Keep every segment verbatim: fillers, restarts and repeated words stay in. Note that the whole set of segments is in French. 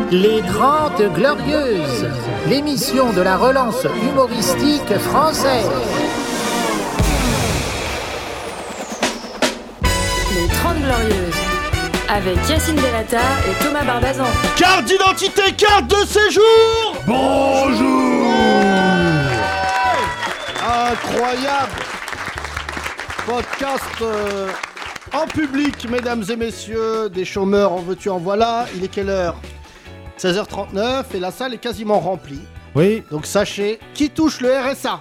Les Trente Glorieuses, l'émission de la relance humoristique française. Les Trente Glorieuses, avec Yacine Delata et Thomas Barbazan. Carte d'identité, carte de séjour. Bonjour. Incroyable podcast euh, en public, mesdames et messieurs, des chômeurs, en veux-tu, en voilà. Il est quelle heure ? seize heures trente-neuf et la salle est quasiment remplie. Oui. Donc sachez, qui touche le R S A ?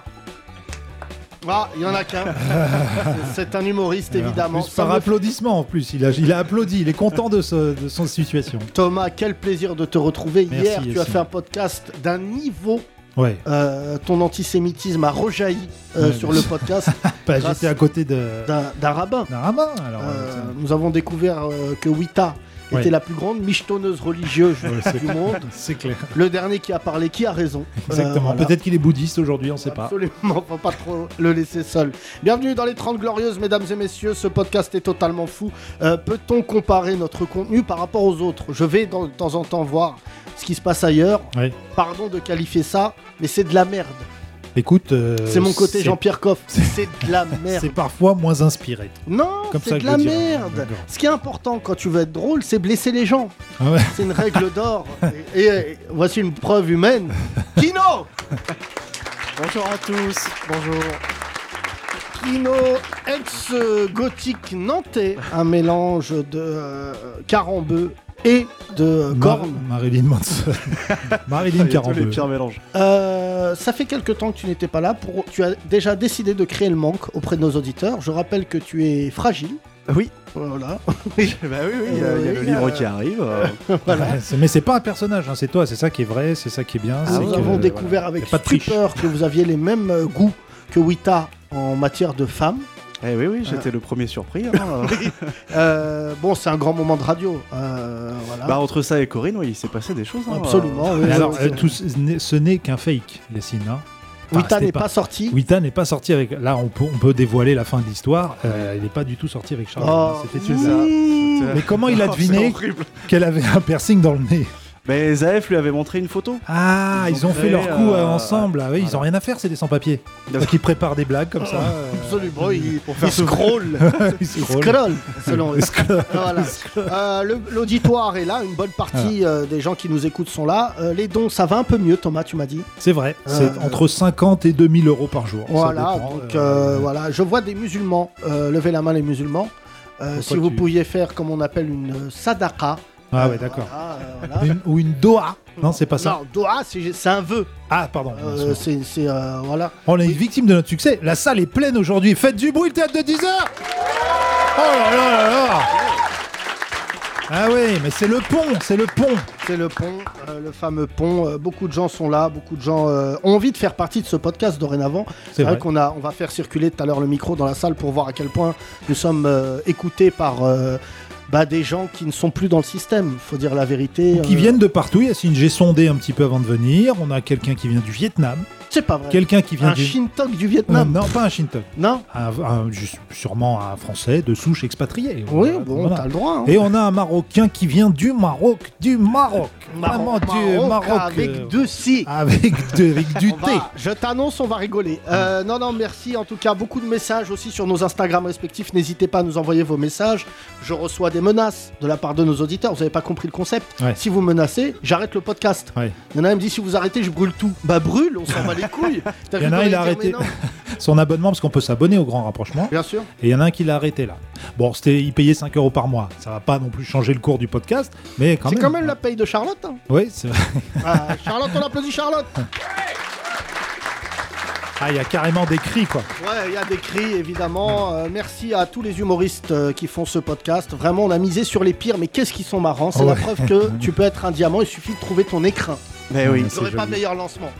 Ah, il y en a qu'un. C'est un humoriste, évidemment. En plus, par applaudissement, en plus. Il a, il a applaudi. Il est content de, ce, de son situation. Thomas, quel plaisir de te retrouver. Merci, Hier, tu Yassine. as fait un podcast d'un niveau. Ouais. Euh, ton antisémitisme a rejailli euh, Ouais, sur mais- le podcast Bah, grâce j'étais à côté de... d'un, d'un rabbin. d'un rabbin. Alors, Euh, euh, nous avons découvert euh, que Wita Ouais. était la plus grande michetonneuse religieuse Ouais, c'est- du monde. c'est clair. Le dernier qui a parlé, qui a raison. Exactement. Euh, voilà. Peut-être qu'il est bouddhiste aujourd'hui, on sait pas. Absolument, faut pas trop le laisser seul. Bienvenue dans les Trente Glorieuses, mesdames et messieurs. Ce podcast est totalement fou. Euh, peut-on comparer notre contenu par rapport aux autres ? Je vais dans- de temps en temps voir ce qui se passe ailleurs. Ouais. Pardon de qualifier ça, mais c'est de la merde. Écoute... euh, c'est mon côté c'est- Jean-Pierre Coff. C'est de la merde. C'est parfois moins inspiré. Non, Comme c'est ça de que la je le dirais. merde. D'accord. Ce qui est important quand tu veux être drôle, c'est blesser les gens. Ah ouais. C'est une règle d'or. Et, et- et voici une preuve humaine. Kino Bonjour à tous, bonjour. Kino, ex-gothique nantais, un mélange de euh, carambeu et de Mar- corne. Marilyn Manson. Marilyn Il y a tous les Carambeu. pires mélanges. Euh, ça fait quelque temps que tu n'étais pas là. Pour... Tu as déjà décidé de créer le manque auprès de nos auditeurs. Je rappelle que tu es fragile. Oui, Voilà. bah oui, oui, il y a, il y a le Oui, livre euh, qui arrive. euh, Voilà. Ouais, c'est- mais c'est pas un personnage, hein, c'est toi, c'est ça qui est vrai, c'est ça qui est bien. Ah, c'est nous que, avons voilà, découvert y a avec pas de triche. stupeur que vous aviez les mêmes euh, goûts que Wita en matière de femmes. Eh oui, oui, j'étais le premier surpris. hein. Euh, bon, c'est un grand moment de radio. Euh, voilà. Bah entre ça et Corinne, oui, il s'est passé des choses. hein. Absolument. oui, Mais alors, oui, euh, tout ce n'est- ce n'est qu'un fake, Yacine. Hein. Enfin, Wita c'était n'est pas, sorti. Wita n'est pas sorti avec. Là, on peut, on peut dévoiler la fin de l'histoire. Euh, il n'est pas du tout sorti avec Charles. Oh. C'était C'est une- ça. Mmh. Mais comment il a Oh, c'est deviné horrible. qu'elle avait un piercing dans le nez? Mais Zaef lui avait montré une photo. Ah, ils, Ils ont, ont fait créé, leur coup euh, euh, ensemble. Ah, oui, ils voilà. ont rien à faire, c'est des sans-papiers. Donc ils préparent des blagues comme ça. euh, Absolument, il, Pour faire il scroll. ils Il scrollent. scroll, selon eux. Ils scrollent. Voilà. Euh, le- L'auditoire est là, une bonne partie euh, des gens qui nous écoutent sont là. Euh, les dons, ça va un peu mieux, Thomas, tu m'as dit. C'est vrai, Euh, c'est entre cinquante et deux mille euros par jour. Ça Voilà, dépend, donc euh, euh, voilà. Je vois des musulmans, euh, levez la main les musulmans. Euh, Pourquoi si vous tu- pouviez faire comme on appelle une euh, sadaqa. Ah Euh, ouais, d'accord. voilà, euh, voilà. Une- ou une doha. Non, c'est pas ça. Non, doha, c'est c'est un vœu. Ah, pardon. Euh, c'est c'est, euh, voilà. On est victime de notre succès. La salle est pleine aujourd'hui. Faites du bruit, le théâtre de dix heures. Oh là là là là. Ah oui, mais c'est le pont, c'est le pont. C'est le pont, euh, le fameux pont. Euh, beaucoup de gens sont là, beaucoup de gens euh, ont envie de faire partie de ce podcast dorénavant. C'est vrai, vrai. qu'on a, on va faire circuler tout à l'heure le micro dans la salle pour voir à quel point nous sommes euh, écoutés par euh, bah, des gens qui ne sont plus dans le système. Il faut dire la vérité. Qui euh, viennent de partout. Yacine, j'ai sondé un petit peu avant de venir. On a quelqu'un qui vient du Vietnam. C'est pas vrai. Quelqu'un qui vient Un du... Shintok du Non, Vietnam. non, pas un Shintok. Non. Un- un- ju- sûrement un Français de souche expatriée. Oui, Voilà, bon, voilà. t'as le droit. hein. Et on a un Marocain qui vient du Maroc. Du Maroc. Maroc, Vraiment du Maroc, Maroc. avec euh, deux si. Avec, de- avec du On thé. va- je t'annonce, on va rigoler. Euh, non, non, merci. En tout cas, beaucoup de messages aussi sur nos Instagram respectifs. N'hésitez pas à nous envoyer vos messages. Je reçois des menaces de la part de nos auditeurs. Vous n'avez pas compris le concept. Ouais. Si vous menacez, j'arrête le podcast. Ouais. Il y en a un qui me dit si vous arrêtez, je brûle tout. Bah brûle, on s'en bat les couilles. T'as Il y vu en a un, comment il a dit, arrêté mais non. son abonnement parce qu'on peut s'abonner au Grand Rapprochement. Bien sûr. Et il y en a un qui l'a arrêté là. Bon, c'était, il payait cinq euros par mois. Ça va pas non plus changer le cours du podcast, mais quand C'est même. quand même la paye de Charlotte. hein. Oui, c'est vrai. Ah, Charlotte, on applaudit Charlotte. Ah, il y a carrément des cris, quoi. Ouais, il y a des cris, évidemment. Euh, merci à tous les humoristes euh, qui font ce podcast. Vraiment, on a misé sur les pires, mais qu'est-ce qu'ils sont marrants. C'est Ouais. la preuve que tu peux être un diamant, il suffit de trouver ton écrin. Mais oui. Ouais, J'aurais c'est pas joli. meilleur lancement.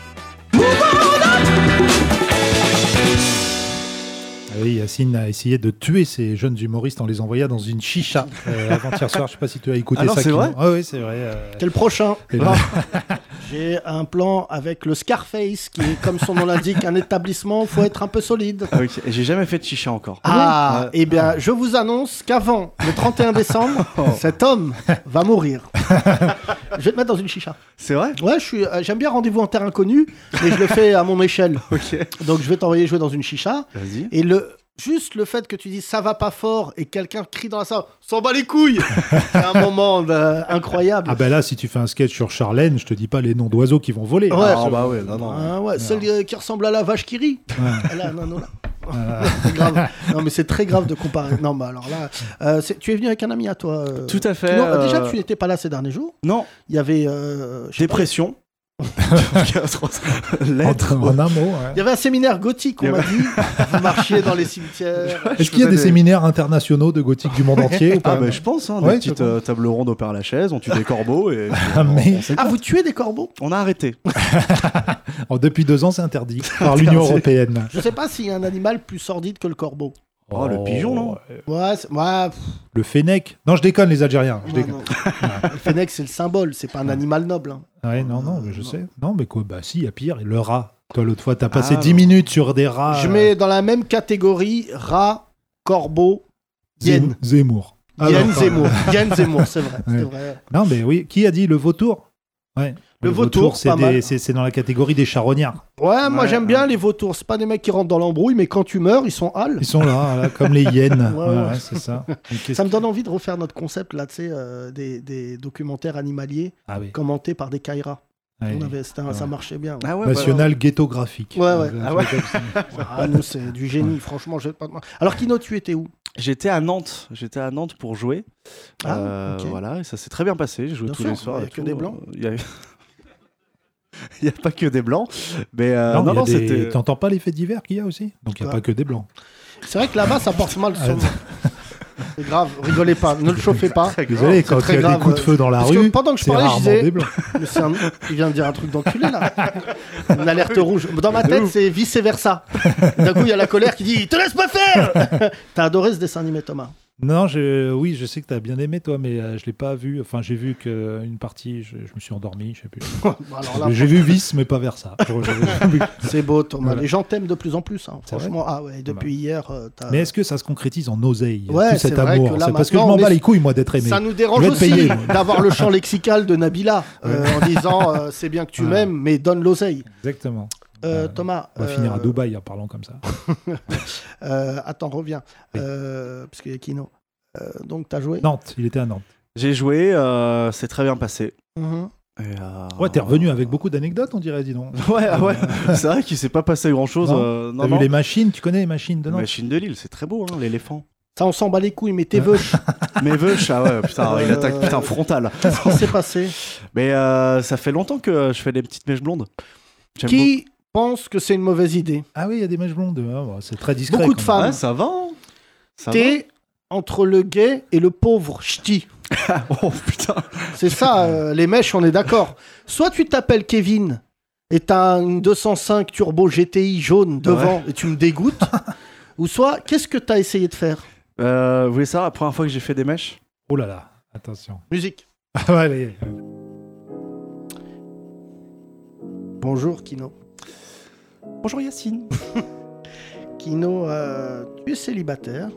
Ah oui, Yacine a essayé de tuer ces jeunes humoristes en les envoyant dans une chicha euh, avant-hier soir. Je sais pas si tu as écouté Ah non, ça. c'est Kino. vrai Ah oui, c'est vrai. euh, Quel prochain et là- J'ai un plan avec le Scarface, qui est, comme son nom l'indique, un établissement où il faut être un peu solide. Ok, j'ai jamais fait de chicha encore. Ah, Ouais. eh bien, je vous annonce qu'avant le trente et un décembre, cet homme va mourir. Je vais te mettre dans une chicha. C'est vrai? Ouais, je suis, euh, j'aime bien Rendez-vous en terre inconnue, mais je le fais à mon échelle. Ok. Donc, je vais t'envoyer jouer dans une chicha. Vas-y. Et le, juste le fait que tu dis ça va pas fort et quelqu'un crie dans la salle, s'en bat les couilles, c'est un moment de- incroyable. Ah ben là, si tu fais un sketch sur Charlène, je te dis pas les noms d'oiseaux qui vont voler. Ouais, Ah, je- bah ouais, non, non. Ah ouais, celle euh, qui ressemble à la vache qui rit. Ouais. Là, non, non, là. C'est grave. Non, mais c'est très grave de comparer. Non, mais alors là, euh, c'est- tu es venu avec un ami à toi. euh, Tout à fait. Non, euh, déjà, euh, tu n'étais pas là ces derniers jours. Non, Il y avait. euh, je sais pas, dépression. En, Lettre. en un mot. Ouais. il y avait un séminaire gothique, on Il y m'a dit. Vous marchiez dans les cimetières. Est-ce qu'il y a faisais des des- séminaires internationaux de gothique du monde entier ou pas? Ah bah je pense, hein, Ouais, des je petites pense. euh, tables rondes au Père Lachaise, on tue des corbeaux et Ah, mais- on, s'éclate. Ah, vous tuez des corbeaux? On a arrêté. Oh, depuis deux ans, c'est interdit par l'Union européenne. Je sais pas s'il y a un animal plus sordide que le corbeau. Oh, le pigeon, non? Ouais, c'est- ouais, pff, Le fennec. Non, je déconne, les Algériens. Je non, déconne. non. Le fennec, c'est le symbole, c'est pas un animal noble. hein. Ouais, non, non, mais je sais. Non, mais quoi? Bah, si, il y a pire. Le rat. Toi, l'autre fois, t'as passé Ah, dix non. minutes sur des rats. Je euh, mets dans la même catégorie rat, corbeau, Zem- hyène. Zemmour. Ah, Yann non, Zemmour. Yann Zemmour, c'est vrai. c'est Ouais. vrai. Non, mais oui. Qui a dit le vautour? Ouais. Le vautour, c'est pas des- mal. c'est c'est dans la catégorie des charognards. Ouais, moi Ouais, j'aime ouais. bien les vautours. C'est pas des mecs qui rentrent dans l'embrouille, mais quand tu meurs, ils sont hal. Ils sont là, là, comme les hyènes. Ouais, Ouais, ouais. ouais, c'est ça. Mais qu'est-ce Ça me qui- donne envie de refaire notre concept là, tu sais, euh, des, des documentaires animaliers Ah oui. commentés par des Kairas. Ouais. On avait, c'était un- Ça Ouais. marchait bien. Ah ouais, National ghettographique. Ouais, ouais. Euh, Ah ouais. Ah, nous, c'est du génie, franchement. j'ai Pas... de- Alors, Kino, tu étais où? J'étais à Nantes, j'étais à Nantes pour jouer. Ah, Euh, ok. Voilà, et ça s'est très bien passé. J'ai joué Bien tous sûr, les soirs. il y a et que tout. des blancs. Euh, Il y a... il y a pas que des blancs, mais euh, Non, non, il y a non, des- c'était. T'entends pas les faits divers qu'il y a aussi? Donc il n'y a Ouais. pas que des blancs. C'est vrai que là-bas, ça porte mal son. Ah, C'est grave, rigolez pas, ne le chauffez pas. Désolé, quand très il y a grave, des coups de feu dans la Parce que rue, pendant que je c'est parlais, je rarement disais- des blancs. Mais c'est un... Il vient de dire un truc d'enculé là. Une alerte rouge. Dans ma tête, c'est vice versa. D'un coup, il y a la colère qui dit te laisse pas faire. T'as adoré ce dessin animé, Thomas? Non, je, oui, je sais que t'as bien aimé toi, mais euh, je l'ai pas vu. Enfin, j'ai vu qu'une partie, je, je me suis endormi, je sais plus. Bon, alors là, J'ai vu Vice, mais pas Versa. Je- je- c'est beau, Thomas. Voilà. Les gens t'aiment de plus en plus. hein. C'est Franchement, ah ouais, depuis hier, euh, t'as- mais est-ce que ça se concrétise en oseille, Ouais, tout cet c'est vrai amour? que là, C'est parce que je maintenant, m'en bats mais- les couilles, moi, d'être aimé. ça nous dérange Je vais te aussi payer, moi. d'avoir le champ lexical de Nabila euh, en disant euh, c'est bien que tu Ouais. m'aimes, mais donne l'oseille. Exactement. Euh, Euh, Thomas. On va euh, finir à Dubaï en parlant comme ça. euh, attends, reviens. Oui. Euh, parce qu'il y a Kino. Euh, donc, t'as joué Nantes, il était à Nantes. J'ai joué, euh, c'est très bien passé. Mhm. Et, euh, Ouais, t'es revenu avec beaucoup d'anecdotes, on dirait, dis donc. Ouais, ah ouais. C'est vrai qu'il s'est pas passé grand chose. Non. Euh, non, T'as non. vu les machines? Tu connais les machines de La Nantes? machine de Lille, c'est très beau, hein, l'éléphant. Ça, on s'en bat les couilles, mais t'es veuche. Mais veuche, ah ouais, putain, il Euh, attaque putain frontal. Qu'est-ce qui s'est passé? Mais euh, ça fait longtemps que je fais des petites mèches blondes. J'aime Qui pense que c'est une mauvaise idée? Ah oui, il y a des mèches blondes. Ah, bah, c'est très discret. Beaucoup de quand même. femmes. Ouais, ça va. hein. Ça T'es entre le gay et le pauvre ch'ti. va. Oh putain. C'est ça, euh, les mèches, on est d'accord. Soit tu t'appelles Kevin et t'as une deux cent cinq Turbo G T I jaune devant et tu me dégoûtes. Ou soit, qu'est-ce que t'as essayé de faire? Euh, vous voulez savoir la première fois que j'ai fait des mèches? Oh là là, attention. Musique. Ah, ouais, allez. Bonjour, Kino. Bonjour Yacine. Kino, euh, tu es célibataire.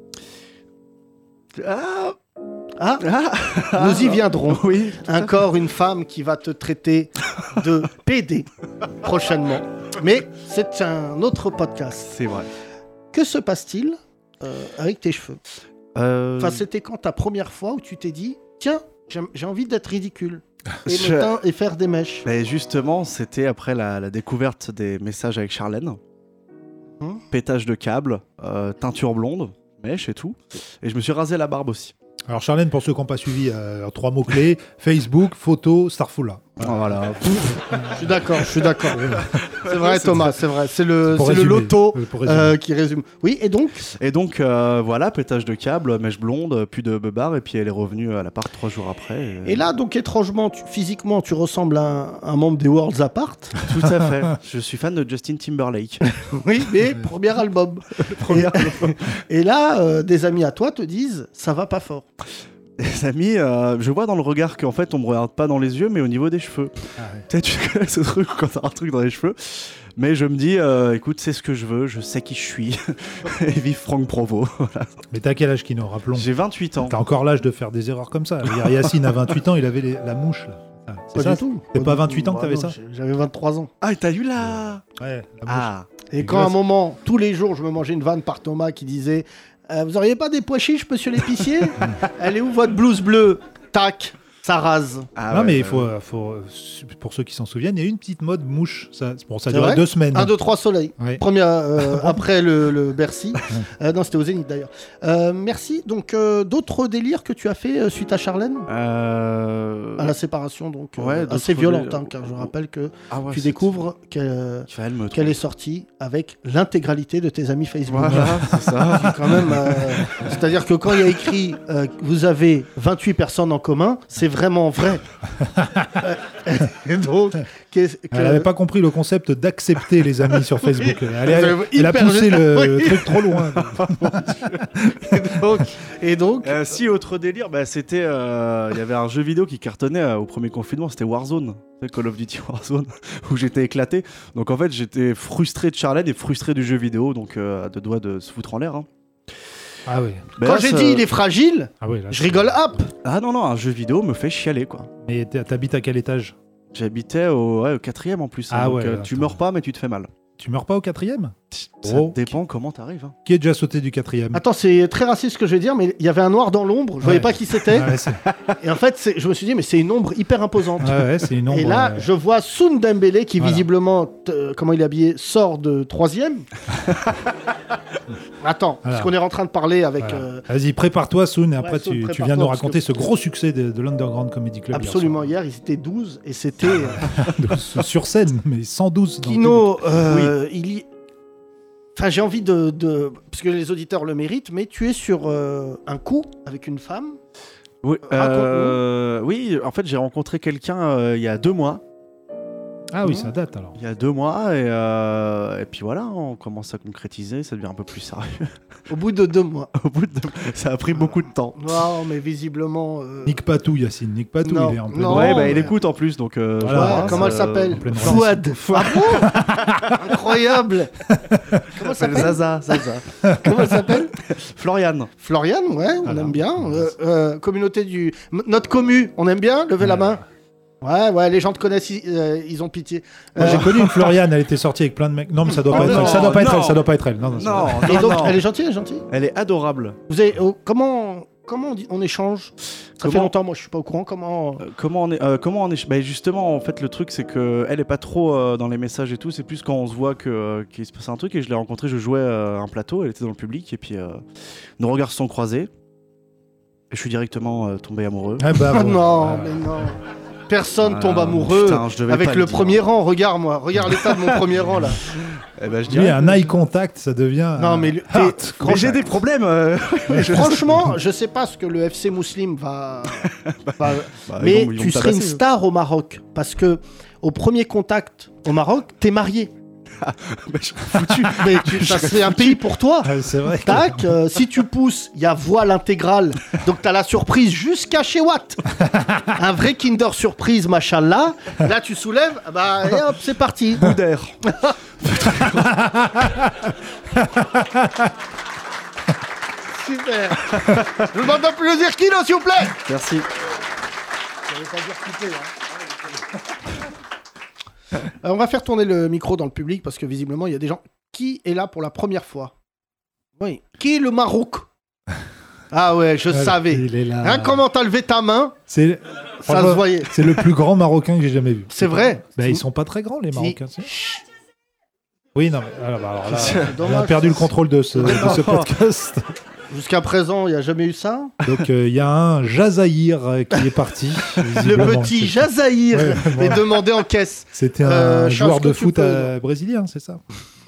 Ah, Ah, ah, nous y viendrons. Oui. Encore une femme qui va te traiter de P D prochainement. Mais c'est un autre podcast. C'est vrai. Que se passe-t-il euh, avec tes cheveux? Euh, Enfin, c'était quand ta première fois où tu t'es dit, tiens, j'aime- j'ai envie d'être ridicule et, Je- me teint- et faire des mèches. Mais justement, c'était après la, la découverte des messages avec Charlène. Hum. Pétage de câble, euh, teinture blonde, mèche et tout. Et je me suis rasé la barbe aussi. Alors, Charlène, pour ceux qui n'ont pas suivi, euh, trois mots-clés Facebook, photo, Starfoula. Voilà. Je suis d'accord, je suis d'accord. C'est vrai, Thomas, c'est vrai. C'est le, Pour c'est le résumer. loto Euh, pour résumer. euh, qui résume. Oui, et donc Et donc, euh, voilà, pétage de câble, mèche blonde, puis de beubard, et puis elle est revenue à l'appart trois jours après. Et là, donc, étrangement, tu- physiquement, tu ressembles à un, un membre des Worlds Apart. Tout à fait. Je suis fan de Justin Timberlake. Oui, mais premier album. Et, et là, euh, des amis à toi te disent, ça va pas fort. Les amis, euh, je vois dans le regard qu'en fait on me regarde pas dans les yeux mais au niveau des cheveux. Ah ouais. Tu sais, tu connais ce truc quand t'as un truc dans les cheveux. Mais je me dis, euh, écoute, c'est ce que je veux, je sais qui je suis. Et vive Franck Provost. Voilà. Mais t'as quel âge, Kino, rappelons? J'ai vingt-huit ans. T'as encore l'âge de faire des erreurs comme ça. Hier, Yacine, à vingt-huit ans, il avait les- la mouche. Là. Ah, c'est Pas ça du tout. C'est pas du vingt-huit tout. ans que t'avais Bah non, ça j'ai- J'avais vingt-trois ans. Ah, et t'as eu la... Ouais, la mouche. Ah, Et quand à un moment, tous les jours, je me mangeais une vanne par Thomas qui disait euh, vous auriez pas des pois chiches, monsieur l'épicier? Elle est où votre blouse bleue? Tac, ça rase. ah non, ouais, mais ouais, il faut, ouais. euh, faut, euh, pour ceux qui s'en souviennent, il y a eu une petite mode mouche. Ça, bon, ça a C'est duré vrai deux semaines. Un, deux, trois soleils. Ouais. Premier, euh, après le, le Bercy. Euh, non, c'était au Zénith d'ailleurs. Euh, merci. Donc, euh, d'autres délires que tu as fait euh, suite à Charlène? Euh... À la séparation, donc euh, Ouais, assez d'autres violente, délires. hein, car je rappelle que Ah ouais, tu c'est- découvres qu'elle Tu vas me qu'elle est sortie avec l'intégralité de tes amis Facebook. Voilà, c'est ça. Qui, quand même, euh, c'est-à-dire que quand il y a écrit euh, vous avez vingt-huit personnes en commun, c'est vraiment vrai. Et donc, qu'est-ce que- Elle n'avait pas compris le concept d'accepter les amis sur Facebook. Elle, elle- Vous avez elle a hyper- poussé le, Oui. le truc trop loin. et donc, et donc Euh, si, autre délire, bah, c'était. euh, Il y avait un jeu vidéo qui cartonnait euh, au premier confinement, c'était Warzone. Tu sais, Call of Duty Warzone, où j'étais éclaté. Donc en fait, j'étais frustré de Charlène et frustré du jeu vidéo, donc euh, à deux doigts de se foutre en l'air. Hein. Ah oui. Bah, quand là, j'ai ça- dit il est fragile, Ah oui là, je c'est- rigole hop. Ah non, non, un jeu vidéo me fait chialer, quoi. Mais t'es- t'habites à quel étage? J'habitais au, ouais, au quatrième en plus. hein, Ah donc, ouais, euh, là, tu attends. meurs pas, mais tu te fais mal. Tu meurs pas au quatrième? Ça Oh. dépend comment t'arrives. Hein. Qui est déjà sauté du quatrième? Attends, c'est très raciste ce que je vais dire, mais il y avait un noir dans l'ombre, je Ouais. voyais pas qui c'était. Ah ouais, c'est Et en fait, c'est- je me suis dit, mais c'est une ombre hyper imposante. ouais, ouais, c'est une ombre. Et là, euh, je vois Soun Dembélé qui Voilà. visiblement, t- euh, comment il est habillé, sort de troisième. Attends, Voilà. parce qu'on est en train de parler avec. voilà. euh, Vas-y, prépare-toi, Soun, et après Ouais, Soun, tu, tu prépare-toi, viens de nous parce raconter que- ce gros succès de, de l'Underground Comedy Club. hier absolument, soir. hier, ils étaient douze et c'était. euh, Sur scène, mais cent douze. dans le Kino, euh, il y. Enfin, j'ai envie de, de- Parce que les auditeurs le méritent, mais tu es sur euh, un coup avec une femme. Oui, Raconte-nous. euh, oui, en fait, j'ai rencontré quelqu'un euh, il y a deux mois. Ah oui, ça date alors. Il y a deux mois, et, euh, et puis voilà, on commence à concrétiser, ça devient un peu plus sérieux. Au bout de deux mois. Au bout de... Ça a pris beaucoup de temps. Non, mais visiblement. euh, Nique pas tout, Yacine, nique pas tout. Non, Il est en plein. non. ouais, bah, mais- il écoute en plus, donc. euh, Voilà. je Ouais, l'embrasse, comment elle euh, s'appelle en pleine Fouad. Ah bon Incroyable. Comment elle Elle s'appelle s'appelle Zaza, Zaza. Comment elle s'appelle Floriane. Floriane, ouais, on Voilà. aime bien. Euh, euh, communauté du. M- Notre commu, on aime bien. Levez la main. Ouais, ouais, les gens te connaissent, ils, euh, ils ont pitié. Moi, Euh, j'ai connu une Floriane, elle était sortie avec plein de mecs. Non, mais ça doit Oh pas être non, elle. Ça doit pas être non. elle. Ça doit pas être elle. Non, non, ça Non, doit- Et non, donc, non. elle est gentille, elle est gentille. Elle est adorable. Vous avez, oh, comment, comment on, dit- on échange Ça fait Comment- longtemps, moi, je suis pas au courant. Comment Euh, comment on est, euh, comment on est, bah, justement, en fait, le truc, c'est que elle est pas trop euh, dans les messages et tout. C'est plus quand on se voit que euh, qu'il se passe un truc. Et je l'ai rencontrée, je jouais euh, un plateau, elle était dans le public, et puis euh, nos regards se sont croisés. Et je suis directement euh, tombé amoureux. Ah bah, Oh voilà. non, Ah. mais non. Personne Ah, tombe amoureux putain, je devais avec pas le le dire. premier rang. Regarde, moi, regarde l'état de mon premier rang là. Eh ben, je Lui, dirais. un eye contact, ça devient. Non, un mais lui- heart t'es- Mais j'ai contact. des problèmes. euh, Mais franchement, je sais pas ce que le F C Muslim va. va- bah, mais ils vont- ils vont tu me serais une tabasser. star au Maroc parce que au premier contact au Maroc, t'es marié. Bah, je suis foutu. Mais tu- ça c'est un pays pour toi. Ah, c'est vrai. que- Tac, euh, si tu pousses, il y a voile intégrale. Donc t'as la surprise jusqu'à chez Watt. Un vrai Kinder surprise, machallah. Là tu soulèves, ah bah et hop, c'est parti. Bout d'air. Super. Je vous demande d'applaudir Kino, s'il vous plaît. Merci. Euh, on va faire tourner le micro dans le public parce que visiblement il y a des gens. Qui est là pour la première fois? Oui. Qui est le Maroc? Ah ouais, je Voilà, savais. il est là. Hein, comment t'as levé ta main? C'est Ça franchement, se voyait. c'est le plus grand Marocain que j'ai jamais vu. C'est vrai. Bah, ils sont pas très grands, les Si. Marocains. si. Oui, non, mais alors, bah, alors là, C'est on a dommage. perdu le contrôle de ce, de ce podcast. Jusqu'à présent, il n'y a jamais eu ça. Donc, il y a un Jazaïr euh, qui est parti. Le visiblement. petit Jazaïr Ouais, est voilà. demandé en caisse. C'était un Euh, Charles, joueur de est-ce que tu foot peux- euh, brésilien, c'est ça?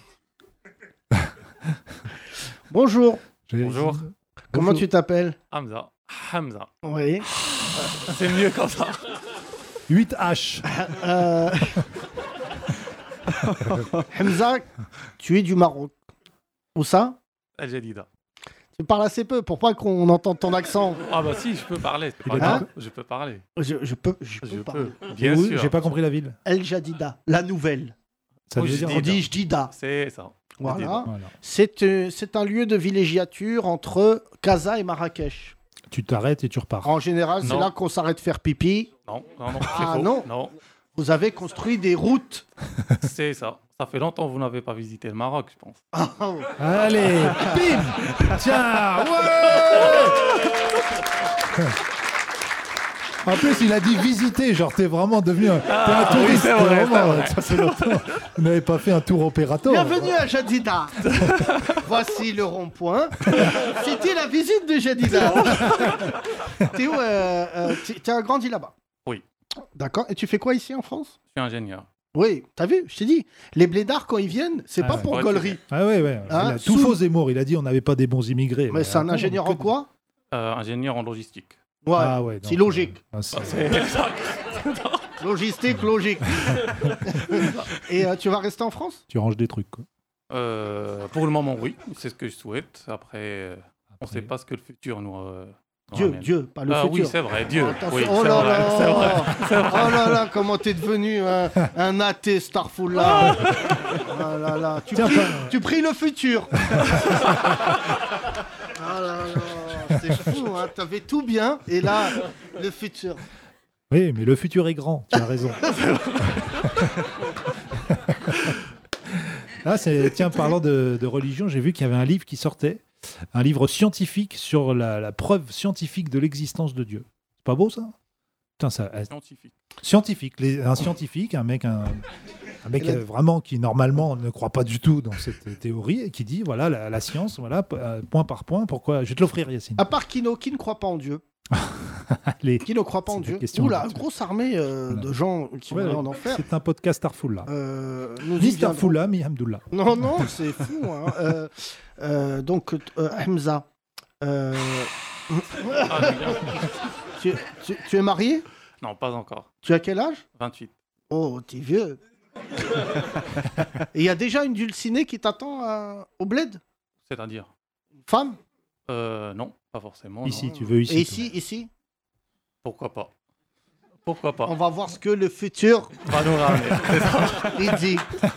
Bonjour. J'ai- Bonjour. Comment Bonjour. tu t'appelles? Hamza. Hamza. Oui. C'est mieux comme ça. huit H. Euh... Hamza, tu es du Maroc. Où ça? Al Jadida. Tu parles assez peu pour pas qu'on entende ton accent. Ah bah si, je peux parler. c'est pas Il a grave, dit Je peux parler. Je, je peux, je peux Je parler. peux. Bien Oui, sûr. J'ai pas compris la ville. El Jadida, la nouvelle. Ça Oui, veut je dire. dis- On dit Jdida. C'est ça. Voilà. Voilà. C'est euh, c'est un lieu de villégiature entre Casa et Marrakech. Tu t'arrêtes et tu repars. En général, c'est Non. là qu'on s'arrête faire pipi. Non, non, non. Ah, c'est faux. non. Non, Vous avez construit des routes. c'est ça. Ça fait longtemps que vous n'avez pas visité le Maroc, je pense. Ah, Allez, bim. Tiens, ouais. En plus, il a dit visiter, genre t'es vraiment devenu un, t'es un Ah, oui, touriste. c'est vrai, vraiment, c'est vrai. ça fait longtemps. Vous n'avez pas fait un tour opératoire. Bienvenue à Jadida. Voici le rond-point. C'était la visite de Jadida. T'es où euh, euh, t'es- T'as grandi là-bas. Oui. D'accord. Et tu fais quoi ici en France? Je suis ingénieur. Oui, t'as vu, je t'ai dit, les blédards quand ils viennent, c'est Ah pas ouais. pour Ouais, gaulerie. Ah ouais, ouais. Hein, il a tout sous- faux Zemmour. Il a dit on n'avait pas des bons immigrés. Mais c'est un attends, ingénieur que- en quoi? Euh, ingénieur en logistique. Ouais, Ah ouais. c'est donc, logique. euh, ah, c'est- C'est ça. Logistique, logique. Et euh, tu vas rester en France? Tu ranges des trucs, quoi. Euh, pour le moment, oui. C'est ce que je souhaite. Après, euh, on ne Après- sait pas ce que le futur nous, euh, nous Dieu, ramène. Dieu, pas le Ah futur. oui, c'est vrai, Dieu. Attention. Oui, Oh c'est là vrai, là. c'est vrai, c'est vrai. Oh là là, comment t'es devenu un, un athée, Starful là. Oh là là, tu, Tiens, pries, pas- tu pries le futur. Oh là là, c'est fou, hein. T'avais tout bien, et là, le futur. Oui, mais le futur est grand. Tu as raison. Ah, c'est... Tiens, parlant de, de religion, j'ai vu qu'il y avait un livre qui sortait, un livre scientifique sur la, la preuve scientifique de l'existence de Dieu. C'est pas beau, ça? Putain, ça... euh, Scientifique. Scientifique, les- un scientifique, un mec, un, un mec Et la- euh, vraiment qui normalement ne croit pas du tout dans cette théorie et qui dit voilà la, la science, voilà p- euh, point par point. Pourquoi? Je vais te l'offrir, Yacine. À part Kino, qui ne croit pas en Dieu? Allez, Qui ne croit pas en C'est la Dieu? question Oula, habituelle. grosse armée euh, Voilà. de gens qui Ouais, vont ouais. en enfer. c'est un podcast Starfoula. Euh, nous y Ni viendrons. Starfoula, mi Hamdoullah. Non, non, c'est fou. Hein. Euh, euh, donc, euh, Hamza, euh, Ah, bien. tu, tu- tu es marié? Non, pas encore. Tu as quel âge? vingt-huit. Oh, t'es vieux. Et il y a déjà une dulcinée qui t'attend à- au bled? C'est-à-dire Une femme? euh, Non, pas forcément. Ici, non. tu veux ici. Et toi. ici, ici? Pourquoi pas Pourquoi pas On va voir ce que le futur Va nous ramener. C'est ça. il dit.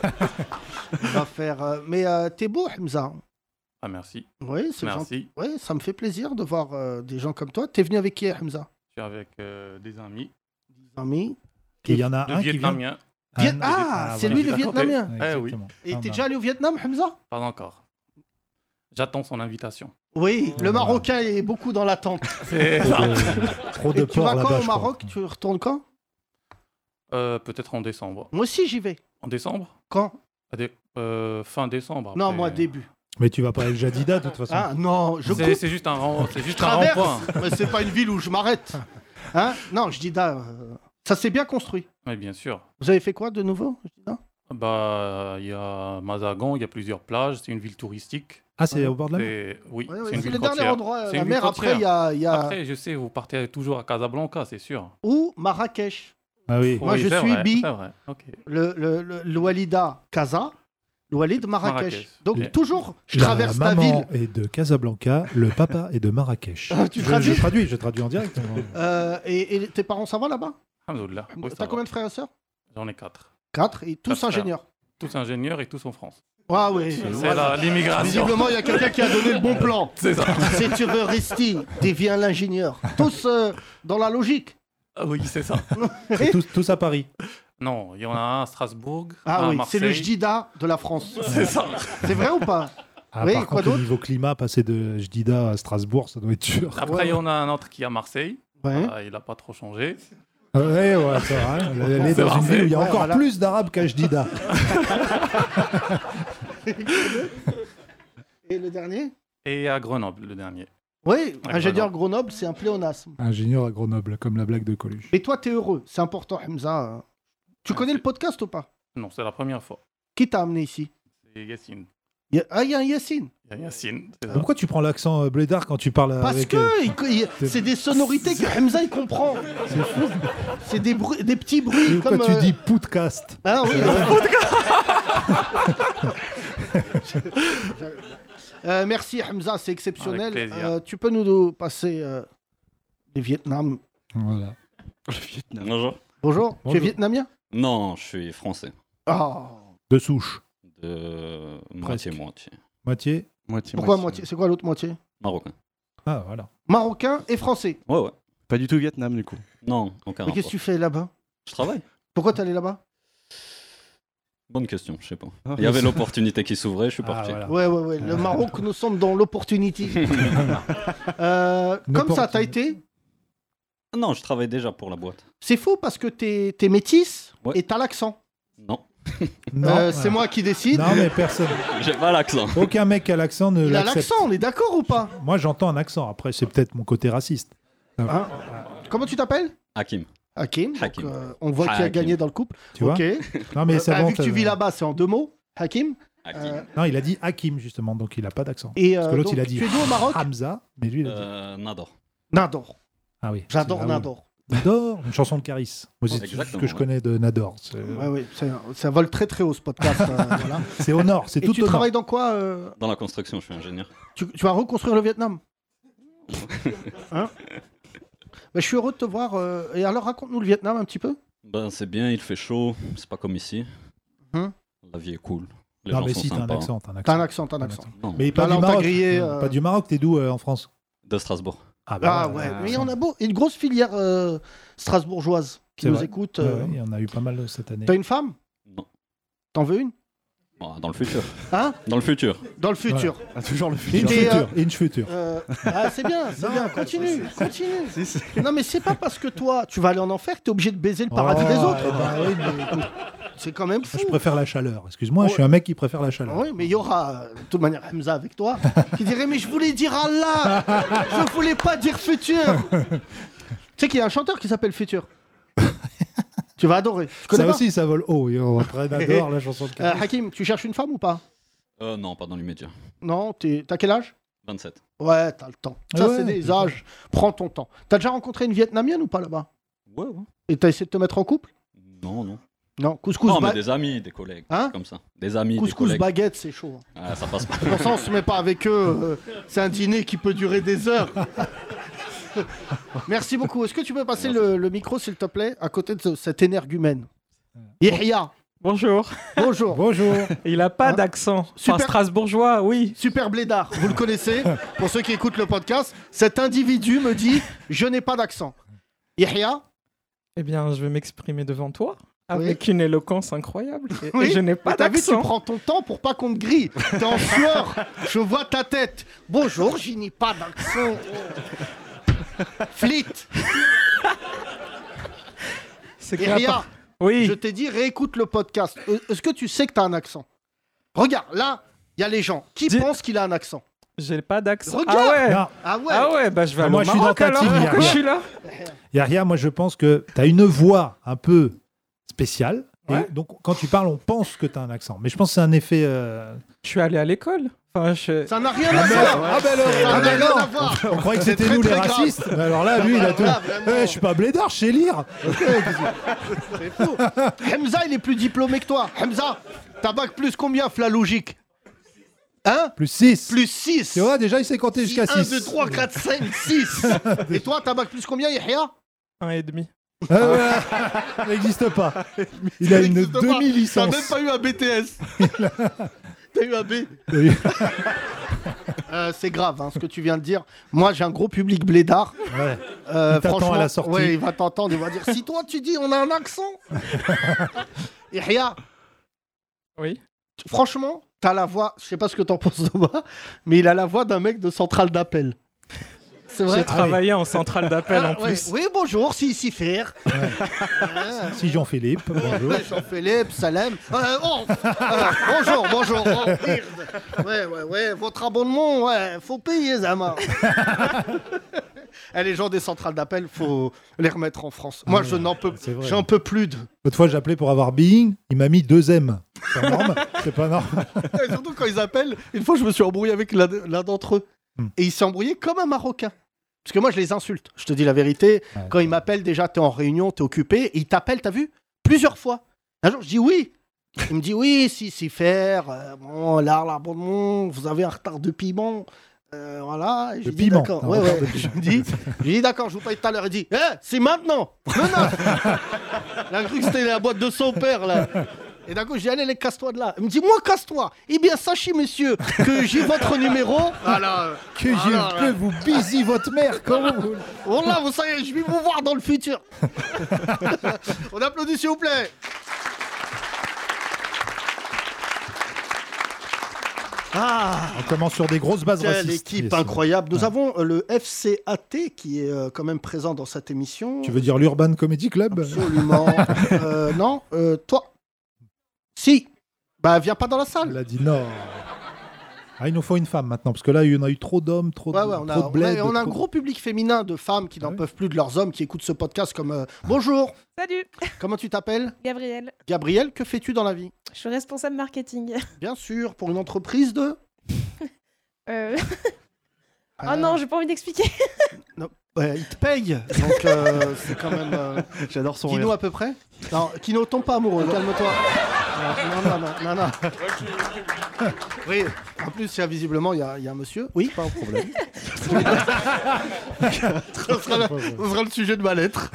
On va faire. euh, Mais euh, t'es beau, Hamza. Ah, merci. Oui, c'est gentil. Merci. Oui, ça me fait plaisir de voir euh, des gens comme toi. T'es venu avec qui, Hamza? Je suis avec euh, des amis. Des amis. Et il y en a De un qui vient. Vietnamiens. Viet- Ah, Ah, c'est voilà. lui le J'ai Vietnamien. Eh oui. Exactement. Et Ah, t'es bah. déjà allé au Vietnam, Hamza? Pas encore. J'attends son invitation. Oui, le Voilà. Marocain est beaucoup dans l'attente. C'est Trop ça. de, trop de Et tu porc vas là-bas. quand au je crois. Maroc? Tu retournes quand? Euh, Peut-être en décembre. Moi aussi, j'y vais. En décembre Quand? À dé- euh, Fin décembre. Non, après. moi, début. Mais tu vas pas aller Jadida de toute façon. Ah non, je C'est coupe. c'est juste un rond- c'est juste Je un traverse, rond-point. mais c'est pas une ville où je m'arrête. Hein? Non, je dis là, euh, ça s'est bien construit. Oui, bien sûr. Vous avez fait quoi de nouveau? Jdida? Bah, il y a Mazagan, il y a plusieurs plages. C'est une ville touristique. Ah, c'est au bord de la mer. C'est- Oui, Ouais, ouais, c'est c'est une ville le dernier côtière. endroit. C'est La une mer, ville après, il y a, il y a... Après, je sais, vous partez toujours à Casablanca, c'est sûr. Ou Marrakech. Ah oui. Moi, Oui, je c'est suis vrai, bi. C'est vrai, ok. Le, le, le, le Walida Casa, le Walid Marrakech. Marrakech. Donc Et- toujours, je La traverse ta maman ville. est de Casablanca, le papa est de Marrakech. Ah, tu je, traduis je traduis, je traduis en direct. Euh, et, et tes parents, ça va là-bas? Alhamdoulilah. Oui, ça T'as va. combien de frères et sœurs? J'en ai quatre. Quatre, et tous Quatre frères. ingénieurs. Tous ingénieurs et tous en France. Ah oui. C'est voilà. la- l'immigration. Visiblement, il y a quelqu'un qui a donné le bon plan. C'est ça. Si tu veux rester, deviens l'ingénieur. Tous euh, dans la logique. Ah oui, c'est ça. C'est tous, tous à Paris. Non, il y en a un à Strasbourg, Ah un à oui, c'est le Marseille. Jdida de la France. C'est ça. C'est vrai ou pas? Ah, Oui, par quoi contre, au d'autre niveau climat, passer de Jdida à Strasbourg, ça doit être dur. Après, il y en a un autre qui est à Marseille. Ouais. Ah, il n'a pas trop changé. Ouais, ouais, c'est vrai. Elle est C'est dans une parfait. ville où il y a Ouais, encore voilà. plus d'arabes qu'à Jdida. Et le dernier? Et à Grenoble, le dernier. Oui, À ingénieur Grenoble. Grenoble, c'est un pléonasme. Ingénieur à Grenoble, comme la blague de Coluche. Mais toi, t'es heureux. C'est important, Hamza. Tu Ouais, connais c'est- le podcast ou pas? Non, c'est la première fois. Qui t'a amené ici? C'est Yacine. Il y a- Ah, il y a un Yacine. Il y a Yacine, c'est ça. Pourquoi tu prends l'accent euh, blédard quand tu parles Parce avec... que euh, il- il- c'est des sonorités que Hamza il comprend. C'est fou. C'est des, bruits- des petits bruits Pourquoi comme. tu euh, dis podcast? Ah oui. Euh, merci Hamza, c'est exceptionnel. Avec plaisir. Euh, tu peux nous passer euh, les Vietnam. Voilà. Le Vietnam. Bonjour. Bonjour. Tu es Bonjour. vietnamien? Non, je suis français. Ah. De souche. De Presque. moitié-moitié. Moitié. Moitié, Pourquoi moitié? C'est quoi l'autre moitié? Marocain. Ah, voilà. Marocain et français. Ouais, ouais. Pas du tout Vietnam du coup. Non, aucun Mais qu'est-ce que rapport. tu fais là-bas? Je travaille. Pourquoi t'es allé là-bas? Bonne question, je sais pas. Ah, Il y avait l'opportunité qui s'ouvrait, je suis Ah, parti. voilà. Ouais, ouais, ouais. Le Maroc, nous sommes dans l'opportunité. Euh, Une comme ça, t'as opportunité. été. Non, je travaille déjà pour la boîte. C'est faux parce que t'es t'es métisse Ouais. et t'as l'accent. Non, Non, Euh, c'est ouais. moi qui décide. Non, mais personne. j'ai pas l'accent. Aucun mec à l'accent ne Il a l'accepte. l'accent, on est d'accord ou pas? Moi, j'entends un accent. Après, c'est peut-être mon côté raciste. Hein? Comment tu t'appelles? Hakim. Hakim. Donc, Hakim. euh, on voit qui a Hakim. gagné dans le couple. Tu vois Ok. Non, mais Euh, c'est bah, bon. vu que tu t'as- vis là-bas, c'est en deux mots. Hakim. Hakim. Euh, Non, il a dit Hakim, justement, donc il a pas d'accent. et Parce euh, que l'autre, donc, il a dit tu es d'où au Maroc? Hamza, mais lui, il a dit. Euh, Nador. Nador. Ah oui. J'adore c'est- ah oui. Nador. Nador, une chanson de Caris. Moi, c'est tout ce Exactement, que je ouais. connais de Nador. C'est Ouais, ouais, c'est- ça vole très très haut ce podcast. euh, voilà. c'est au nord, c'est Et tout tu au nord. travailles dans quoi euh, Dans la construction, je suis ingénieur. tu, tu vas reconstruire le Vietnam. Hein? Bah, je suis heureux de te voir. euh, Et alors, raconte-nous le Vietnam un petit peu. Ben, c'est bien, il fait chaud, c'est pas comme ici. Hein La vie est cool. Les Non, gens mais sont si, t'as un sympas. accent. T'as un accent. T'as un accent, t'as un T'as un accent. accent. Non, Mais pas Bah, là, du on t'a Maroc. grillé, Non, euh, Pas du Maroc, t'es d'où euh, en France? de Strasbourg. Ah voilà. ouais, mais il y en a beau. Une grosse filière euh, strasbourgeoise qui C'est nous vrai. écoute. Ouais, euh, ouais, il y en a eu pas mal cette année. T'as une femme? Non. T'en veux une? Bon, dans le futur. Hein? Dans le futur. Dans le futur. Ah, toujours le Et une Et, future. euh, Et une future. Euh, ah, c'est bien, c'est Non, bien. Continue, continue. Si, si. Non, mais c'est pas parce que toi, tu vas aller en enfer que t'es obligé de baiser le paradis des Oh, autres. eh ben oui, mais écoute, C'est quand même fou. je préfère la chaleur. Excuse-moi, Ouais. je suis un mec qui préfère la chaleur. Oui, mais il y aura, euh, de toute manière, Hamza avec toi, qui dirait mais je voulais dire Allah, je voulais pas dire futur. Tu sais qu'il y a un chanteur qui s'appelle Futur. Tu vas adorer. Tu connais Ça pas aussi, ça vole haut. Et on après, on adore la chanson de Euh, Caris. Hakim, tu cherches une femme ou pas? Euh, non, pas dans l'immédiat. Non, t'es- t'as quel âge? vingt-sept. Ouais, t'as le temps. Ça, Ouais, c'est des c'est âges. Prends ton temps. T'as déjà rencontré une Vietnamienne ou pas là-bas? Ouais, ouais. Et t'as essayé de te mettre en couple? Non, non. Non, couscous, non, mais ba- des amis, des collègues. Hein comme ça. Des amis, des couscous collègues. baguette, c'est chaud. Ah, ça passe pas. Pour ça, on se met pas avec eux. euh, c'est un dîner qui peut durer des heures. Merci beaucoup. Est-ce que tu peux passer le, le micro, s'il te plaît, à côté de ce- cet énergumène? Yahya, Bonjour. bonjour. Bonjour. Il a pas Hein d'accent. Super. Enfin, strasbourgeois, oui. Super Blédard, vous le connaissez. Pour ceux qui écoutent le podcast, cet individu me dit je n'ai pas d'accent. Yahya, Eh bien, je vais m'exprimer devant toi avec une éloquence incroyable. Et oui, je n'ai pas mais t'as vu, tu d'accent. prends ton temps pour pas qu'on te grille. T'es en sueur, je vois ta tête. Bonjour, je n'ai pas d'accent. Flit, C'est que Yahya, la- Oui. je t'ai dit réécoute le podcast. Euh, Est-ce que tu sais que t'as un accent? Regarde, là, il y a les gens qui Dis- pensent qu'il a un accent. J'ai pas d'accent. Regarde. Ah ouais. Non, Ah ouais, Ah ouais, bah je vais Ah, aller moi, au je suis Maroc dans ta alors. team, Pourquoi Yahya. je suis là Yahya, moi je pense que tu as une voix un peu spéciale. Et Ouais. donc quand tu parles, on pense que tu as un accent. Mais je pense que c'est un effet. euh, Je suis allé à l'école. Enfin, je... ça n'a rien Ah, à mais- voir. ah, ben alors, Ça ah, n'a ben rien non. à voir. On croyait que C'est c'était très, nous les très grave. racistes. Mais alors là, lui, il a tout. Là, vraiment. Eh, je suis pas blédard, je sais lire. C'est fou. Hamza, il est plus diplômé que toi. Hamza, t'as bac plus combien, la logique? Hein? Plus six. Plus six. Tu vois, déjà, il s'est compté jusqu'à un, six. deux, trois, quatre, cinq, six. Et toi, t'as bac plus combien, Yahya? un et demi. Ah, ouais, ça n'existe pas. Il a Ça une n'existe pas. T'as demi-licence. même pas eu un B T S. T'as eu un B. Euh, c'est grave, hein, ce que tu viens de dire. Moi, j'ai un gros public blédard. Ouais. Euh, Il t'attend franchement, à la sortie. ouais, il va t'entendre. Il va dire si toi, tu dis on a un accent. Yahya, Oui. franchement, t'as la voix. Je sais pas ce que t'en penses, Thomas, mais il a la voix d'un mec de centrale d'appel. C'est vrai. J'ai travaillé en centrale d'appel Ah, en ouais. plus. Oui, bonjour, si ici faire. Si Jean-Philippe, bonjour. Jean-Philippe, Salem. Euh, oh, euh, bonjour, bonjour. Oh, merde. Ouais, ouais, ouais. Votre abonnement, ouais, faut payer, Zama. Eh, les gens des centrales d'appel, faut les remettre en France. Moi, Ah, je n'en peux, c'est vrai. j'en peux plus de. L'autre fois, j'ai appelé pour avoir Being, il m'a mis deux M. C'est pas normal. C'est pas normal. Et surtout quand ils appellent. Une fois, je me suis embrouillé avec l'un l'un d'entre eux. Hmm. Et il s'est embrouillé comme un Marocain. Parce que moi, je les insulte. Je te dis la vérité. Ouais. Quand ils m'appellent, déjà, t'es en réunion, t'es occupé. Et ils t'appellent, t'as vu? Plusieurs fois. Un jour, je dis oui. Il me dit oui, si, si faire. Euh, bon, là, là, bon, vous avez un retard de piment. Euh, voilà. Et De j'ai dit piment. d'accord. Un Ouais, retard ouais. de Je piment. me dis, j'ai dit d'accord, je vous paye tout à l'heure. Il dit, eh, c'est maintenant. Non, non. Il a cru que c'était la boîte de son père là. Et d'un coup, je dis, allez, les casse-toi de là. Il me dit, moi, casse-toi. Eh bien, sachez, monsieur, que j'ai votre numéro. Voilà. Que Voilà, je peux vous baiser votre mère, comment vous... Voilà, vous savez, je vais vous voir dans le futur. On applaudit, s'il vous plaît. Ah, On commence sur des grosses bases quelle racistes. équipe Yes. incroyable. Nous Ah. avons euh, le F C A T qui est euh, quand même présent dans cette émission. Tu veux dire l'Urban Comedy Club? Absolument. Euh, non, euh, toi. Si. Bah, viens pas dans la salle. Elle a dit non. Ah, il nous faut une femme maintenant, parce que là, il y en a eu trop d'hommes, trop, Ouais, de, ouais, on a, trop de on bled. a- on a un trop- gros public féminin de femmes qui Ah n'en oui. peuvent plus de leurs hommes, qui écoutent ce podcast comme euh, bonjour, Salut, comment tu t'appelles? Gabriel. Gabriel, que fais-tu dans la vie? Je suis responsable marketing. Bien sûr, pour une entreprise de. Euh... Euh, Oh non, j'ai pas envie d'expliquer. ouais, il te paye, donc euh, c'est quand même. euh, J'adore son Kino rire. à peu près? Non, Kino, tombe pas amoureux, calme-toi. Non, non, non, non, non. Oui, en plus, il y a visiblement, il y, a- il y a un monsieur. Oui, pas un problème. ce, sera la- ce sera le sujet de ma lettre.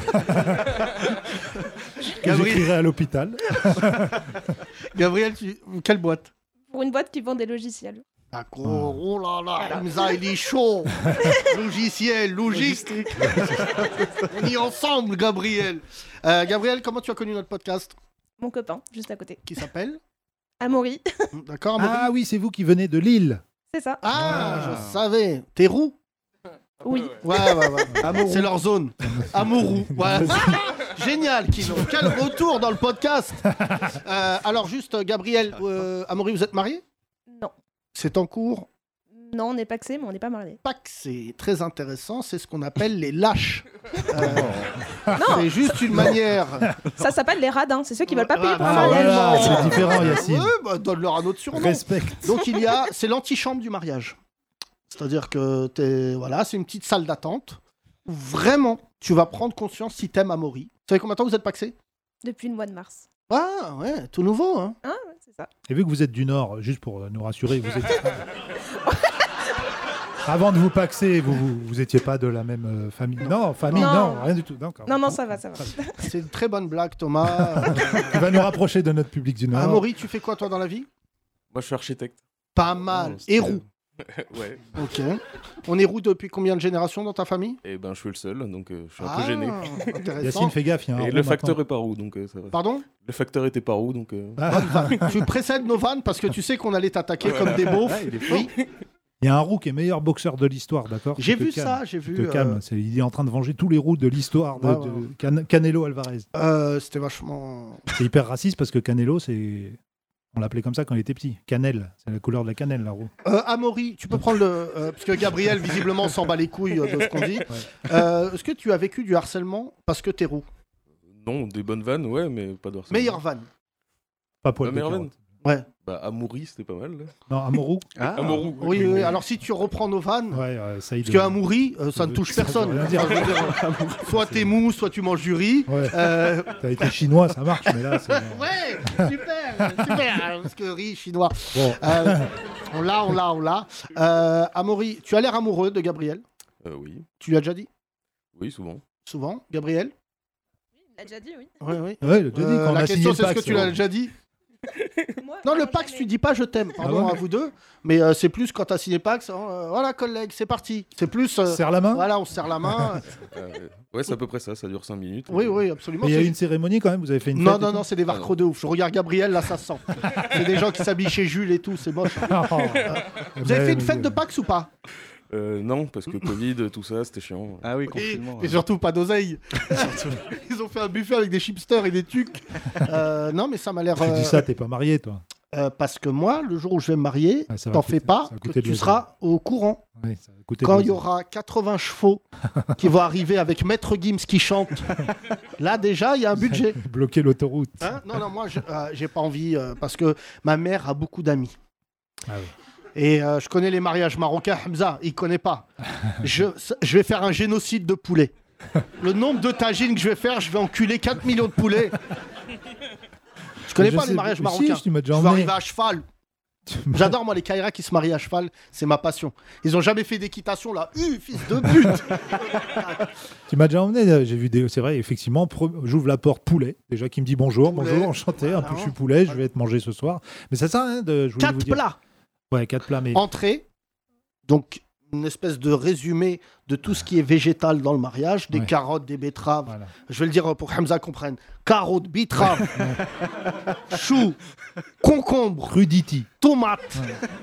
Que Gabriel, j'écrirai à l'hôpital. Gabriel tu... quelle boîte? Pour une boîte qui vend des logiciels. D'accord, oh là là, Hamza, il est chaud. Logiciel, logistique. On est ensemble, Gabriel. Euh, Gabriel, comment tu as connu notre podcast? Mon copain, juste à côté. Qui s'appelle? Amaury. D'accord, Amaury. Ah oui, c'est vous qui venez de Lille. C'est ça. Ah, je savais. T'es roux? Oui. Ouais, ouais, ouais. C'est leur zone. Amourou. Ouais. Génial, Kino. Quel retour dans le podcast. Euh, alors, juste, Gabriel, euh, Amaury, vous êtes mariés? Non. C'est en cours. Non, on n'est pas paxé, mais on n'est pas mariés. Paxé, très intéressant. C'est ce qu'on appelle les lâches. Euh, Non, c'est juste une manière. ça s'appelle les radins. C'est ceux qui veulent pas payer Ah, pour un bah, mariage. voilà, c'est différent, Yacine. Ouais, bah, donne-leur un autre surnom. Respecte. Donc il y a, c'est l'antichambre du mariage. C'est-à-dire que t'es, voilà, c'est une petite salle d'attente où vraiment tu vas prendre conscience si t'aimes Amaury. Vous savez combien de temps vous êtes paxé? Depuis le mois de mars. Ah ouais, tout nouveau. Hein. Hein, ouais, c'est ça. Et vu que vous êtes du Nord, juste pour nous rassurer, vous êtes... Avant de vous paxer, vous, vous, vous étiez pas de la même euh, famille. Non, famille, non, Non. rien du tout. Non, Non, non, ça va, ça va. C'est une très bonne blague, Thomas. Euh, Tu vas nous rapprocher de notre public du Nord. Amaury, tu fais quoi toi dans la vie? Moi, je suis architecte. Pas mal. Non, c'était- Et roux. Ouais. Ok. On est roux depuis combien de générations dans ta famille? Et ben, je suis le seul, donc euh, je suis un Ah, peu gêné. intéressant. Yacine, fais gaffe, il y a un Et rond le facteur maintenant. est pas roux, donc euh, ça va. Pardon? Le facteur était pas roux, donc. euh, Ah, Tu précèdes nos vannes parce que tu sais qu'on allait t'attaquer comme des beaufs. Ouais, il est Oui. il y a un roux qui est meilleur boxeur de l'histoire, d'accord? J'ai Tu te vu calmes. ça, j'ai Tu vu. te euh, calmes. C'est- Il est en train de venger tous les roux de l'histoire de, Ouais, de ouais. Can- Canelo Alvarez. euh, C'était vachement. C'est hyper raciste parce que Canelo, c'est... On l'appelait comme ça quand il était petit. Cannelle. C'est la couleur de la cannelle, la roue. Euh, Amaury, tu peux prendre le. euh, parce que Gabriel, visiblement, s'en bat les couilles euh, de ce qu'on dit. Euh, Est-ce que tu as vécu du harcèlement parce que t'es roux? Non, des bonnes vannes, ouais, mais pas de harcèlement. Meilleure vanne. Pas poil La de meilleure carotte. Ouais. Bah, Amaury, c'était pas mal. Là. Non, Amorou. Ah, Amorou. Oui, oui, alors si tu reprends nos vannes. Ouais, euh, ça y Parce que Amaury, euh, ça ne touche Ça veut personne. rien dire. Enfin, je veux dire, soit t'es mou, soit tu manges du riz. Ouais. Euh, T'as été chinois, ça marche, mais là, c'est... Ouais, super, super. Parce que riz chinois. Bon. Euh, on l'a, on l'a, on l'a. Euh, Amaury, tu as l'air amoureux de Gabriel. Euh, oui, Tu lui as déjà dit? oui, souvent. Souvent. Gabriel? Il l'a déjà dit, oui. Oui, oui. Ouais, le Denis, Euh, quand on la a signé question, le c'est ce Pax, que tu l'as euh, déjà dit? Moi, Non, le non, Pax, jamais. tu dis pas je t'aime. Pardon Ah ouais à vous deux. Mais euh, c'est plus quand t'as signé Pax. hein, euh, voilà, collègue, c'est parti. C'est plus. euh, Serre la main. voilà, on se serre la main. Euh, ouais, c'est à peu près ça, ça dure cinq minutes. Oui, oui, absolument. Mais il y a C'est- eu une cérémonie quand même, vous avez fait une Non, fête non, et non, c'est des Ah, varcres de ouf. Je regarde Gabriel, là, ça se sent. C'est des gens qui s'habillent chez Jules et tout, c'est moche. tout Oh. Vous avez fait une fête de Pax ou pas? Euh, non, parce que Covid, tout ça, c'était chiant. Ah oui, Et, confinement. et ouais. surtout pas d'oseille. Ils ont fait un buffet avec des chipsters et des tucs. Euh, non, mais ça m'a l'air. Tu euh, dis ça, t'es pas marié, toi. euh, parce que moi, le jour où je vais me marier, Ah, ça va t'en coûter- fais pas, ça va que coûter de tu l'oseille. seras au courant. Ouais, ça va coûter Quand de il y l'oseille. aura quatre-vingts chevaux qui vont arriver avec Maître Gims qui chante, là déjà, il y a un budget. Bloquer l'autoroute. Hein non, non, moi, je- euh, j'ai pas envie euh, parce que ma mère a beaucoup d'amis. Ah oui. Et euh, je connais les mariages marocains. Hamza, il connaît pas. Je, je vais faire un génocide de poulets. Le nombre de tagines que je vais faire, je vais enculer quatre millions de poulets. Je connais Je pas sais- les mariages si, marocains. je tu m'as déjà Je veux emmené. arriver à cheval. J'adore moi les Kaira qui se marient à cheval, c'est ma passion. Ils ont jamais fait d'équitation là. Uh, fils de pute. Tu m'as déjà emmené, euh, j'ai vu des. C'est vrai, effectivement, pro- j'ouvre la porte poulet. Déjà qui me dit bonjour, Poulet. bonjour, enchanté. Un peu, je suis poulet, je vais être mangé ce soir. Mais ça sert à rien de. je voulais vous Quatre dire- plats. Ouais, quatre plats, mais. Entrée. Donc une espèce de résumé de tout ce qui est végétal dans le mariage, des Ouais. carottes, des betteraves. Voilà. Je vais le dire pour que Hamza comprenne. Carottes, betteraves, choux, concombres, Crudity. tomates,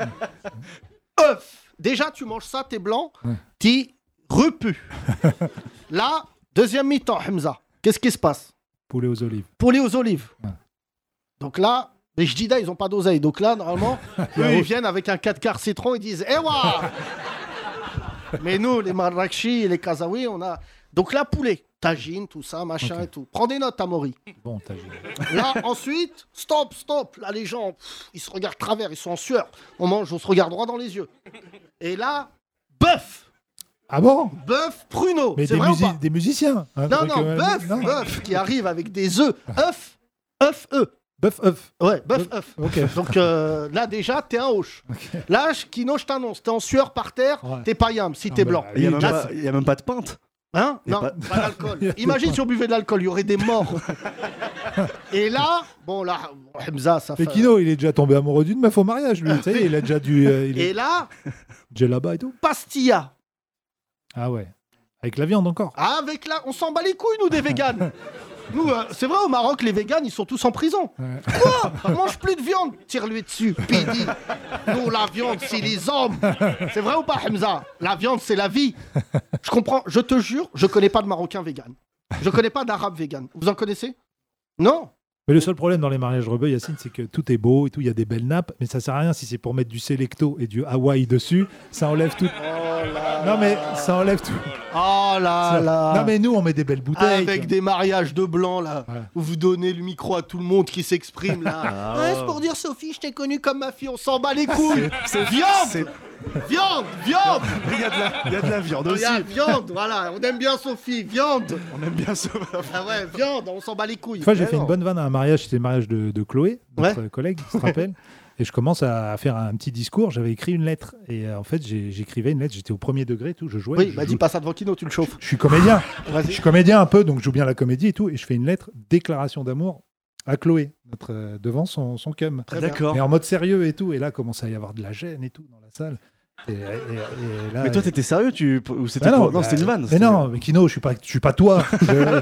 œufs. Déjà, tu manges ça, t'es blanc, Ouais. t'es repu. Là, deuxième mi-temps, Hamza. Qu'est-ce qui se passe? Poulet aux olives. Poulet aux olives. Ouais. Donc là, les jdida, ils ont pas d'oseille. Donc là, normalement, eux, ils viennent avec un quatre quarts citron, ils disent Eh wa Mais nous, les Marrakchi et les Kazaouis, on a. Donc là, poulet, tagine, tout ça, machin Ok. et tout. Prends des notes, Amaury. Bon, t'as vu. Là, ensuite, stop, stop. Là, les gens, pff, ils se regardent travers, ils sont en sueur. On mange, on se regarde droit dans les yeux. Et là, bœuf, Ah bon? bœuf pruneau. Mais C'est des, vrai ou musi- pas des musiciens. un Non, truc, non, euh, bœuf, non. bœuf qui arrive avec des œufs. œufs, œufs, œufs. Bœuf, œuf. Ouais, bœuf, œuf. Ok. Donc euh, là, déjà, t'es un hoche. Là, je- Kino, je t'annonce, t'es en sueur par terre, Ouais. t'es pas yam si Non, t'es mais blanc. Il n'y a, Là, même pas- il y a même pas de pinte. Hein Y a Non, pas- pas, d'alcool. Imagine si on buvait de l'alcool, il y aurait des morts. Et là, bon, là, Hamza, ça Mais fait. Kino, il est déjà tombé amoureux d'une meuf au mariage, lui. Tu sais, il a déjà dû. euh, il est Et là, déjà là-bas et tout. pastilla. Ah ouais. Avec la viande encore. Avec là, on s'en bat les couilles, nous, des véganes. Nous, euh, c'est vrai, au Maroc, les véganes, ils sont tous en prison. Ouais. Quoi? On mange plus de viande. Tire-lui dessus, Pidi. Nous, la viande, c'est les hommes. C'est vrai ou pas, Hamza? La viande, c'est la vie. Je comprends, je te jure, je connais pas de Marocain vegan. Je connais pas d'Arabe vegan. Vous en connaissez? Non. Mais le seul problème dans les mariages rebeux, Yacine, c'est que tout est beau et tout, il y a des belles nappes, mais ça sert à rien si c'est pour mettre du Selecto et du Hawaii dessus, ça enlève tout. Non mais ça enlève tout. Oh là Ça- là. Non mais nous on met des belles bouteilles. Avec quoi. des mariages de blancs là, Ouais. où vous donnez le micro à tout le monde qui s'exprime là. Ah Ouais, ouais. c'est pour dire Sophie, je t'ai connue comme ma fille, on s'en bat les couilles. c'est- Viande, c'est- viande, viande. Il y a de la, il y a de la viande Il aussi. y a viande, voilà, on aime bien Sophie, viande. On aime bien ça. Ah ouais, viande, on s'en bat les couilles. Une fois j'ai Mais fait non. une bonne vanne à un mariage, c'était le mariage de, de Chloé, notre collègue, tu te rappelles. Et je commence à faire un petit discours, j'avais écrit une lettre. Et euh, en fait j'ai- j'écrivais une lettre, j'étais au premier degré et tout, je jouais. Oui, je bah joue- dis pas ça devant Kino, tu le chauffes. Je suis comédien. Je Vas-y. suis comédien un peu, donc je joue bien la comédie et tout. Et je fais une lettre, déclaration d'amour à Chloé, notre, euh, devant son, son cum. Très bien. D'accord. Mais en mode sérieux et tout. Et là, commence à y avoir de la gêne et tout dans la salle. Et, et- et là, Mais toi, t'étais sérieux tu... Ou c'était Bah pour- non, non, bah, c'était une vanne. Mais c'était- non, mais Kino, je suis pas, je suis pas toi. Je...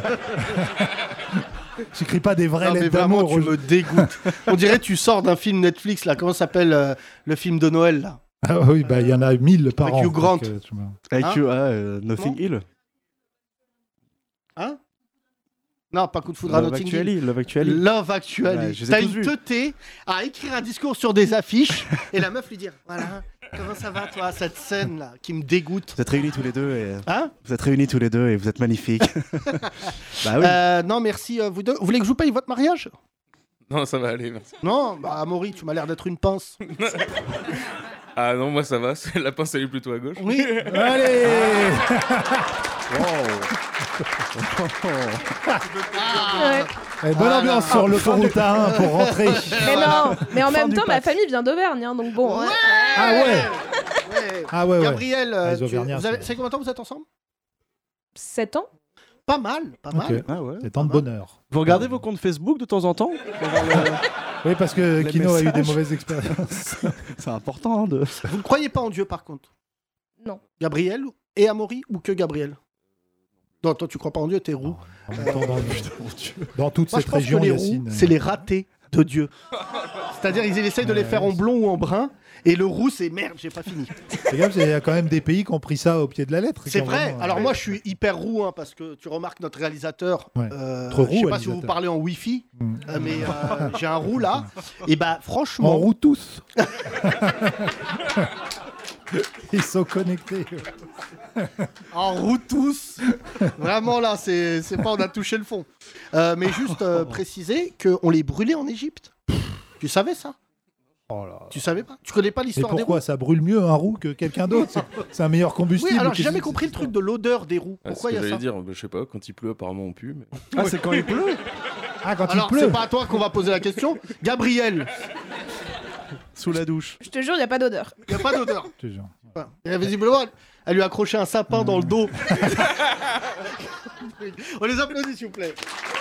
J'écris pas des vraies Non, mais lettres vraiment, d'amour. tu me dégoûtes. On dirait que tu sors d'un film Netflix là, comment s'appelle euh, le film de Noël là? Ah oui, bah il y en a mille par Avec an. Hugh Grant. donc, euh, tu me- Avec Hein you, ah, euh, Nothing Non. Hill. Hein? Non, pas coup de foudre à Love Notting Hill. Actually. Love Actually. Love Actually. Ouais, je les ai T'as tous une vus. teuté à écrire un discours sur des affiches et la meuf lui dire voilà, comment ça va toi, cette scène là qui me dégoûte. Vous êtes réunis tous les deux et Hein? vous êtes réunis tous les deux et vous êtes magnifiques. Bah oui. Euh, non, merci, euh, vous deux. Vous voulez que je vous paye votre mariage? Non, ça va aller, merci. Non, bah Amaury, tu m'as l'air d'être une pince. Ah non, moi ça va, c'est- la pince elle est plutôt à gauche. Oui. Allez Ouais. Eh, Bonne Ah, ambiance là. sur l'autoroute A un pour rentrer. Mais non, mais en Fin même du temps, ma pass. famille vient d'Auvergne, hein, donc bon. Ouais. ouais. Ah ouais Ouais. Ah ouais, ouais. Gabriel, euh, Ah, les tu- Auvergnats, vous avez- c'est- c'est combien de temps vous êtes ensemble? sept ans? Pas mal, pas mal. Ok. Ah ouais. C'est tant de bonheur. Vous regardez vos comptes Facebook de temps en temps pour voir le- Oui, parce que Les Kino a eu des messages. mauvaises expériences. C'est important hein, de. Vous ne croyez pas en Dieu par contre? Non. Gabriel et Amaury ou que Gabriel? Non, toi tu crois pas en Dieu, t'es roux. En même temps, dans, dans toute Moi, cette je pense région, que les Yacine. roux, euh, c'est les ratés de Dieu. C'est-à-dire, ils essayent de les Ouais, faire en c'est- blond ou en brun, et le roux, c'est merde, j'ai pas fini. Fais gaffe, il y a quand même des pays qui ont pris ça au pied de la lettre. C'est qui ont vrai. vraiment, Alors euh, moi, je suis hyper roux, hein, parce que tu remarques notre réalisateur. Ouais. euh, Trop je sais roux, pas si vous réalisateur. parlez en Wi-Fi, Mm. euh, mais euh, j'ai un roux là. Et bah, En franchement, roue tous. Ils sont connectés. en roux tous. Vraiment là, c'est c'est pas on a touché le fond. Euh, mais juste euh, préciser qu'on les brûlait en Égypte. Tu savais ça? Oh là. Tu savais pas? Tu connais pas Et l'histoire des roux? pourquoi ça brûle mieux un roux que quelqu'un d'autre? C'est- C'est un meilleur combustible. Oui, alors j'ai Qu'est-ce jamais que compris c'est le truc de l'odeur des roux. Ah, c'est Pourquoi ce il y que a j'allais ça? dire, bah, je sais pas, quand il pleut apparemment on pue. Mais... Ah, c'est quand il pleut Ah, quand Alors, il pleut. c'est pas à toi qu'on va poser la question. Gabriel. Sous la douche. Je te jure, il n'y a pas d'odeur. Il n'y a pas d'odeur. Je te jure. Et visiblement, elle lui a accroché un sapin dans le dos. On les applaudit, s'il vous plaît.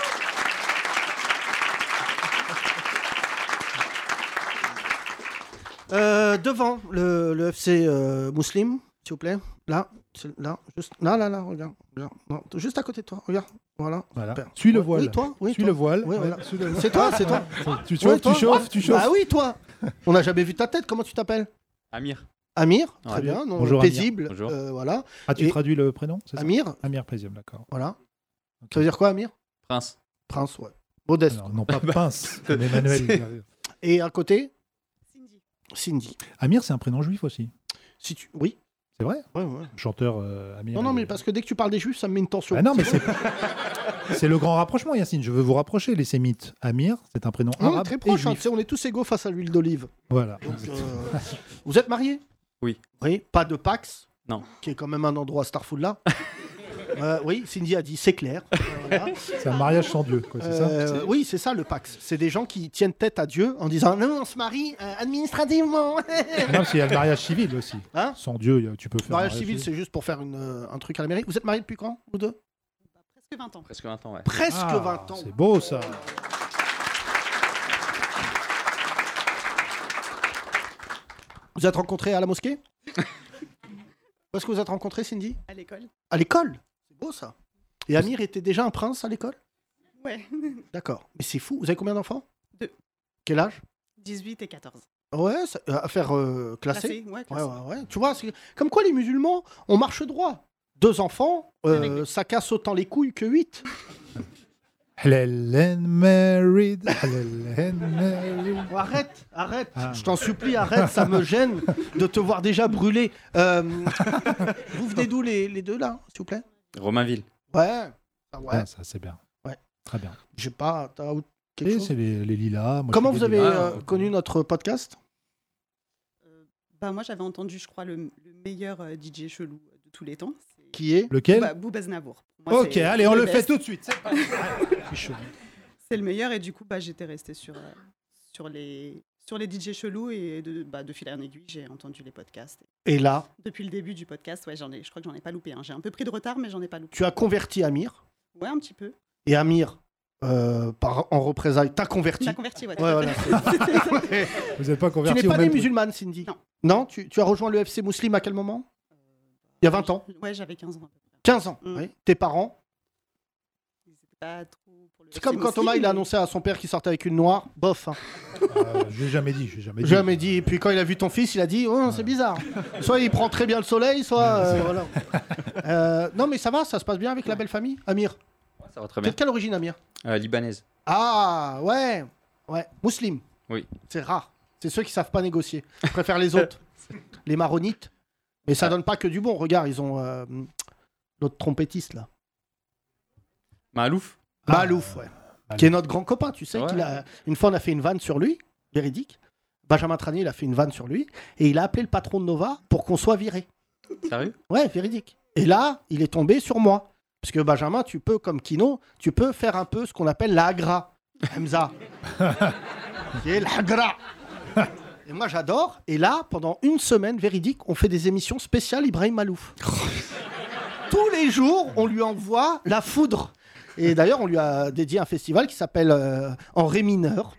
Euh, devant le, le F C euh, Muslim, s'il vous plaît. Là, c'est- là, juste là, là, là, regarde, regarde. Non, juste à côté de toi, regarde. Voilà. Voilà. Super. Suis le Ouais, voile. Oui, toi. Oui, Suis toi. le voile. Oui, Ouais, voilà. suis le voile. C'est toi, c'est toi. Tu Ouais, chauffes, toi. tu chauffes, tu chauffes. Bah oui, toi. On n'a jamais vu ta tête. Comment tu t'appelles? Amir. Amir. Très Ouais. bien. Non, Bonjour, Amir. paisible. Bonjour. euh, voilà. Ah, tu Et- traduis le prénom, c'est ça? Amir. Amir Paisible, d'accord. Voilà. Ça veut dire quoi, Amir? Prince. Prince, ouais. Modeste. Alors, non, pas Pince, comme Emmanuel. Et à côté? Cindy. Amir, c'est un prénom juif aussi. Si tu... Oui. C'est vrai? Ouais, ouais. Chanteur euh, Amir. Non, non, euh, mais parce que dès que tu parles des juifs, ça me met une tension. Ah non, mais c'est c'est le grand rapprochement, Yacine. Je veux vous rapprocher, les sémites. Amir, c'est un prénom On est arabe très et proche, hein, juif. tu sais, on est tous égaux face à l'huile d'olive. Voilà. Donc, euh, vous êtes mariés? Oui. Oui, pas de Pax, Non. qui est quand même un endroit Starfood là. Euh, oui, Cindy a dit c'est clair. Euh, voilà. C'est un mariage sans Dieu, quoi, c'est Euh, ça? oui, c'est ça le Pax. C'est des gens qui tiennent tête à Dieu en disant non, on se marie euh, administrativement. Non, parce qu'il y a le mariage civil aussi. Hein? Sans Dieu, il y a- tu peux faire. Le mariage civil, c'est juste pour faire une, euh, un truc à la mairie. Vous êtes mariés depuis quand, vous deux? Presque vingt ans. Presque vingt ans, ouais. Presque Ah, vingt ans. C'est beau ça. Vous êtes rencontrés à la mosquée? Où est-ce que vous êtes rencontrés, Cindy? À l'école. À l'école? C'est beau ça. Et Amir était déjà un prince à l'école? Ouais. D'accord. Mais c'est fou. Vous avez combien d'enfants? Deux. Quel âge? dix-huit et quatorze. Ouais, ça- euh, affaire euh, classée. Classé, ouais, Ouais, classé. ouais, ouais. Tu vois, c'est comme quoi les musulmans, on marche droit. Deux enfants, euh, ça casse autant les couilles que huit. Helen married. Helen married. Oh, arrête, arrête. Ah. Je t'en supplie, arrête. Ça me gêne de te voir déjà brûlé. Euh, vous venez d'où les, les deux là, s'il vous plaît? Romainville. Ouais. Ah, ouais. Ah, ça, c'est bien. Ouais. Très bien. J'ai pas. T'as quelque Et chose c'est les, les lilas. Moi, Comment je vous fais des avez lilas. euh, connu notre podcast? Bah, moi, j'avais entendu, je crois, le, le meilleur euh, D J chelou de tous les temps. C'est Qui est Lequel? bah, Booba Znavour. Pour moi, Ok, c'est allez, on le best. fait tout de suite. C'est parti. Je suis chaud. C'est le meilleur et du coup, bah, j'étais restée sur, euh, sur, les, sur les D J chelous et de, bah, de fil en aiguille, j'ai entendu les podcasts. Et là, Depuis le début du podcast, ouais, j'en ai, je crois que j'en ai pas loupé. Hein. J'ai un peu pris de retard, mais j'en ai pas loupé. tu as converti Amir. Ouais, un petit peu. Et Amir, euh, par, en représailles, t'as converti. T'as converti, ouais. tout Ouais, à voilà. fait. Vous n'êtes pas Tu converti n'es au pas même née truc. musulmane, Cindy? Non. Non, tu, tu as rejoint le F C Muslim à quel moment? Il y a vingt ans. Ouais, j'avais quinze ans. quinze ans, Mm. oui. Tes parents? C'était pas trop pour le C'est comme F C quand Muslim, Thomas il a mais- annoncé à son père qu'il sortait avec une noire. Bof. Hein. Euh, je l'ai jamais dit. Je l'ai jamais dit. Jamais dit. Et puis quand il a vu ton fils, il a dit oh, c'est bizarre. Soit il prend très bien le soleil, soit. euh, voilà. Euh, non, mais ça va, ça se passe bien avec la belle famille, Amir. Ça va très T'es bien. de quelle origine, Amir? Euh, libanaise. Ah, ouais. Ouais. Musulman. Oui. C'est rare. C'est ceux qui savent pas négocier. Je préfère les autres. Les maronites. Mais ça donne pas que du bon. Regarde, ils ont euh, l'autre trompettiste là. Malouf. Ah, Malouf, ouais. Qui est notre grand copain, tu sais. Ouais. Qu'il a... Une fois, on a fait une vanne sur lui, véridique. Benjamin Tranier, il a fait une vanne sur lui. Et il a appelé le patron de Nova pour qu'on soit viré. Sérieux? Ouais, véridique. Et là, il est tombé sur moi. Parce que Benjamin, tu peux, comme Kino, tu peux faire un peu ce qu'on appelle l'agra. Hamza. Qui est l'agra. Et moi, j'adore. Et là, pendant une semaine, véridique, on fait des émissions spéciales Ibrahim Malouf. Tous les jours, on lui envoie la foudre. Et d'ailleurs, on lui a dédié un festival qui s'appelle euh, En Ré mineur.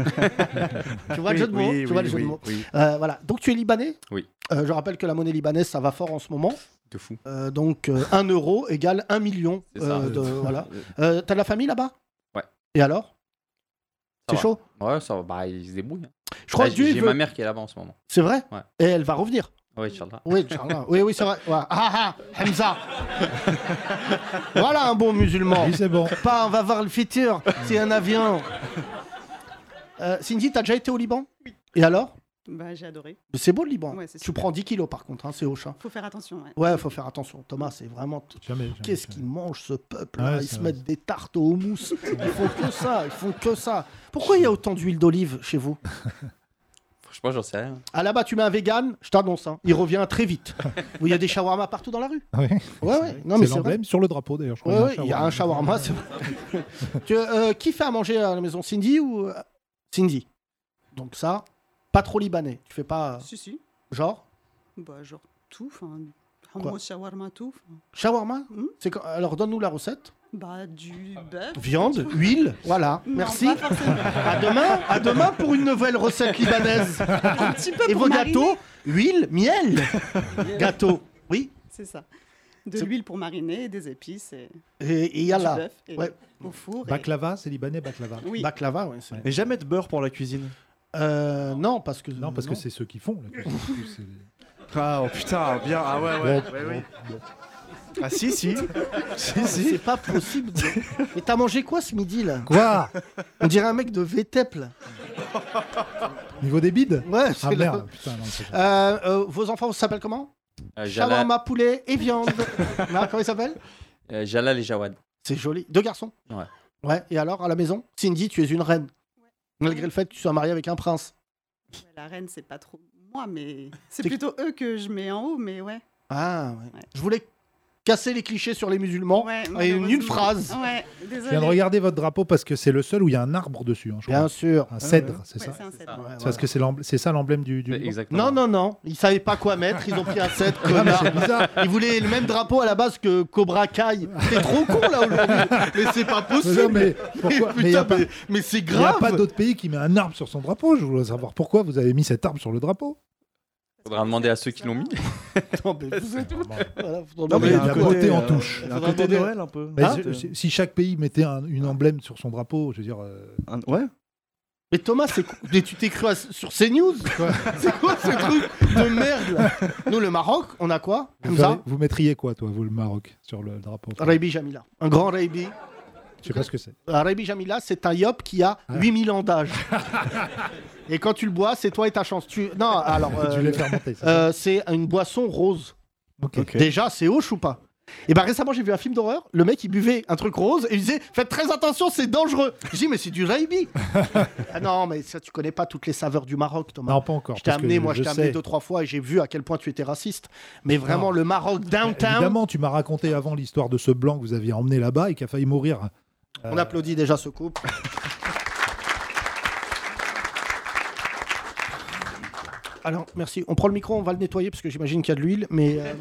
Tu vois le Oui, jeu de mots, oui, tu oui, vois le jeu oui, de mots. oui. Euh, voilà. Donc tu es libanais? Oui. Euh, je rappelle que la monnaie libanaise, ça va fort en ce moment. De fou. Euh, donc euh, un euro égale un million. C'est ça. euh, de, voilà. Euh, T'as de la famille là-bas? Ouais. Et alors? Ça C'est va. chaud? Ouais, ça va. Bah, ils se débrouillent. hein. Je crois Là, que Dieu, J'ai il j'ai veut- ma mère qui est là-bas en ce moment. C'est vrai? Ouais. Et elle va revenir? Oui, Inch'Allah. Oui, Inch'Allah. oui, oui, c'est vrai. Ouais. Ah ah, Hamza. Voilà un bon musulman. Oui, c'est bon. Pas on va voir le futur, c'est un avion. Euh, Cindy, t'as déjà été au Liban? Oui. Et alors? Bah, j'ai adoré. Mais c'est beau le Liban. Ouais, c'est Tu super. prends dix kilos par contre, hein, c'est hoche. Hein. Faut faire attention. Ouais. Ouais, faut faire attention. Thomas, c'est vraiment. Jamais. jamais, Qu'est-ce jamais. qu'ils mangent ce peuple? Ouais, Ils c'est se vrai. mettent des tartes au houmous. Ils font que ça. Ils font que ça. Pourquoi il y a autant d'huile d'olive chez vous? Je Je pense, j'en sais rien. Ah là-bas, tu mets un vegan, je t'annonce, hein, il revient très vite. Où il y a des shawarma partout dans la rue. Oui. Ouais, ouais. Non, c'est mais c'est l'emblème sur le drapeau d'ailleurs. Je crois Ouais, ouais, qu'il il y a un shawarma. c'est vrai. tu, euh, qui fait à manger à la maison, Cindy ou Cindy? Donc ça, pas trop libanais. Tu fais pas. Si, si. Genre Bah, genre tout. Enfin, Quoi hummus, shawarma, tout. 'fin. Shawarma Hmm. C'est quand- Alors donne-nous la recette. Bah, du bœuf. Viande, huile, voilà. Non, Merci. pas forcément. À demain, à demain pour une nouvelle recette libanaise. Un petit peu Et pour vos mariner. gâteaux, huile, miel. Gâteau, oui. C'est ça. De C'est- l'huile pour mariner, et des épices et, Et il y a du là. bœuf et Ouais. au four. et- Baklava, c'est libanais, baklava. Oui. Baklava, ouais. c'est- Mais jamais de beurre pour la cuisine. Euh, non, parce que. Non, parce que c'est ceux qui font. la cuisine. C'est- Ah oh putain, bien. Ah ouais, ouais. ouais, ouais. Ah si, si. si, si. C'est pas possible. de- Mais t'as mangé quoi ce midi là? Quoi? On dirait un mec de V T E P là. Niveau des bides? Ouais, Ah c'est là. merde, putain, non, c'est ça. Euh, euh, vos enfants s'appellent comment? Euh, Jalal, Shawarma, poulet et viande. Non, comment ils s'appellent? euh, Jalal et Jawad. C'est joli. Deux garçons? Ouais. Ouais, et alors, à la maison? Cindy, tu es une reine. Malgré le fait que tu sois mariée avec un prince. Ouais, la reine, c'est pas trop moi, mais c'est C'est- plutôt eux que je mets en haut, mais ouais. Ah, ouais. Ouais. Je voulais casser les clichés sur les musulmans. Ouais, Et une, une malheureusement. phrase. Ouais, Je viens de désolé. regarder votre drapeau parce que c'est le seul où il y a un arbre dessus. hein, je Bien crois. sûr. Un cèdre, c'est Ouais, ça? c'est un cèdre. Ouais, C'est ouais. parce que c'est l'emblème- c'est ça l'emblème du. du... Ouais, Liban. Exactement. Non, non, non. Ils savaient pas quoi mettre. Ils ont pris un set. Ah, mais connard. c'est bizarre. Ils voulaient le même drapeau à la base que Cobra Kai. T'es trop con là aujourd'hui. Mais c'est pas possible. Non, mais pourquoi Mais Mais il y a putain, pas- mais, mais c'est Il n'y a grave. pas d'autre pays qui met un arbre sur son drapeau. Je voulais savoir pourquoi vous avez mis cet arbre sur le drapeau. Faudra demander à ceux qui l'ont mis. Non, mais vous êtes- voilà, faudra Non, mais demander- il y a la côté, beauté en euh, touche. Il y a un Faudra côté demander- Noël un peu. Mais Hein je- je- si chaque pays mettait un, une emblème sur son drapeau, je veux dire. euh, Un- Ouais. Mais Thomas, c'est quoi Mais tu t'es cru à- sur CNews C'est quoi ce truc de merde là? Nous, le Maroc, on a quoi? vous, Comme ça ferez- vous mettriez quoi, toi, vous, le Maroc, sur le drapeau? Raibi Jamila. Un grand Raibi. Je sais pas ce que c'est. Un Raibi Jamila, c'est un yop qui a Ah. huit mille ans d'âge. Et quand tu le bois, c'est toi et ta chance. Tu... Non, alors. Tu euh, l'as fait remonter, ça. euh, c'est une boisson rose. Ok. Ok. Déjà, c'est hoche ou pas? Et bah récemment, j'ai vu un film d'horreur. Le mec, il buvait un truc rose et il disait faites très attention, c'est dangereux. Je dis mais c'est du Raibi. Ah non, mais ça, tu connais pas toutes les saveurs du Maroc, Thomas. Non, pas encore. Je t'ai parce que amené, moi, je je t'ai amené sais. deux, trois fois et j'ai vu à quel point tu étais raciste. Mais vraiment, Non. le Maroc downtown. Évidemment, tu m'as raconté avant l'histoire de ce blanc que vous aviez emmené là-bas et qui a failli mourir. On Euh, applaudit déjà ce couple. Alors, merci. On prend le micro, on va le nettoyer parce que j'imagine qu'il y a de l'huile, mais. euh,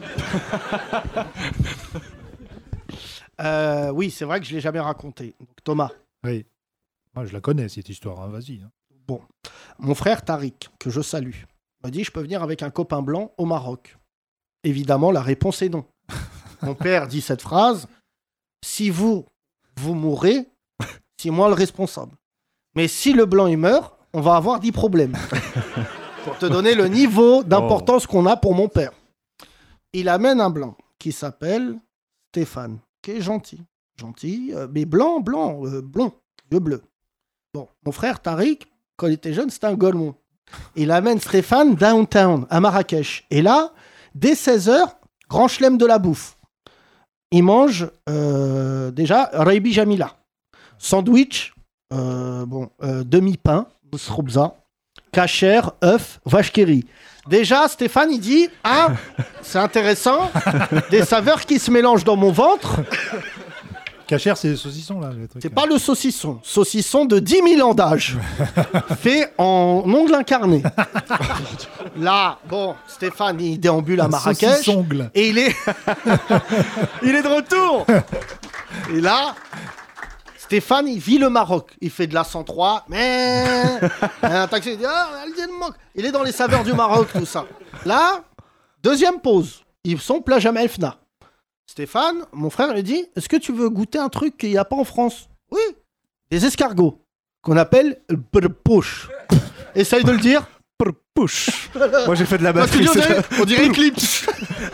euh, oui, c'est vrai que je l'ai jamais raconté. Donc, Thomas, Oui. Moi, je la connais, cette histoire. hein, Vas-y. hein. mon frère Tariq, que je salue, m'a dit je peux venir avec un copain blanc au Maroc. Évidemment, la réponse est non. Mon père dit cette phrase si vous, vous mourrez, c'est moi le responsable. Mais si le blanc il meurt, on va avoir dix problèmes. Pour te donner le niveau d'importance qu'on a pour mon père. Il amène un blanc qui s'appelle Stéphane, qui est gentil. Gentil, euh, mais blanc, blanc, euh, blond, yeux bleus. Bon, mon frère Tariq, quand il était jeune, c'était un golemon. Il amène Stéphane downtown, à Marrakech. Et là, dès seize heures, grand chelem de la bouffe. Il mange euh, déjà Raibi Jamila. Sandwich, euh, bon, euh, demi-pain, sroubza, kasher, œuf, vache qui rit. Déjà, Stéphane, il dit ah, c'est intéressant, des saveurs qui se mélangent dans mon ventre. Cachère, c'est les saucissons, là. les trucs, C'est là. pas le saucisson. Saucisson de dix mille ans d'âge. Fait en ongle incarné. Là, bon, Stéphane, il déambule à Un Marrakech. saucisson-ongle. Et il est... il est de retour. Et là, Stéphane, il vit le Maroc. Il fait de la cent trois. Mais... Un taxi, il dit ah, elle dit, elle me manque. Il est dans les saveurs du Maroc, tout ça. Là, deuxième pause. Ils sont plage Amel Fna. Stéphane, mon frère, lui dit est-ce que tu veux goûter un truc qu'il n'y a pas en France? Oui, des escargots, qu'on appelle le brpouche. Essaye de le dire. Brpouche. Moi j'ai fait de la Parce que batterie. on dirait, c'est- on dirait Eclipse.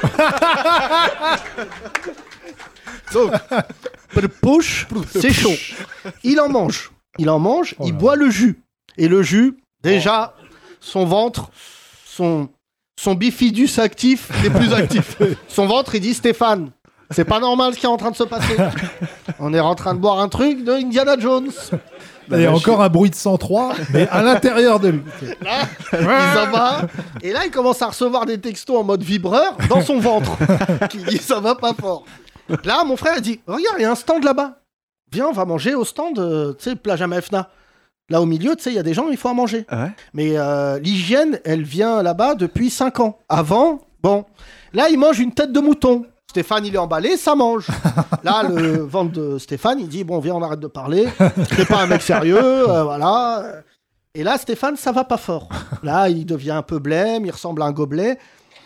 Donc, brpouche, c'est chaud. Il en mange. Il en mange, Oh il là boit le jus. Et le jus, déjà, son ventre, son, son bifidus actif n'est plus actif. Son ventre, il dit Stéphane, c'est pas normal ce qui est en train de se passer. On est en train de boire un truc de Indiana Jones. Et encore un bruit de cent trois, mais à l'intérieur de lui. Là, il s'en va. Et là, il commence à recevoir des textos en mode vibreur dans son ventre. Qui dit ça va pas fort. Là, mon frère il dit regarde, il y a un stand là-bas. Viens, on va manger au stand, euh, tu sais, Plage Amefna. Là, au milieu, tu sais, il y a des gens, il faut à manger. Ah ouais. Mais euh, l'hygiène, elle vient là-bas depuis cinq ans. Avant, bon. Là, il mange une tête de mouton. Stéphane, il est emballé, ça mange. Là, le ventre de Stéphane, il dit bon, viens, on arrête de parler. T'es pas un mec sérieux, euh, voilà. Et là, Stéphane, ça va pas fort. Là, il devient un peu blême, il ressemble à un gobelet.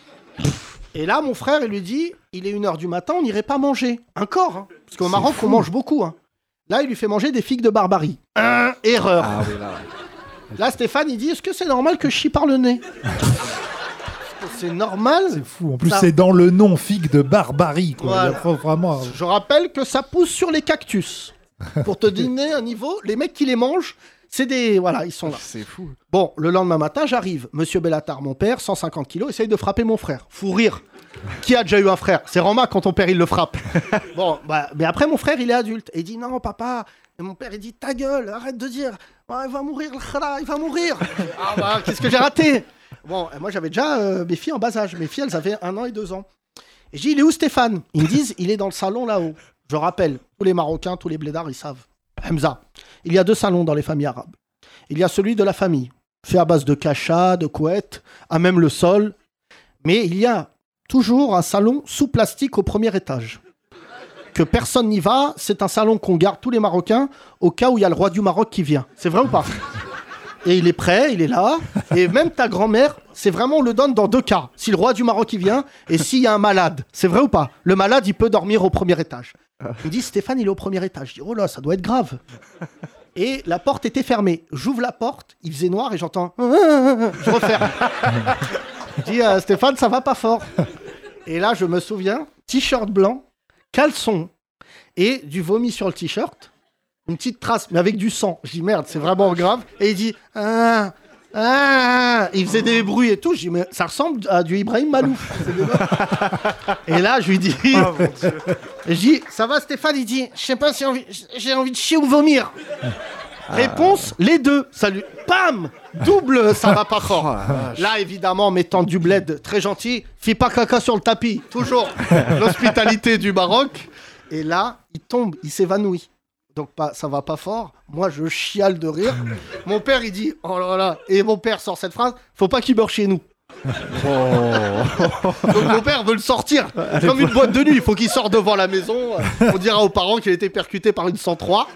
Et là, mon frère, il lui dit il est une heure du matin, on n'irait pas manger. Encore, hein. Parce qu'au Maroc, on mange beaucoup. Hein. Là, il lui fait manger des figues de Barbarie. Un, erreur. Ah oui, là. Là, Stéphane, il dit est-ce que c'est normal que je chie par le nez? C'est normal. C'est fou. En plus, ça... c'est dans le nom figue de Barbarie. Quoi. Voilà. Il y a pas vraiment... Je rappelle que ça pousse sur les cactus. Pour te donner un niveau, les mecs qui les mangent, c'est des... Voilà, ils sont là. C'est fou. Bon, le lendemain matin, j'arrive. Monsieur Bellatar, mon père, cent cinquante kilos, essaye de frapper mon frère. Fou rire. Qui a déjà eu un frère? C'est Rama, quand ton père, il le frappe. Bon, bah, mais après, mon frère, il est adulte. Et il dit non, papa. Et mon père, il dit ta gueule, arrête de dire. Oh, il va mourir, le khara, il va mourir. Ah bah, qu'est-ce que j'ai raté? Bon, moi, j'avais déjà euh, mes filles en bas âge. Mes filles, elles avaient un an et deux ans. Et je dis, il est où Stéphane? Ils me disent, il est dans le salon là-haut. Je rappelle, tous les Marocains, tous les blédards, ils savent. Hamza, il y a deux salons dans les familles arabes. Il y a celui de la famille, fait à base de cacha, de couettes, à même le sol. Mais il y a toujours un salon sous plastique au premier étage. Que personne n'y va, c'est un salon qu'on garde tous les Marocains au cas où il y a le roi du Maroc qui vient. C'est vrai ou pas? Et il est prêt, il est là. Et même ta grand-mère, c'est vraiment, on le donne dans deux cas. Si le roi du Maroc il vient et s'il y a un malade. C'est vrai ou pas? Le malade, il peut dormir au premier étage. Il me dit, Stéphane, il est au premier étage. Je dis, oh là, ça doit être grave. Et la porte était fermée. J'ouvre la porte, il faisait noir et j'entends... Je referme. Je dis, euh, Stéphane, ça va pas fort. Et là, je me souviens, t-shirt blanc, caleçon et du vomi sur le t-shirt. Une petite trace, mais avec du sang. Je dis, merde, c'est vraiment grave. Et il dit, ah, ah. Il faisait des bruits et tout. Je dis, mais ça ressemble à du Ibrahim Malouf. Et là, je lui dis, oh, mon Dieu. Je dis, ça va Stéphane? Il dit, je sais pas si envie... j'ai envie de chier ou vomir. Ah. Réponse, les deux. Salut. Bam, double, ça va pas fort. Oh, là, évidemment, mettant du bled très gentil, fais pas caca sur le tapis. Toujours l'hospitalité du Maroc. Et là, il tombe, il s'évanouit. Donc pas, ça va pas fort. Moi, je chiale de rire. Mon père, il dit, oh là là. Et mon père sort cette phrase, faut pas qu'il meure chez nous. Oh. Donc mon père veut le sortir comme une boîte de nuit. Il faut qu'il sorte devant la maison. On dira aux parents qu'il a été percuté par une cent trois.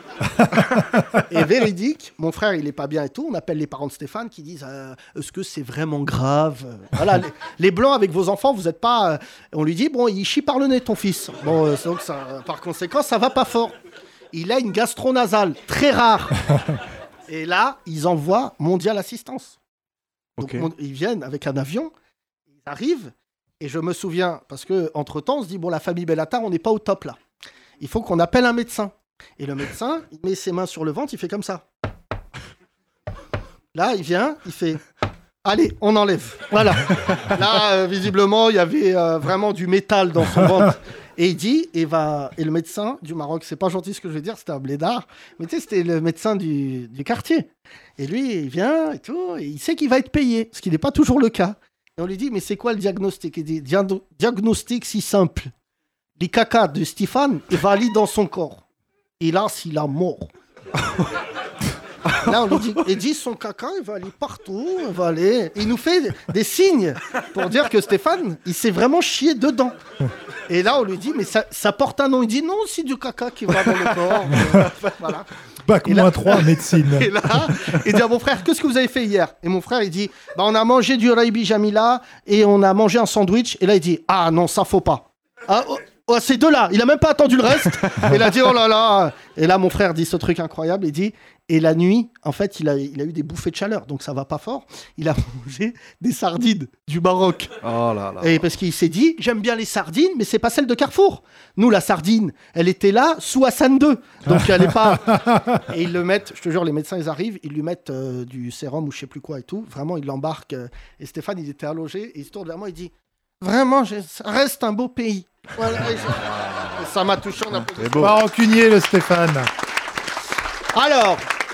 Et véridique, mon frère il est pas bien et tout. On appelle les parents de Stéphane qui disent euh, est-ce que c'est vraiment grave? Voilà, les, les blancs avec vos enfants, vous êtes pas. Euh, on lui dit bon, il chie par le nez ton fils. Bon, euh, donc ça, par conséquent, ça va pas fort. Il a une gastronasale très rare. Et là, ils envoient Mondial Assistance. Donc, okay. Ils viennent avec un avion, ils arrivent, et je me souviens, parce qu'entre-temps, on se dit, bon, la famille Bellatar, on n'est pas au top, là. Il faut qu'on appelle un médecin. Et le médecin, il met ses mains sur le ventre, il fait comme ça. Là, il vient, il fait, allez, on enlève. Voilà. Là, euh, visiblement, il y avait euh, vraiment du métal dans son ventre. Et il dit, et, va... et le médecin du Maroc, c'est pas gentil ce que je vais dire, c'était un blédard, mais tu sais, c'était le médecin du, du quartier. Et lui, il vient et tout, et il sait qu'il va être payé, ce qui n'est pas toujours le cas. Et on lui dit, mais c'est quoi le diagnostic? Il dit, Diag- diagnostic si simple. Les caca de Stéphane est valide dans son corps. Et là, s'il a mort. Là, on lui dit, il dit, son caca, il va aller partout, il va aller... Et il nous fait des signes pour dire que Stéphane, il s'est vraiment chié dedans. Et là, on lui dit, mais ça, ça porte un nom. Il dit, non, c'est du caca qui va dans le corps. Euh, voilà. Bac moins trois, médecine. Et là, il dit à mon frère, qu'est-ce que vous avez fait hier? Et mon frère, il dit, bah, on a mangé du raibi jamila et on a mangé un sandwich. Et là, il dit, ah non, ça faut pas. Ah, oh, oh, ces deux-là, il a même pas attendu le reste. Il a dit, oh là là. Et là, mon frère dit ce truc incroyable. Il dit, et la nuit, en fait, il a, il a eu des bouffées de chaleur, donc ça va pas fort. Il a mangé des sardines du Maroc. Oh là là. Et parce qu'il s'est dit, j'aime bien les sardines, mais c'est pas celle de Carrefour. Nous, la sardine, elle était là sous Hassan deux. Donc elle est pas. Et ils le mettent, je te jure, les médecins, ils arrivent, ils lui mettent euh, du sérum ou je sais plus quoi et tout. Vraiment, ils l'embarquent. Euh, et Stéphane, il était allongé, et il se tourne vers moi, il dit, vraiment, je... ça reste un beau pays. Voilà. Et je... et ça m'a touché. On a c'est beau. Pas rancunier, le Stéphane. Alors.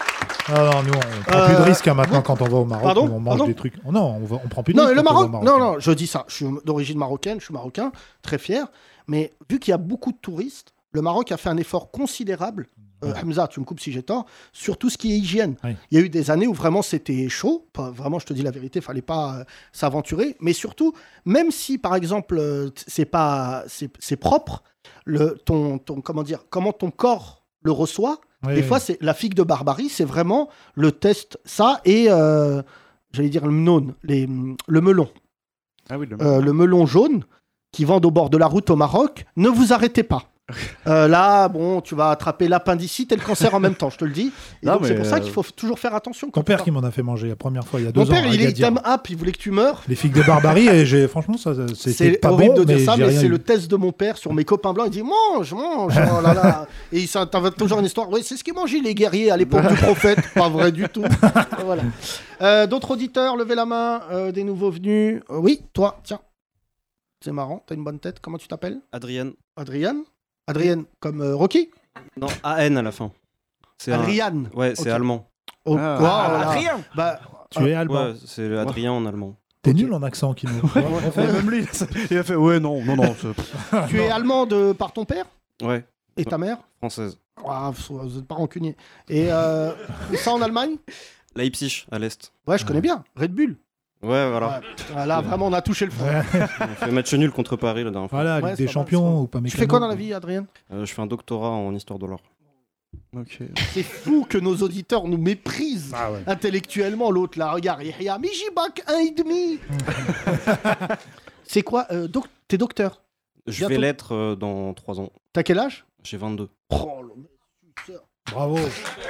Ah non, nous, on prend Euh, plus de risques hein, maintenant quand on va au Maroc. Pardon on mange Pardon des trucs. Oh non, on, va, on prend plus de Non, risques. et le quand on va au Maroc, non, Maroc. non, je dis ça. Je suis d'origine marocaine, je suis marocain, très fier. Mais vu qu'il y a beaucoup de touristes, le Maroc a fait un effort considérable. Euh, Hamza, tu me coupes si j'ai tort, sur tout ce qui est hygiène. Oui. Il y a eu des années où vraiment c'était chaud. Pas- vraiment, je te dis la vérité, il fallait pas euh, s'aventurer. Mais surtout, même si par exemple euh, t- c'est pas c'est, c'est propre, le ton ton comment dire, comment ton corps le reçoit. Oui, des oui. fois, c'est la figue de Barbarie, c'est vraiment le test ça et euh, j'allais dire le mnon, les le melon. Ah oui, le Euh, le melon jaune qui vendent au bord de la route au Maroc, ne vous arrêtez pas. Euh, là, bon, tu vas attraper l'appendicite et le cancer en même temps, je te le dis. Et Non, donc, c'est mais, pour ça euh, qu'il faut f- toujours faire attention. Ton père qui m'en a fait manger la première fois il y a deux Mon ans. père, à il est Agadir. thème up, il voulait que tu meurs. Les figues de Barbarie, et j'ai franchement, ça, c'était C'est pas horrible bon, de dire mais ça, j'ai mais rien c'est eu. le test de mon père sur mes copains blancs. Il dit mange, mange, oh là là. Et il s'en- t'invente toujours une histoire. Oui, c'est ce qu'ils mangeaient les guerriers à l'époque du prophète. Pas vrai du tout. Voilà. Euh, D'autres auditeurs, levez la main. Euh, des nouveaux venus. Euh, oui, toi, tiens. C'est marrant, t'as une bonne tête. Comment tu t'appelles? Adrien. Adrien Adrien, comme euh, Rocky? Non, A N à la fin. C'est un- Adrian. Ouais, c'est Ok. allemand. Oh, Ah. voilà. Adrien. Bah, Tu es allemand. Ouais, c'est le Adrien en allemand. T'es nul en accent, Kino. Ouais, même lui, il a fait ouais, non, non, non. c'est- tu es allemand de, par ton père? Ouais. Et ta mère? Française. Ah, vous n'êtes pas rancunier. Et euh, ça en Allemagne? Leipzig, à l'est. Ouais, je connais bien. Red Bull. Ouais, voilà. Ouais. Là, vraiment, on a touché le fond. On fait match nul contre Paris la dernière fois. Voilà, Ouais, Ligue c'est des pas mal, Champions c'est pas mal. ou pas Tu mécano. fais quoi dans la vie, Adrien? Euh, je fais un doctorat en histoire de l'art. Ok. C'est fou que nos auditeurs nous méprisent Ah ouais. intellectuellement. L'autre, là, regarde, Yahya, mais j'ai bac un et demi. C'est quoi euh, doc- T'es docteur? Je Bientôt. vais l'être euh, dans trois ans. T'as quel âge? J'ai vingt-deux. Oh, le mec, putain. Bravo.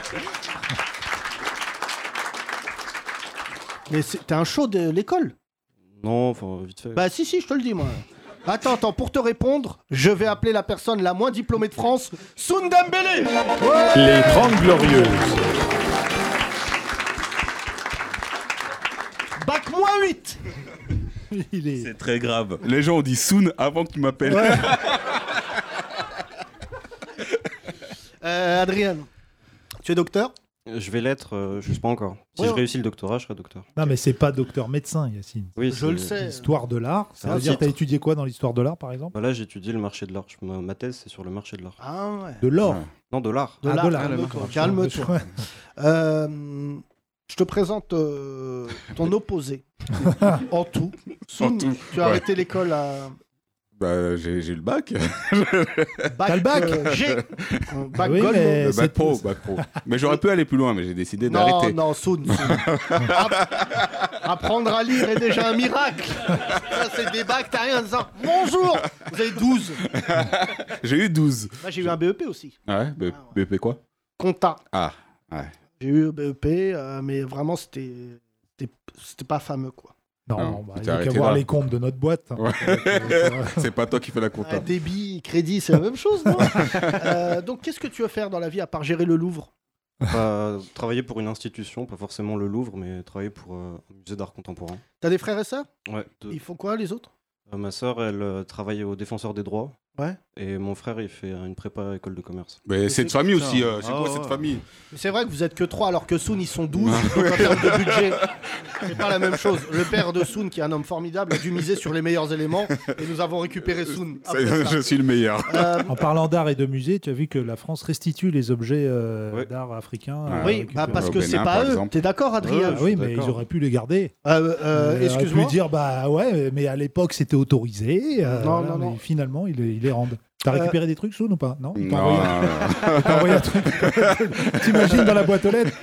Mais c'est- t'es un show de l'école? Non, enfin, vite fait. Bah si, si, je te le dis, moi. Attends, attends, pour te répondre, je vais appeler la personne la moins diplômée de France, Soun Dembélé. Ouais. Les Trente Glorieuses. Bac moins huit. Il est... C'est très grave. Les gens ont dit Soon avant que tu m'appelles. Ouais. Euh, Adrien, tu es docteur? Je vais l'être, euh, je sais pas encore. Si Ouais, je ouais. réussis le doctorat, je serai docteur. Non, mais c'est pas docteur médecin, Yacine. Oui, Je le sais. Histoire de l'art. Ça C'est veut un dire, titre. t'as étudié quoi dans l'histoire de l'art, par exemple? Bah là, j'étudie le marché de l'art. Je- Ma, ma thèse, c'est sur le marché de l'art. Ah ouais. De l'or. Non, de l'art. De Ah, l'art, de l'art. calme-toi, Ah, calme-toi. ouais. Euh, je te présente euh, ton opposé. En tout. Soun, En tout, tu as ouais. arrêté l'école à Bah, j'ai j'ai eu le bac. bac, T'as le bac euh, G. Euh, bac Oui, Gold, mais- Le c'est- bac pro, bac pro. Mais j'aurais pu aller plus loin, mais j'ai décidé Non, d'arrêter. non, Soun. Soun. App- Apprendre à lire est déjà un miracle. Ça, c'est des bacs, t'as rien en disant bonjour. Vous avez douze. J'ai eu douze. Moi, j'ai eu un B E P aussi. Ah ouais, B- B E P quoi? Compta. Ah, ouais. J'ai eu un B E P, euh, mais vraiment, c'était c'était- c'était pas fameux, quoi. Non, Non, bah, tu il t'es y a qu'à arrêté voir là. les comptes de notre boîte. hein. Ouais. Euh, C'est pas toi qui fais la compta. Euh, débit, crédit, c'est la même chose, non? Euh, Donc, qu'est-ce que tu veux faire dans la vie à part gérer le Louvre? Pas travailler pour une institution, pas forcément le Louvre, mais travailler pour euh, un musée d'art contemporain. T'as des frères et sœurs? Ouais. deux. Ils font quoi, les autres? Euh, ma sœur, elle euh, travaille au Défenseur des droits. Ouais. Et mon frère, il fait une prépa à école de commerce. Mais c'est de famille Putain. aussi. euh, c'est Ah quoi ouais. cette famille? Mais c'est vrai que vous êtes que trois alors que Soun ils sont douze. Donc en termes de budget, c'est pas la même chose. Le père de Soun, qui est un homme formidable, a dû miser sur les meilleurs éléments et nous avons récupéré Soun. après C'est- ça. Je suis le meilleur. Euh, En parlant d'art et de musée, tu as vu que la France restitue les objets euh, Ouais. d'art africains. Ah, euh, oui, récupérés. bah parce Au que c'est Bénin, pas par eux. exemple. T'es d'accord, Adrien? Ah oui, mais ils auraient pu les garder. Euh, euh, Ils auraient Excuse-moi. pu dire, bah ouais, mais à l'époque c'était autorisé. euh, Non, voilà, non, non. mais finalement, ils les, ils les rendent. T'as Euh, récupéré des trucs, Soun, ou pas? Non, Il t'a Non, envoyé, non, il t'a envoyé un truc. T'imagines dans la boîte aux lettres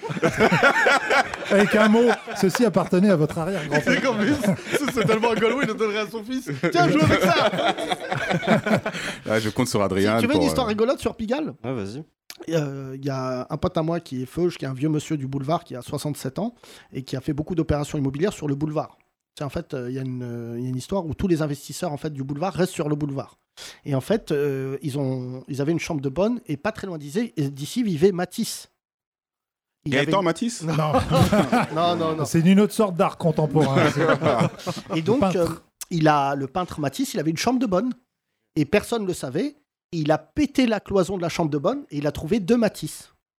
avec un mot. Ceci appartenait à votre arrière-grand-père. C'est comme lui, c'est tellement un Gaulois, il le donnerait à son fils. Tiens, joue avec ça. Là, je compte sur Adrien. Tu veux une pour, histoire euh, rigolote sur Pigalle? Ouais, vas-y. Il euh, y a un pote à moi qui est Feuge, qui est un vieux monsieur du boulevard, qui a soixante-sept ans et qui a fait beaucoup d'opérations immobilières sur le boulevard. C'est en fait, il euh, y, euh, y a une histoire où tous les investisseurs en fait du boulevard restent sur le boulevard. Et en fait, euh, ils ont, ils avaient une chambre de bonne et pas très loin d'ici, d'ici vivait Matisse. Il Gaëtan avait- Matisse? Non, Non, non, non. c'est une autre sorte d'art contemporain. Et donc, peintre. euh, il a le peintre Matisse, il avait une chambre de bonne et personne ne le savait. Il a pété la cloison de la chambre de bonne et il a trouvé deux Matisse.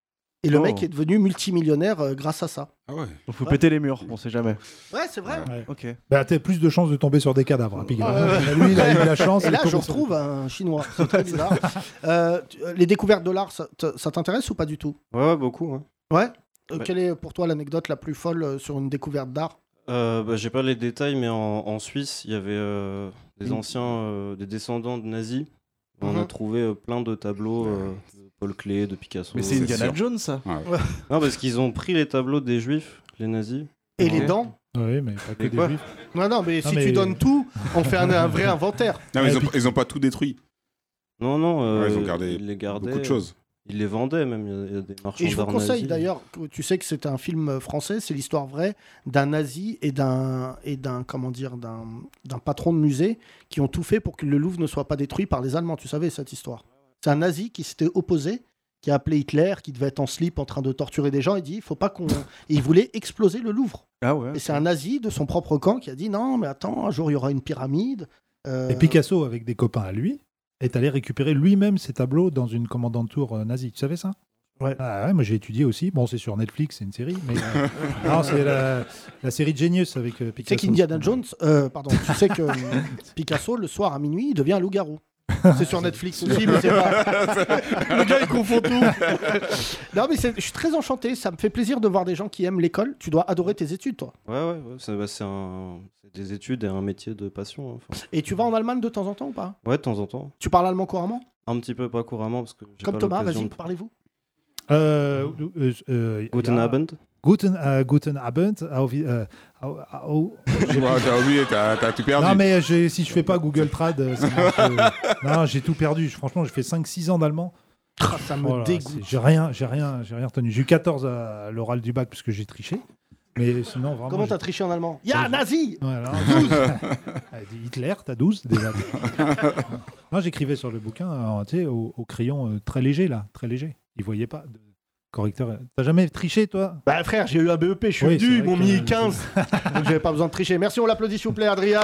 Et le Oh. mec est devenu multimillionnaire euh, grâce à ça. Ah ouais. Il faut Ouais. péter les murs, on sait jamais. Ouais, c'est vrai. Ouais. Ok. Bah, t'as plus de chances de tomber sur des cadavres, hein, Pigalle. Ouais, ouais. Lui, il a eu la chance. Et il là, est je tombé sur- retrouve un chinois. C'est très bizarre. Euh, tu- euh, les découvertes de l'art, ça, t- ça t'intéresse ou pas du tout? Ouais, ouais, beaucoup. Ouais. Ouais. Euh, Ouais. Quelle est pour toi l'anecdote la plus folle euh, sur une découverte d'art? Euh, bah, j'ai pas les détails, mais en, en Suisse, il y avait euh, des Mm. anciens, euh, des descendants de nazis. On a Mhm. trouvé euh, plein de tableaux euh, de Paul Klee, de Picasso. Mais c'est c'est Indiana sûr. Jones, ça. Ouais. Non, parce qu'ils ont pris les tableaux des juifs, les nazis. Et les Ok. dents? Oui, mais pas que Et des quoi juifs. Non, non, mais Non, si mais- tu donnes tout, on fait un, un vrai inventaire. Non, mais ils, Et ont, puis- ils ont pas tout détruit. Non, non, euh, Ouais, ils ont gardé ils les gardaient. Beaucoup de choses. Ils les vendaient même. Il y a- il y a des marchands Et je vous d'art conseille nazis. d'ailleurs, que tu sais que c'est un film français, c'est l'histoire vraie d'un nazi et d'un et d'un comment dire d'un d'un patron de musée qui ont tout fait pour que le Louvre ne soit pas détruit par les Allemands. Tu savais cette histoire? C'est un nazi qui s'était opposé, qui a appelé Hitler, qui devait être en slip en train de torturer des gens. Il dit, il faut pas qu'on. Et il voulait exploser le Louvre. Ah ouais. Et c'est un nazi de son propre camp qui a dit non, mais attends, un jour il y aura une pyramide. Euh, Et Picasso, avec des copains à lui, est allé récupérer lui-même ses tableaux dans une commandanture euh, nazie. Tu savais ça? Ouais. Ah ouais, moi j'ai étudié aussi. Bon, c'est sur Netflix, c'est une série. Mais euh, non, c'est la, la série Genius avec euh, Tu sais Picasso. qu'Indiana Jones, euh, pardon, tu sais que euh, Picasso, le soir à minuit, il devient un loup-garou. C'est sur Netflix aussi, mais c'est pas. Le gars, il confond tout. Non, mais c'est- je suis très enchanté. Ça me fait plaisir de voir des gens qui aiment l'école. Tu dois adorer tes études, toi. Ouais, ouais, ouais, c'est bah, c'est un... c'est des études et un métier de passion. hein, enfin. Et tu vas en Allemagne de temps en temps ou pas? Ouais, de temps en temps. Tu parles allemand couramment? Un petit peu, pas couramment, parce que j'ai Comme pas Thomas, l'occasion vas-y, de- parlez-vous. Euh, euh, euh, Guten ja. Abend. Guten, euh, guten Abend. Auf, euh, au- au- j'ai- Ouais, t'as oublié, t'as t'as tout perdu. Non, mais j'ai- si je fais pas Google Trad, euh, ça marche, euh, non, j'ai tout perdu. Franchement, j'ai fait cinq six ans d'allemand. Ah, ça me Oh là, dégoûte. c'est- J'ai rien, j'ai rien, j'ai rien retenu. J'ai eu quatorze à l'oral du bac parce que j'ai triché. Mais sinon, vraiment. Comment j'ai- t'as triché en allemand? Ya, nazi! Ouais, alors, douze. Ah, Hitler, t'as douze déjà. Non, j'écrivais sur le bouquin, euh, tu sais, au, au crayon euh, très léger là, très léger. Ils voyaient pas. De... Correcteur. T'as jamais triché, toi? Bah, frère, j'ai eu un B E P, je suis Oui, c'est venu, ils vrai m'ont que- mis quinze. Donc, j'avais pas besoin de tricher. Merci, on l'applaudit, s'il vous plaît, Adrien.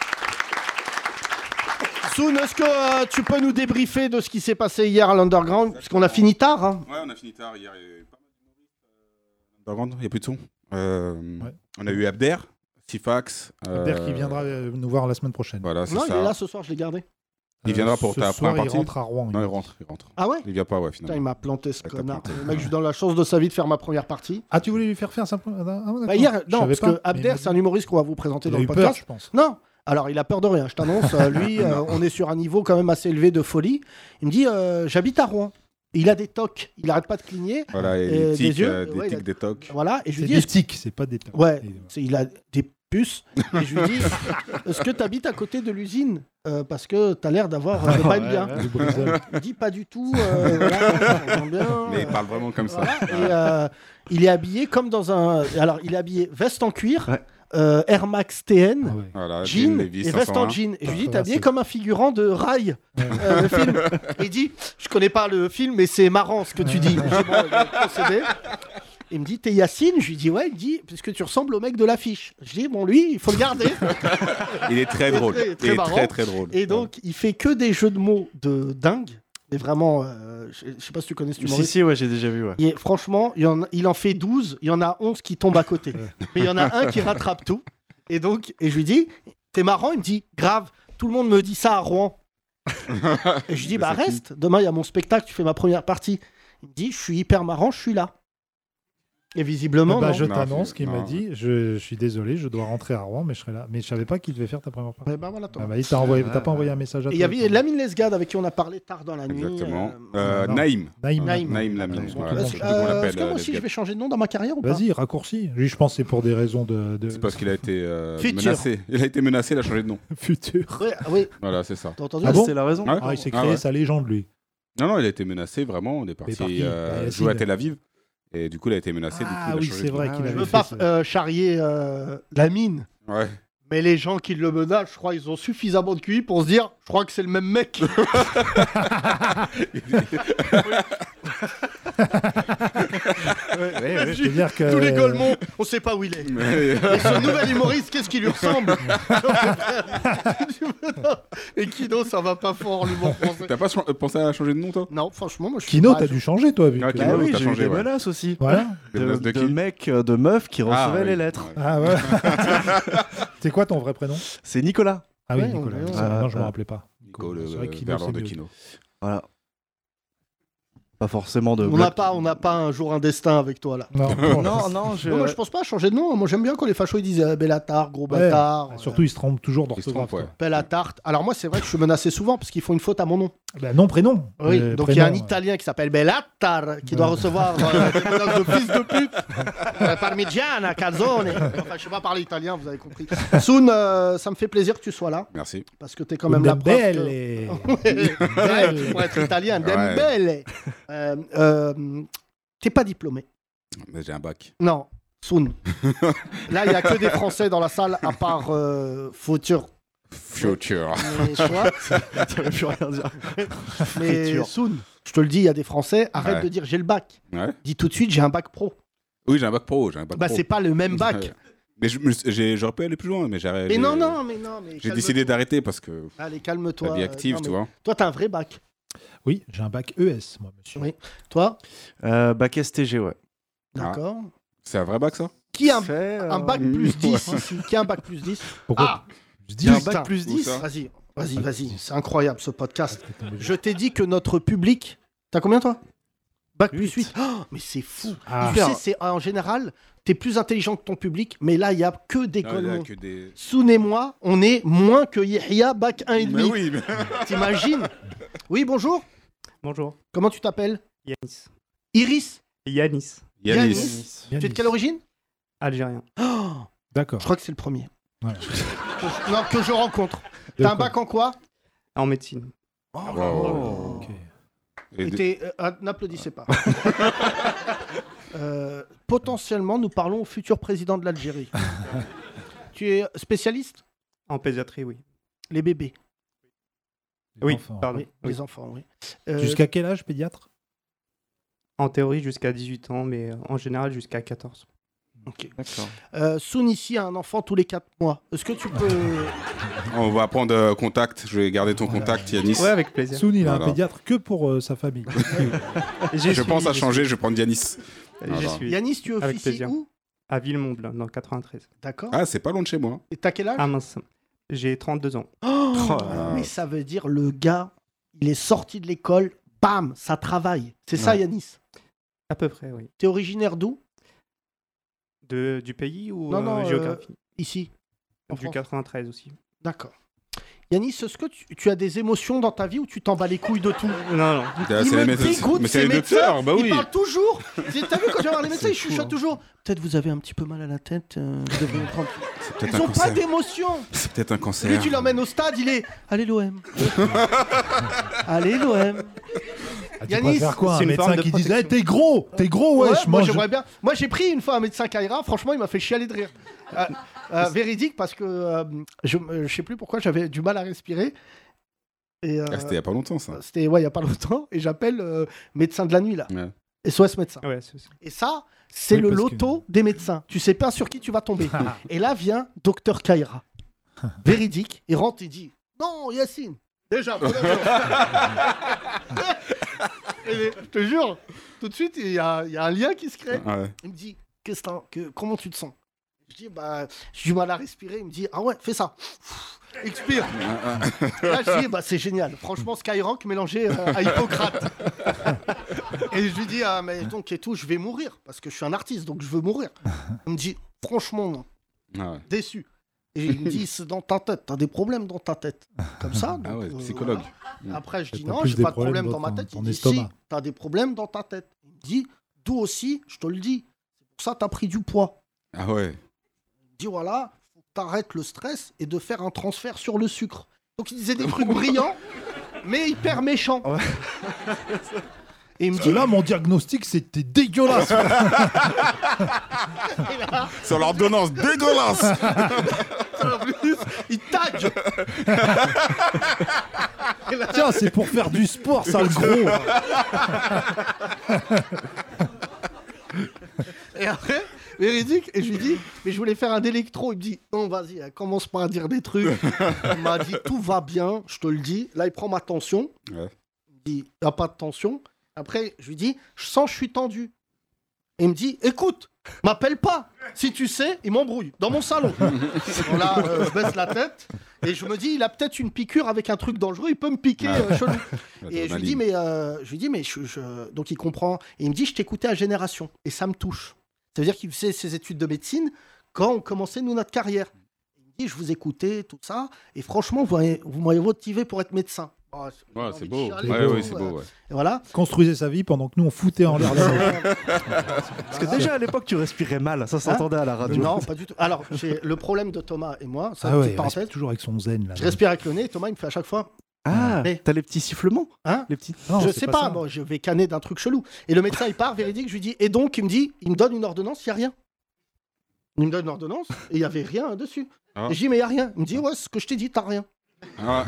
Soun, est-ce que euh, tu peux nous débriefer de ce qui s'est passé hier à l'Underground? Parce qu'on a fini tard. Hein. Ouais, on a fini tard hier. Il y a eu pas mal d'humoristes. Underground, il n'y a plus de son. Euh, On a eu Abder, Sifax. Abder euh, qui viendra euh, nous voir la semaine prochaine. Voilà, c'est Non, ça. il est là ce soir, je l'ai gardé. Il viendra pour ce ta soir, première il partie. rentre à Rouen, il Non, m'a il dit. rentre, il rentre. Ah ouais? Il vient pas, ouais, Putain, finalement. il m'a planté ce Ouais, t'as connard. planté. Le mec, je lui donne la chance de sa vie de faire ma première partie. Ah, tu voulais lui faire faire ça? Ah, d'accord. Bah, hier, Je non, savais parce pas, que Abder, mais il c'est un humoriste qu'on va vous présenter Il dans a le eu peur, podcast. je pense. Non, alors il a peur de rien, je t'annonce. euh, lui, euh, on est sur un niveau quand même assez élevé de folie. Il me dit, euh, j'habite à Rouen. Et il a des tocs, il arrête pas de cligner. Voilà, et Et des des tics, yeux, euh, des ouais, il a- tics, des tocs. Voilà, et je C'est lui dis, des est-ce- tics, c'est pas des tocs. Ouais, c'est- il a des puces. Et je lui dis, est-ce que tu habites à côté de l'usine? Euh, Parce que tu as l'air d'avoir euh, pas Ouais, être bien. ouais, du Bruxelles. Il dit pas du tout. euh, voilà, on entend bien. Mais il parle vraiment comme ça. Voilà, et, euh, il est habillé comme dans un. Alors, il est habillé veste en cuir, euh, Air Max T N, Ah ouais. Voilà, jean Levi's et veste cinq cent un. en jean. Et je lui dis, Ah, t'es habillé c'est- comme un figurant de Rail, euh, le film. Et il dit, je connais pas le film, mais c'est marrant ce que tu dis. Je dis, bon, il va procéder. Il me dit, t'es Yacine? Je lui dis, ouais. Il me dit, puisque tu ressembles au mec de l'affiche. Je dis, bon, lui, il faut le garder. Il est très drôle. Très, Il très est marrant. très très drôle. Et donc, il fait que des jeux de mots de dingue. Mais vraiment, euh, je je sais pas si tu connais ce Si, humoriste. si, ouais, j'ai déjà vu, ouais. Et franchement, il en, il en fait douze, il y en a onze qui tombent à côté. Mais il y en a un qui rattrape tout. Et donc, et je lui dis, t'es marrant? Il me dit, grave, tout le monde me dit ça à Rouen. Et je lui dis, bah c'est qui reste, demain il y a mon spectacle, tu fais ma première partie. Il me dit, je suis hyper marrant, je suis là. Et visiblement, bah, non. je Non, t'annonce c'est- qu'il m'a non. dit, je, je suis désolé, je dois rentrer à Rouen, mais je serai là. Mais je savais pas qu'il devait faire ta première partie. Ouais, bah voilà, toi. Ah bah, il t'a envoyé, t'as pas envoyé un message à Et il y toi, avait toi. Lamine Lesgade avec qui on a parlé tard dans la nuit. Exactement. euh, Euh, non. Naïm. Naïm. Naïm. Naïm Lamine. Naïm. Voilà, Est-ce c'est que, comme on euh, l'appelle, est-ce que moi euh, aussi les je vais changer de nom dans ma carrière ou pas? Vas-y, raccourci. Lui, je pense que c'est pour des raisons de, de... C'est parce qu'il a été euh, Futur. menacé. Il a été menacé, il a changé de nom. futur. Ouais, ah oui, Voilà, c'est ça. t'as entendu? Ah bon C'est la raison. Ouais. Ah, il s'est Ah créé ouais. sa légende, lui. Non, non, il a été menacé vraiment. On est par parti qui euh, Par Yacine. jouer à Tel Aviv. Et du coup, il a été menacé. du coup, Ah il a oui, changé c'est de nom. vrai Ah qu'il ouais. Je avait veux fait pas ça. euh, charrier euh, la mine. Ouais. Mais les gens qui le menacent, je crois, ils ont suffisamment de Q I pour se dire, je crois que c'est le même mec. Ouais, ouais, je veux dire que- Tous les Golemons, on sait pas où il est. Mais- Et ce nouvel humoriste, qu'est-ce qui lui ressemble Et Kino, ça va pas fort, l'humour français. T'as pas ch- pensé à changer de nom, toi? Non, franchement, moi je suis. Kino, pas- t'as dû changer, toi, vu Ah, que- Kino, Bah oui, t'as j'ai eu changé, des ouais. menaces aussi. Voilà. Des De, menaces de de qui? mecs, euh, de meufs qui Ah, recevaient oui. les lettres. Ouais. Ah ouais. C'est quoi ton vrai prénom? C'est Nicolas. Ah oui, Ouais, Nicolas. ouais, ouais. Ça, non, je me Ah, rappelais pas. Nico, le C'est vrai que Kino, Berlin c'est de mieux. Kino. Voilà. Pas forcément de. On n'a pas, on n'a pas un jour un destin avec toi là. Non, Non, non, je. Non, moi je pense pas à changer de nom. Moi j'aime bien quand les fachos ils disent euh, Bellatar, gros Ouais. bâtard. Ah, surtout, ils se trompent toujours Ils se d'orthographe. trompent, ouais. quoi. Belle à tarte. Alors moi c'est vrai que je suis menacé souvent parce qu'ils font une faute à mon nom. Bah, nom, prénom. Oui, Euh, donc il y a un prénom, Italien qui s'appelle Bellatar qui doit Ouais. recevoir euh, des menaces de fils de pute. Euh, Parmigiana, calzone. Enfin je sais pas parler italien, vous avez compris. Soun, euh, ça me fait plaisir que tu sois là Merci. parce que t'es quand même la preuve que... Dembélé. Ouais, pour être italien, Dembélé. Euh, euh, T'es pas diplômé. Mais j'ai un bac. Non, Soun. Là, il y a que des Français dans la salle, à part euh, Futur. Future. Mais, tu vois, Ça veut plus rien dire. mais Futur. Soun, je te le dis, il y a des Français, arrête Ouais. de dire j'ai le bac. Ouais. Dis tout de suite, j'ai un bac pro. Oui, j'ai un bac pro. J'ai un bac Bah, pro. c'est pas le même bac. Mais je me- j'ai- j'aurais pu aller plus loin, mais j'arrête. Mais non, non, mais non. Mais J'ai calme-toi. décidé d'arrêter parce que Allez, calme-toi. la vie euh, active, non, tu mais vois. Toi, t'as un vrai bac. Oui, j'ai un bac E S, moi, monsieur. Oui. Toi, Euh, bac S T G, ouais. d'accord. C'est un vrai bac, ça? Qui a un, Fait, un euh, bac plus Ouais. dix ici? Qui a un bac plus dix? Pourquoi Ah, Je il y a un dis bac plus Où dix. ça Vas-y, vas-y, vas-y. C'est incroyable ce podcast. Je t'ai dit que notre public. T'as combien toi? Bac plus huit. Oh, mais c'est fou. Ah. Tu sais, c'est en général, t'es plus intelligent que ton public, mais là, il y a que des Non, il y a conneries. que des... Soun et moi, on est moins que Yahya, bac un et Mais demi. oui, mais... T'imagines? Oui, bonjour. Bonjour. Comment tu t'appelles? Yanis. Iris? Yanis. Yanis. Tu es de quelle origine? Algérien. Oh, D'accord. je crois que c'est le premier. Ouais. Que- non, que je rencontre. De T'as un quoi bac en quoi? En médecine. Oh, Wow. Ok. Et Et de- t'es- euh, ah, n'applaudissez pas. Euh, potentiellement, nous parlons au futur président de l'Algérie. Tu es spécialiste? En pédiatrie, oui. Les bébés. Les Oui, enfants. pardon. Oui, Oui. les enfants, oui. Euh, Jusqu'à quel âge, pédiatre? En théorie jusqu'à dix-huit ans, mais euh, en général jusqu'à quatorze. ok. D'accord. Euh, Soun ici a un enfant tous les quatre mois. Est-ce que tu peux... On va prendre euh, contact. Je vais garder ton Voilà. contact, Yanis. Ouais, avec plaisir. Soun, il a un Voilà. pédiatre que pour euh, sa famille. J'ai Je pense suivi, à j'ai changer, je vais prendre Yanis. suivi. Voilà. J'ai suivi. Yanis, tu Avec officies plaisir. où? À Villemonde, là, dans le quatre-vingt-treize. D'accord. Ah, c'est pas loin de chez moi. Et t'as quel âge? Ah mince. J'ai trente-deux ans. Oh, Ah. mais ça veut dire le gars, il est sorti de l'école, bam, ça travaille. C'est ça, Ouais. Yanis? À peu près, oui. T'es originaire d'où? De, du pays ou Non, non, euh, euh, géographie Ici. en Du France. quatre-vingt-treize aussi. D'accord. Yanis, est-ce que tu, tu as des émotions dans ta vie ou tu t'en bats les couilles de tout? Non, non. Ah, Il c'est me les médecins- dégoûte, Mais c'est ces les médecins, docteurs, bah oui. Ils parlent toujours. C'est- T'as vu quand je vais voir les médecins, C'est ils fou, chuchotent hein. toujours. Peut-être vous avez un petit peu mal à la tête. euh, vous devriez prendre. C'est peut-être Ils un n'ont pas cancer. d'émotion. C'est peut-être un cancer. Lui, tu l'emmènes au stade, il est. Allez l'O M. Allez l'O M. Ah, tu Yanis, préfères quoi? c'est Un une forme médecin de qui dise protection. Eh, t'es gros, t'es gros, Ouais, wesh, moi mange. j'aimerais bien. Moi j'ai pris une fois un médecin Kaira, franchement il m'a fait chialer de rire. Euh, euh, véridique parce que euh, je, euh, je sais plus pourquoi j'avais du mal à respirer. Et, euh, Ah, c'était il y a pas longtemps, ça. C'était ouais il y a pas longtemps et j'appelle euh, médecin de la nuit là. Ouais. S O S médecin. Ouais, c'est ça. Et ça c'est Oui, le parce loto des médecins. Tu sais pas sur qui tu vas tomber. Et là vient docteur Kaira. Véridique, il rentre et dit non Yacine. Déjà. première chose. Et je te jure, tout de suite il y a, il y a un lien qui se crée. Ouais. Il me dit, Qu'est-ce que, que comment tu te sens? Je dis, bah, j'ai du mal à respirer. Il me dit, ah ouais, fais ça. Expire. Là, je dis, bah, c'est génial. Franchement, Skyrock mélangé euh, à Hippocrate. Et je lui dis, ah, mais donc, et tout, je vais mourir. Parce que je suis un artiste, donc je veux mourir. Il me dit, franchement, non. Ah ouais. Déçu. Et il me dit, c'est dans ta tête. T'as des problèmes dans ta tête. Comme ça. Ah donc, ouais, euh, psychologue. voilà. Après, je Et dis, t'as non, plus j'ai des pas de problème problèmes dans ma dans tête. ton- Il ton dit, si, estomac. t'as des problèmes dans ta tête. Il me dit, d'où aussi, je te le dis. C'est pour ça que t'as pris du poids. Ah ouais. Il me dit, voilà, faut que t'arrêtes le stress et de faire un transfert sur le sucre. Donc il disait des trucs brillants, mais hyper méchants. Et il me dit, Là, mon diagnostic, c'était dégueulasse. Sur l'ordonnance dégueulasse. en plus, il tag. Tiens, c'est pour faire du sport, ça, le gros. Et après, véridique. Et je lui dis, mais je voulais faire un d'électro. Il me dit, non, vas-y, commence pas à dire des trucs. Il m'a dit, tout va bien, je te le dis. Là, il prend ma tension. Ouais. Il me dit, il n'y a pas de tension. Après, je lui dis, je sens que je suis tendu. Et il me dit, écoute, m'appelle pas. Si tu sais, il m'embrouille dans mon salon. Là, euh, je baisse la tête et je me dis, il a peut-être une piqûre avec un truc dangereux, il peut me piquer euh, chelou. Et je lui dis, mais, euh, je lui dis, mais je, je... donc il comprend. Et il me dit, je t'écoutais à Génération et ça me touche. Ça veut dire qu'il faisait ses études de médecine quand on commençait, nous, notre carrière. Il me dit, je vous écoutais, tout ça, et franchement, vous m'avez, vous m'avez motivé pour être médecin. Oh, ouais, c'est beau. Chialer, Ouais, beau, ouais, c'est beau. Ouais. Et voilà. Construisait sa vie pendant que nous on foutait en l'air. Parce que déjà à l'époque tu respirais mal, ça s'entendait Hein à la radio. Non, pas du tout. Alors, j'ai le problème de Thomas et moi, ça, Ah ouais, petite il parenthèse, respire toujours avec son zen là. je respire avec le nez et Thomas il me fait à chaque fois. Ah, Mais- t'as les petits sifflements Hein Les petits. Non, je c'est sais pas pas, ça. moi je vais canner d'un truc chelou. Et le médecin il part, véridique, je lui dis, et donc il me dit, il me donne une ordonnance, il n'y a rien. Il me donne une ordonnance et il n'y avait rien dessus. Ah. Et je dis, mais il n'y a rien. Il me dit, ouais, ce que je t'ai dit, t'as rien. Ah.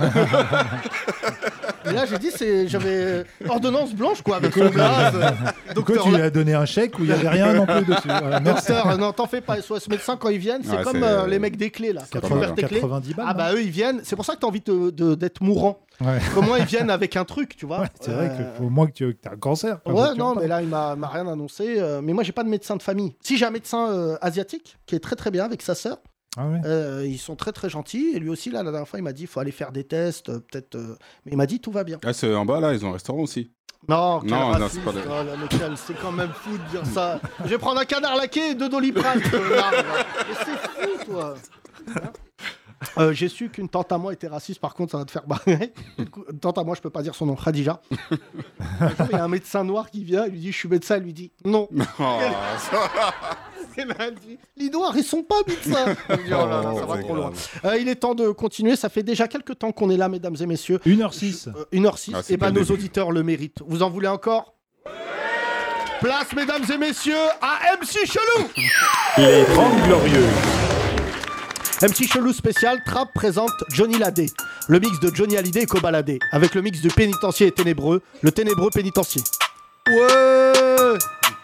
Et là j'ai dit, c'est... j'avais ordonnance blanche quoi, avec le gaz. Donc tu lui as donné un chèque où il n'y avait rien non plus dessus. Voilà, merci. Docteur, euh, non, t'en fais pas. S O S médecin, quand ils viennent, c'est Ouais, comme c'est, euh, euh, les mecs des clés là. Quand tu quatre-vingts perds tes clés. quatre-vingt-dix balles. Ah bah eux ils viennent. C'est pour ça que t'as envie de, de- d'être mourant. Ouais. Comment ils viennent avec un truc, tu vois. Ouais, c'est vrai Euh, qu'il faut au moins que tu as un cancer. Enfin, faut Ouais, que tu non, en mais parles. là il m'a, m'a rien annoncé. euh, mais moi j'ai pas de médecin de famille. Si j'ai un médecin euh, asiatique qui est très très bien avec sa sœur. Ah ouais. Euh, ils sont très très gentils. Et lui aussi là la dernière fois il m'a dit il faut aller faire des tests, euh, peut-être. euh, Mais il m'a dit tout va bien. Ah, c'est en bas là, ils ont un restaurant aussi. Non, quel Non, non, raciste, c'est pas le- oh là, mais quel- c'est quand même fou de dire ça. Je vais prendre un canard laqué et deux doliprane. connard, va. Mais c'est fou, toi. Hein Euh, j'ai su qu'une tante à moi était raciste, par contre, ça va te faire barrer. Du coup, une tante à moi, je peux pas dire son nom, Khadija. Un jour, il y a un médecin noir qui vient, il lui dit je suis médecin, il lui dit non. Oh, Et là, elle dit les noirs, ils sont pas médecins. Je dis, oh là là, ça va c'est trop loin. grave. Euh, il est temps de continuer, ça fait déjà quelques temps qu'on est là, mesdames et messieurs. une heure six. Euh, une heure six, Ah, c'est et ben pas le nos début. auditeurs le méritent. Vous en voulez encore? Place, mesdames et messieurs, à M C Chelou. Les trente Glorieux. M C Chelou spécial, Trap présente Johnny Ladé. Le mix de Johnny Hallyday et Kobalade. Avec le mix du pénitencier et ténébreux, le ténébreux pénitencier. Ouais.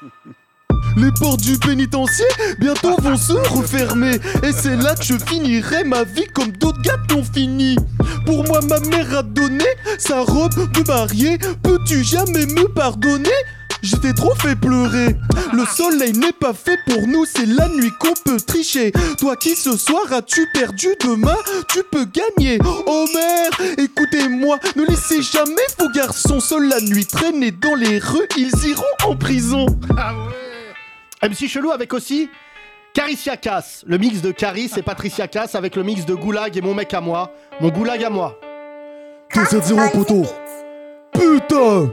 Les portes du pénitencier bientôt vont se refermer. Et c'est là que je finirai ma vie comme d'autres gars l'ont fini. Pour moi ma mère a donné sa robe de mariée. Peux-tu jamais me pardonner? J'étais trop fait pleurer. Le soleil n'est pas fait pour nous, c'est la nuit qu'on peut tricher. Toi qui ce soir as-tu perdu, demain tu peux gagner. Oh mère, écoutez-moi, ne laissez jamais vos garçons seuls la nuit traîner dans les rues, ils iront en prison. Ah ouais. M C Chelou avec aussi Caricia Cass. Le mix de Caris et Patricia Cass avec le mix de Goulag et mon mec à moi. Mon Goulag à moi. deux sept zéro poteau. Putain.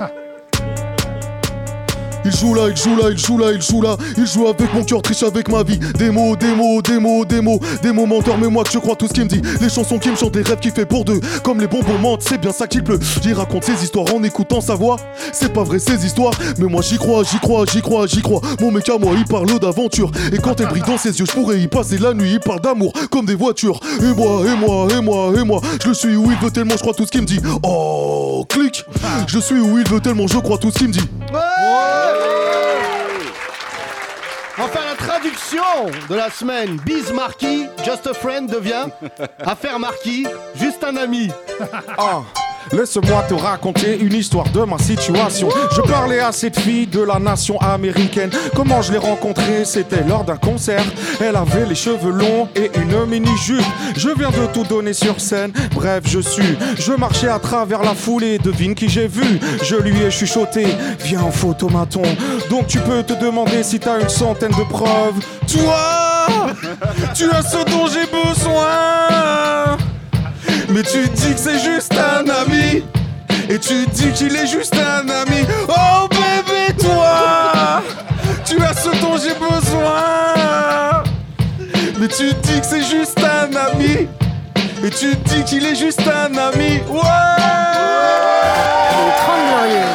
Il joue là, il joue là, il joue là, il joue là. Il joue avec mon cœur, triche avec ma vie. Des mots, des mots, des mots, des mots. Des mots menteurs, mais moi que je crois tout ce qu'il me dit. Les chansons qui me chantent, les rêves qu'il fait pour deux. Comme les bonbons mentent, c'est bien ça qu'il pleut. J'y raconte ses histoires en écoutant sa voix. C'est pas vrai ces histoires, mais moi j'y crois, j'y crois, j'y crois, j'y crois. Mon mec à moi, il parle d'aventure. Et quand elle brille dans ses yeux, je pourrais y passer la nuit. Il parle d'amour, comme des voitures. Et moi, et moi, et moi, et moi. Je le suis où il veut tellement, je crois tout ce qu'il me dit. Oh, clic. Je suis où il veut tellement, je crois tout ce qu'il me dit. Enfin, la traduction de la semaine. Biz Marquis, Just a Friend devient Affaire Marquis, juste un ami. Ah, laisse-moi te raconter une histoire de ma situation. Je parlais à cette fille de la nation américaine. Comment je l'ai rencontrée, c'était lors d'un concert. Elle avait les cheveux longs et une mini-jupe. Je viens de tout donner sur scène, bref je suis. Je marchais à travers la foule et devine qui j'ai vu. Je lui ai chuchoté, viens en photomaton. Donc tu peux te demander si t'as une centaine de preuves. Toi, tu as ce dont j'ai besoin. Mais tu dis que c'est juste un ami. Et tu dis qu'il est juste un ami. Oh bébé toi, tu as ce dont j'ai besoin. Mais tu dis que c'est juste un ami. Et tu dis qu'il est juste un ami. Ouais. Les trente Glorieux.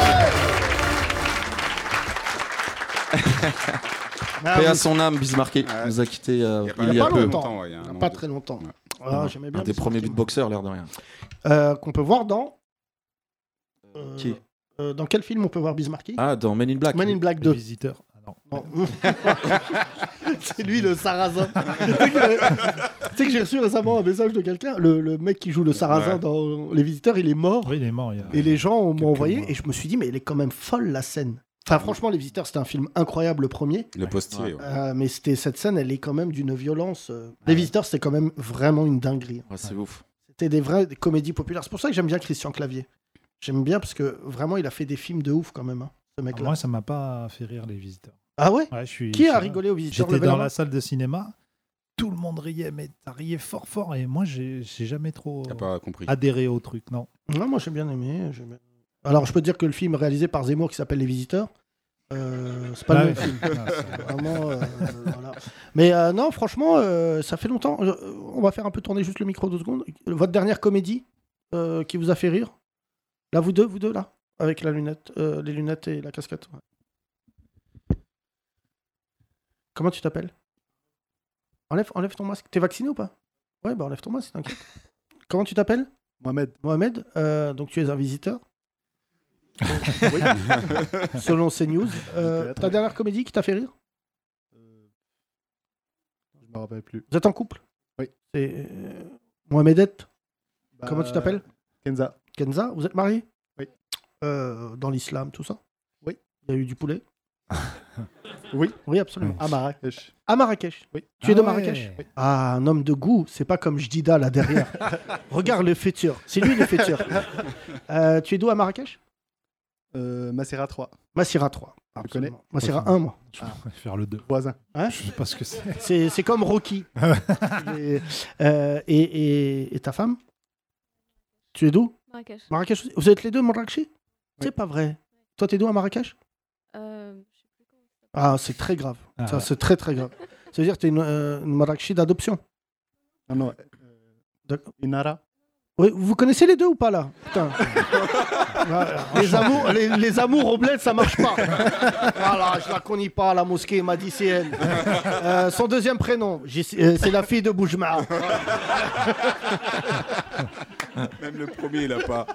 Ah, Paix à oui. son âme, Bismarcké. Il nous a quittés euh, Il il n'y y a a pas peu. longtemps. Il y a pas très longtemps. Ah, j'aimais bien Un des Biz premiers Markie. beatboxers, l'air de rien. Euh, qu'on peut voir dans. euh, Qui euh, Dans quel film on peut voir Biz Markie? Ah, dans Men in Black. Men in Black deux. Visiteur. Ah, non. C'est lui le sarrasin. Tu sais que, tu sais que j'ai reçu récemment un message de quelqu'un. Le, le mec qui joue le sarrasin Ouais. dans Les Visiteurs, il est mort. Oui, il est mort. Il y a... Et les gens m'ont envoyé mois. et je me suis dit, mais elle est quand même folle la scène. Enfin, franchement, Les Visiteurs, c'était un film incroyable le premier. Le postier. ouais. Euh, mais c'était cette scène, elle est quand même d'une violence. euh. Les Visiteurs, c'était quand même vraiment une dinguerie. Ouais, c'est ouf. C'était des vraies des comédies populaires. C'est pour ça que j'aime bien Christian Clavier. J'aime bien parce que vraiment, il a fait des films de ouf quand même, hein, ce mec-là. Moi, ça m'a pas fait rire, Les Visiteurs. Ah ouais, Ouais, je suis, Qui je a sais rigolé pas. aux Visiteurs? J'étais Levez la dans main. la salle de cinéma, tout le monde riait, mais ça riait fort fort, et moi, j'ai j'ai jamais trop T'as pas compris. adhéré au truc, non. Non, moi j'ai bien aimé. j'ai bien- Alors, je peux te dire que le film réalisé par Zemmour qui s'appelle Les Visiteurs, euh, c'est pas Ah le ouais. même film. Ah, c'est- Vraiment, euh, voilà. Mais euh, non, franchement, euh, ça fait longtemps. Euh, On va faire un peu tourner juste le micro deux secondes. Votre dernière comédie euh, qui vous a fait rire? Là, vous deux, vous deux, là, avec la lunette, euh, les lunettes et la casquette. ouais. Comment tu t'appelles? Enlève, enlève ton masque. T'es vacciné ou pas? Ouais, bah enlève ton masque, t'inquiète. Comment tu t'appelles? Mohamed. Mohamed, euh, donc tu es un visiteur. Oui. Selon CNews. Euh, Peut-être. ta dernière comédie qui t'a fait rire? Je me rappelle plus. Vous êtes en couple? Oui. C'est euh, Mohamedette. Bah, Comment tu t'appelles? Kenza. Kenza. Vous êtes marié? Oui. Euh, dans l'islam, tout ça? Oui. Il y a eu du poulet? Oui. Oui, absolument. À Marrakech. À Marrakech. Oui. Tu es Ah de ouais. Marrakech? Ah, un homme de goût. C'est pas comme Jdida là derrière. Regarde le futur. C'est lui le futur. Euh, tu es d'où à Marrakech? Euh, Macera trois. Massira trois. Tu connais? Massira un, moi. Je pourrais faire le deux. Voisin. Hein? Je sais pas ce que c'est. C'est c'est comme Rocky. et, euh, et, et, et ta femme? Tu es d'où? Marrakech. Marrakech aussi. Vous êtes les deux Marrakechis? C'est pas vrai. Toi, t'es d'où à Marrakech? Euh, Ah, c'est très grave. Ah Ça, ouais. c'est très très grave. Ça veut dire que t'es une, euh, une Marrakechie d'adoption. Non, non. Euh, Inara. Oui, vous connaissez les deux ou pas là? Putain. Voilà. les, amours, les, les amours au bled, ça marche pas. Voilà, je la connais pas, la mosquée m'a dit c'est elle. Euh, son deuxième prénom, j'ai- euh, c'est la fille de Boujma. Même le premier, il a pas.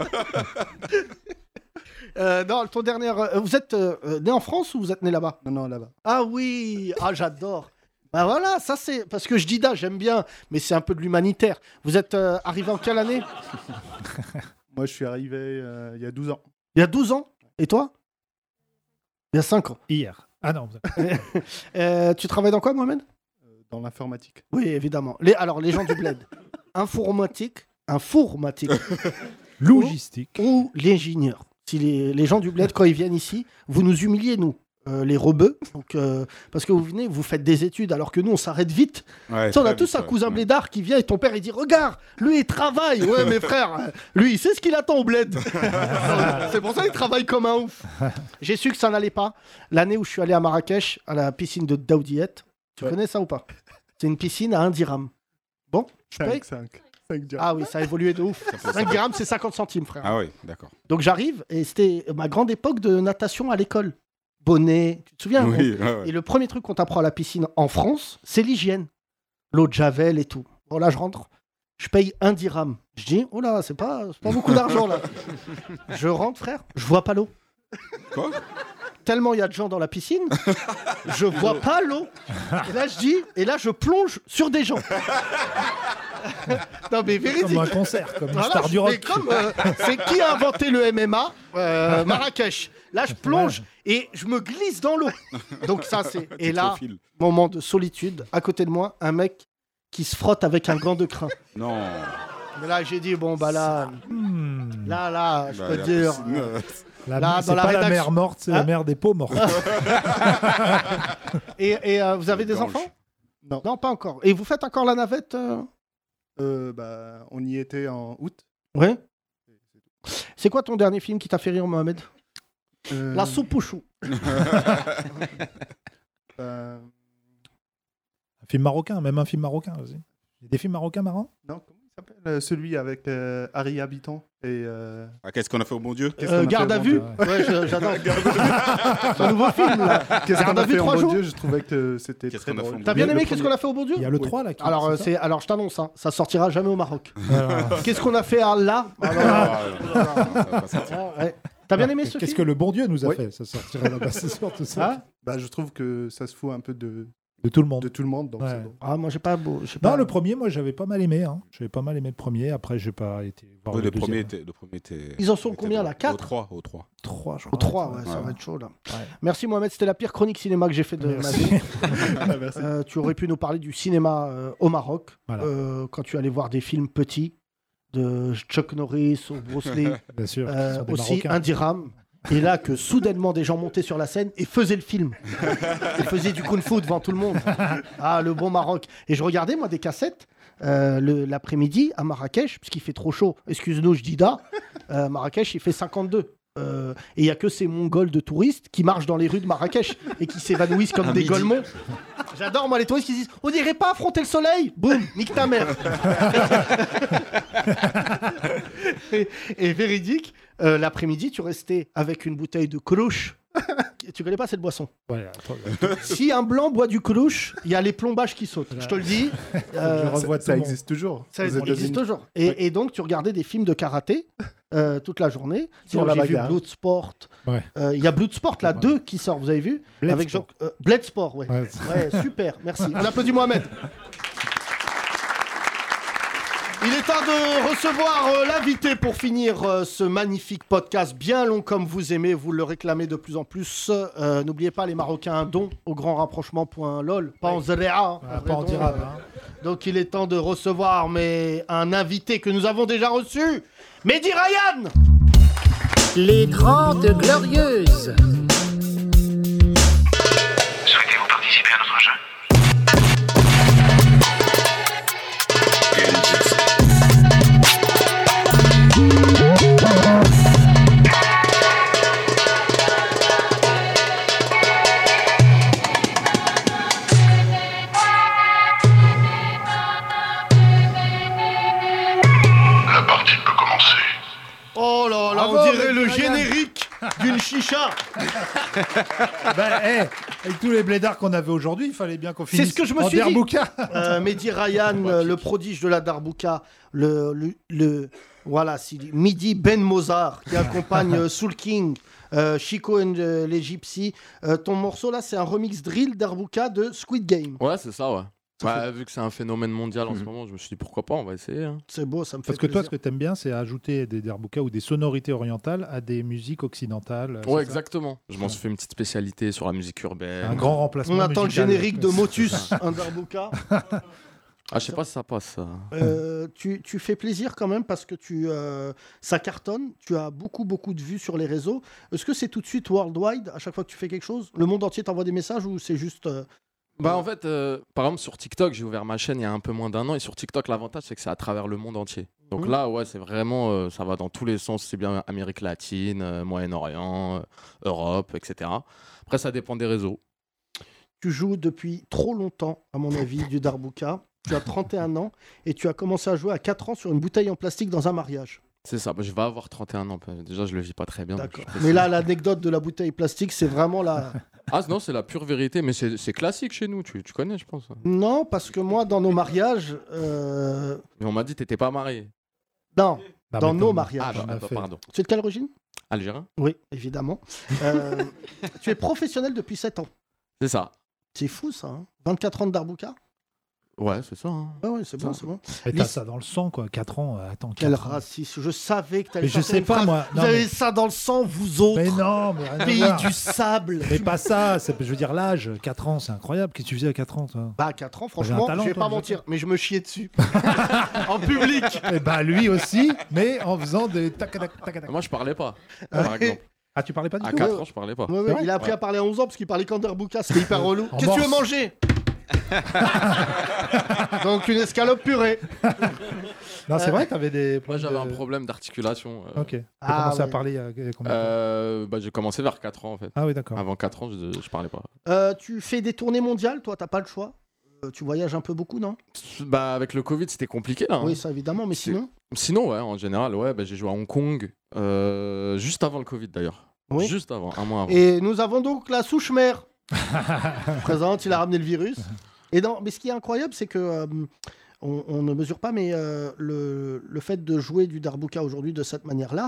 Euh, non, ton dernier. euh, vous êtes euh, né en France ou vous êtes né là-bas? Non, non, là-bas. Ah oui, ah j'adore. Bah voilà, ça c'est parce que je dis da, j'aime bien, mais c'est un peu de l'humanitaire. Vous êtes euh, arrivé en quelle année? Moi, je suis arrivé euh, il y a douze ans. Il y a douze ans. Et toi? Il y a cinq ans. Hier. Ah non. Euh, tu travailles dans quoi, Mohamed? Dans l'informatique. Oui, évidemment. Les, alors, les gens du bled. Informatique, informatique. Logistique. Ou, ou l'ingénieur. Si les, les gens du bled, quand ils viennent ici, vous nous humiliez, nous, euh, les rebeux. Donc, euh, parce que vous venez, vous faites des études, alors que nous, on s'arrête vite. Ouais, Tu sais, on a très tous vite, un ouais. cousin blédard qui vient et ton père, il dit regarde, lui, il travaille. Ouais, mes frères, lui, il sait ce qu'il attend au bled. C'est pour ça qu'il travaille comme un ouf. J'ai su que ça n'allait pas. L'année où je suis allé à Marrakech, à la piscine de Daoudiette. Tu Ouais. connais ça ou pas? C'est une piscine à un dirham. Bon, je paye. cinq. cinq dirhams. Ah oui, ça a évolué de ouf. fait cinq dirhams, c'est cinquante centimes, frère. Ah oui, d'accord. Donc j'arrive et c'était ma grande époque de natation à l'école. Bonnet, tu te souviens? Oui, on- ouais, ouais. Et le premier truc qu'on t'apprend à la piscine en France, c'est l'hygiène. L'eau de Javel et tout. Bon là, je rentre, je paye un dirham. Je dis, oh là, c'est pas, c'est pas beaucoup d'argent là. Je rentre, frère, je vois pas l'eau. Quoi? Tellement il y a de gens dans la piscine, je vois pas l'eau. Et là, je dis, et là, je plonge sur des gens. Non mais véridique. Comme un concert, comme une Voilà, star je- du rock. mais comme, euh, c'est qui a inventé le M M A? Euh, Marrakech. Là, je plonge et je me glisse dans l'eau. Donc ça, c'est... Et Tu te là, faufiles. moment de solitude, à côté de moi, un mec qui se frotte avec un gant de crin. Non. Mais là, j'ai dit, bon, bah là... Là, là, je Bah, peux la dire... piscine, euh, La- Là, c'est dans la pas la rédaction- mer morte, c'est Hein la mer des peaux mortes. Et, et, euh, vous avez des Blanche. enfants? Non. Non, pas encore. Et vous faites encore la navette euh Euh, bah, on y était en août. Ouais. C'est quoi ton dernier film qui t'a fait rire, Mohamed? Euh, La soupe au chou. bah, Un film marocain, même un film marocain aussi. Il y a des films marocains marrants? non, comment il s'appelle euh, celui avec euh, Harry Habitant et. euh, Ah, qu'est-ce qu'on a fait au bon Dieu? Qu'est-ce Euh, qu'on a garde fait à au vue. bon Dieu Ouais, je- j'adore. C'est un nouveau film, là. Qu'est-ce Garde qu'on à a vue fait au trois bon jours. Dieu? Je trouvais que c'était Qu'est-ce très qu'on a fait au drôle. bon T'as bien Le aimé premier- Qu'est-ce qu'on a fait au bon Dieu? Il y a le Oui. trois là. Qui, Alors, euh, c'est ça c'est... Alors, je t'annonce, hein, ça sortira jamais au Maroc. Alors, Qu'est-ce qu'on a fait à Allah? Alors, Ah, non, ça va pas sortir. ah, ouais. T'as bien aimé ce film ? Qu'est-ce que le bon Dieu nous a Oui. fait Ça sortira là-bas ce soir, tout ça. Hein Bah, je trouve que ça se fout un peu de, De tout le monde. de tout le monde. Donc Ouais. c'est bon. Ah, moi, j'ai pas beau. j'ai Non, pas- le premier, moi, j'avais pas mal aimé. Hein. J'avais pas mal aimé le premier. Après, j'ai pas été voir Ouais, le, le, premier deuxième. était, le premier était. Ils en sont était combien bon. là ? quatre ? Au trois. Au trois. trois, je Au crois. trois, ouais, ça Ouais. va être chaud là. Ouais. Merci Mohamed, c'était la pire chronique cinéma que j'ai fait de Merci. ma vie. Merci. Euh, tu aurais pu nous parler du cinéma euh, au Maroc, Voilà. euh, quand tu allais voir des films petits de Chuck Norris ou Bruce Lee, Bien sûr. euh, ce sont des aussi Marocains. un dirham. Et là, que soudainement des gens montaient sur la scène et faisaient le film. Ils faisaient du kung-fu devant tout le monde. Ah, le bon Maroc. Et je regardais, moi, des cassettes euh, le- l'après-midi à Marrakech, puisqu'il fait trop chaud. Excuse-nous, je dis da. Euh, Marrakech, il fait cinquante-deux. Euh, et il n'y a que ces Mongols de touristes qui marchent dans les rues de Marrakech et qui s'évanouissent comme À des midi. golemons. J'adore, moi, les touristes qui disent on n'irait pas affronter le soleil. Boum, nique ta mère. et, et véridique, euh, l'après-midi, tu restais avec une bouteille de coloche. Tu connais pas cette boisson ? Ouais, attends, Si un blanc boit du coloche, il y a les plombages qui sautent. Je te le dis. Euh, je revois Ça, ça tout le monde. existe toujours. ça aux existe États-Unis. toujours. Et, et donc, tu regardais des films de karaté euh, toute la journée. Sur Sinon, la j'ai vu bagarre. Bloodsport. Ouais. Euh, Il y a Bloodsport, là, deux qui sortent, vous avez vu Bloodsport. Avec Jean... euh, Bloodsport, ouais. Ouais. Ouais, super, merci. On applaudit Mohamed. Il est temps de recevoir euh, l'invité pour finir euh, ce magnifique podcast bien long comme vous aimez, vous le réclamez de plus en plus. Euh, N'oubliez pas les Marocains un don au grand rapprochement.lol, pas en zéréa. hein, Ah, un pas en vrai don, dirham, euh. hein. Donc il est temps de recevoir mais un invité que nous avons déjà reçu, Mehdi Ryan. Les Trente Glorieuses. Souhaitez-vous participer à notre jeu? La partie peut commencer. Oh là là, Bravo, on dirait Mehdi le Ryan. générique d'une chicha. Ben, hey, avec tous les blédards qu'on avait aujourd'hui, il fallait bien qu'on C'est finisse ce que je me en suis dit. Darbouka. Euh, Mehdi Ryan, euh, le prodige de la Darbouka, le, le, le- voilà, c'est Midi Ben Mozart qui accompagne euh, Soul King, euh, Chico and euh, les Gypsies. Euh, ton morceau là, c'est un remix drill Darbouka de Squid Game. Ouais, c'est ça, ouais. Ça Ouais, vu que c'est un phénomène mondial en Mhm. ce moment, je me suis dit pourquoi pas, on va essayer. hein. C'est beau, ça me fait Parce que toi, ce plaisir. que t'aimes bien, c'est ajouter des Darbouka ou des sonorités orientales à des musiques occidentales. euh, Ouais, c'est ça exactement. Je m'en suis fait une petite spécialité sur la musique urbaine. Un grand remplacement. On attend le musical. générique de Motus, un Darbouka. Ah, je sais pas si ça passe, ça. Euh, tu, tu fais plaisir quand même parce que tu, euh, ça cartonne. Tu as beaucoup, beaucoup de vues sur les réseaux. Est-ce que c'est tout de suite worldwide à chaque fois que tu fais quelque chose? Le monde entier t'envoie des messages ou c'est juste. euh, Bah en fait, euh, par exemple sur TikTok, j'ai ouvert ma chaîne il y a un peu moins d'un an et sur TikTok l'avantage c'est que c'est à travers le monde entier. Donc Mhm. là ouais c'est vraiment, euh, ça va dans tous les sens, c'est bien Amérique latine, euh, Moyen-Orient, euh, Europe, et cetera. Après ça dépend des réseaux. Tu joues depuis trop longtemps, à mon avis, du Darbouka. Tu as trente et un ans et tu as commencé à jouer à quatre ans sur une bouteille en plastique dans un mariage. C'est ça, bah, je vais avoir trente et un ans, déjà je le vis pas très bien. donc D'accord. je précise. Mais là, l'anecdote de la bouteille plastique, c'est vraiment la. Ah non c'est la pure vérité, mais c'est c'est classique chez nous, tu, tu connais je pense. Non, parce que moi, dans nos mariages. euh, Mais on m'a dit t'étais pas marié. Non, Bah, dans mais nos t'en- mariages. Ah, bah, ah, bah, pardon. Tu es de quelle origine? Algérien. Oui, évidemment. Euh, tu es professionnel depuis sept ans. C'est ça. C'est fou ça, hein. vingt-quatre ans de Darbouka. Ouais c'est ça. hein. Ah ouais, c'est bon, Ça. c'est bon. Et t'as Lys- ça dans le sang, quoi. quatre ans, euh, attends. Quel quatre ans. racisme. Je savais que tu allais Mais je sais pas, moi. Vous Non, avez mais- ça dans le sang, vous autres. Mais non, mais rien à Pays voir. du sable. Mais pas ça, c'est- je veux dire l'âge. quatre ans, c'est incroyable. Qu'est-ce que tu faisais à quatre ans, toi? Bah, quatre ans, T'avais un franchement, talent, je vais toi, pas déjà. mentir, mais je me chiais dessus. En public. Et bah lui aussi, mais en faisant des tac tac tac tac. Moi je parlais pas, Ah par ouais. exemple. Ah, tu parlais pas du À tout? quatre ans je parlais pas. Ouais, ouais, C'est vrai il a appris Ouais. à parler à onze ans parce qu'il parlait qu'en Darbouka, c'était hyper relou. En Qu'est-ce que tu veux morse. manger? Donc une escalope purée. Non, c'est vrai que t'avais des. Moi j'avais un de- problème d'articulation. euh. Ok. T'as Ah, commencé à ouais. parler il y a combien de temps? Euh, bah, j'ai commencé vers quatre ans en fait. Ah oui, d'accord. Avant quatre ans, je, je parlais pas. Euh, tu fais des tournées mondiales, toi, t'as pas le choix. Euh, tu voyages un peu beaucoup, non? Bah, avec le Covid, c'était compliqué là. hein. Oui, ça évidemment, mais C'est- sinon. Sinon, ouais, en général, ouais, bah, j'ai joué à Hong Kong euh, juste avant le Covid d'ailleurs. Oui. Juste avant, un mois avant. Et nous avons donc la souche mère. Présente, il a ramené le virus. Et non, mais ce qui est incroyable, c'est que euh, on, on ne mesure pas, mais euh, le, le fait de jouer du Darbouka aujourd'hui de cette manière-là,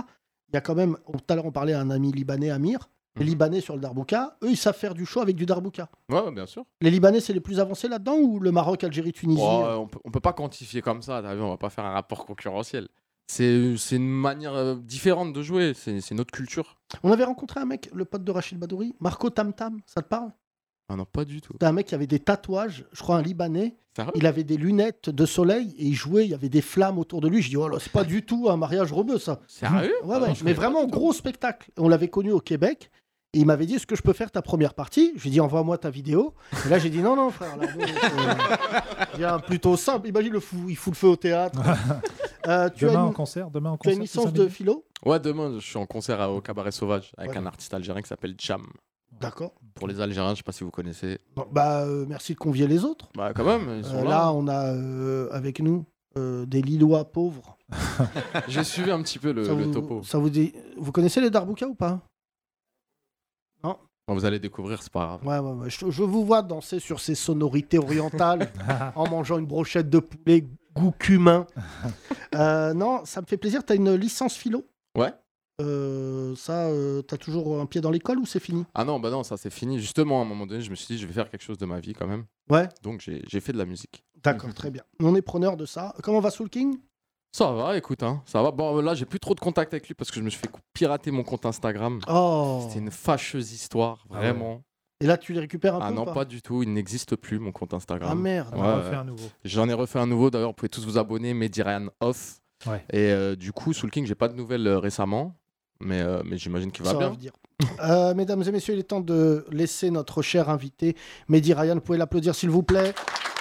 il y a quand même, tout à l'heure on parlait à un ami libanais, Amir, les Libanais sur le darbouka, eux ils savent faire du chaud avec du darbouka. Ouais, bien sûr. Les Libanais c'est les plus avancés là-dedans ou le Maroc, Algérie, Tunisie? Oh, on peut, on peut pas quantifier comme ça, t'as vu, on va pas faire un rapport concurrentiel. C'est c'est une manière euh, différente de jouer, c'est c'est notre culture. On avait rencontré un mec, le pote de Rachid Badouri, Marco Tam Tam, ça te parle? Ah non, pas du tout. C'était un mec qui avait des tatouages, je crois un Libanais. Sérieux? Il avait des lunettes de soleil et il jouait, il y avait des flammes autour de lui. Je dis, oh là, c'est pas du tout un mariage rebeu ça. Sérieux? Ouais, Ah ouais, non, je mais connais pas vraiment gros spectacle. On l'avait connu au Québec. Et il m'avait dit, est-ce que je peux faire ta première partie? Je lui ai dit, envoie-moi ta vidéo. Et là, j'ai dit, non, non, frère. Là, nous, c'est bien plutôt simple. Imagine, le fou, il fout le feu au théâtre. euh, tu Demain as en une... concert, demain en Tu as concert. une c'est licence ça, de Mehdi philo? Ouais, demain, je suis en concert à- au Cabaret Sauvage avec Ouais. un artiste algérien qui s'appelle Cham. D'accord. Pour les Algériens, je sais pas si vous connaissez. Bon, bah, euh, merci de convier les autres. Bah, quand même, ils sont Euh, là. là, on a euh, avec nous euh, des Lillois pauvres. J'ai suivi un petit peu le, Ça le vous- topo. Ça vous dit... Vous connaissez les darbouka ou pas? Non. Bon, vous allez découvrir, c'est pas grave. Ouais, ouais, ouais. Je, je vous vois danser sur ces sonorités orientales en mangeant une brochette de poulet goût cumin. Euh, non, ça me fait plaisir. T'as une licence philo? Ouais. Euh, ça, euh, t'as toujours un pied dans l'école ou c'est fini? Ah non, bah non, ça c'est fini. Justement, à un moment donné, je me suis dit, je vais faire quelque chose de ma vie quand même. Ouais. Donc j'ai j'ai fait de la musique. D'accord, très bien. On est preneur de ça. Comment va Soul King? Ça va, écoute, hein, ça va. Bon, là, j'ai plus trop de contact avec lui parce que je me suis fait pirater mon compte Instagram. Oh. C'était une fâcheuse histoire, Ah ouais. vraiment. Et là, tu les récupères un Ah peu ou non, pas pas du tout. Il n'existe plus, mon compte Instagram. Ah, merde. On en a refait un nouveau. J'en ai refait un nouveau. D'ailleurs, vous pouvez tous vous abonner. Mehdi Ryan Off. Ouais. Et euh, du coup, Soul King, j'ai pas de nouvelles euh, récemment. Mais, euh, mais j'imagine qu'il va Ça bien. va venir. Euh, mesdames et messieurs, il est temps de laisser notre cher invité, Mehdi Ryan. Vous pouvez l'applaudir, s'il vous plaît.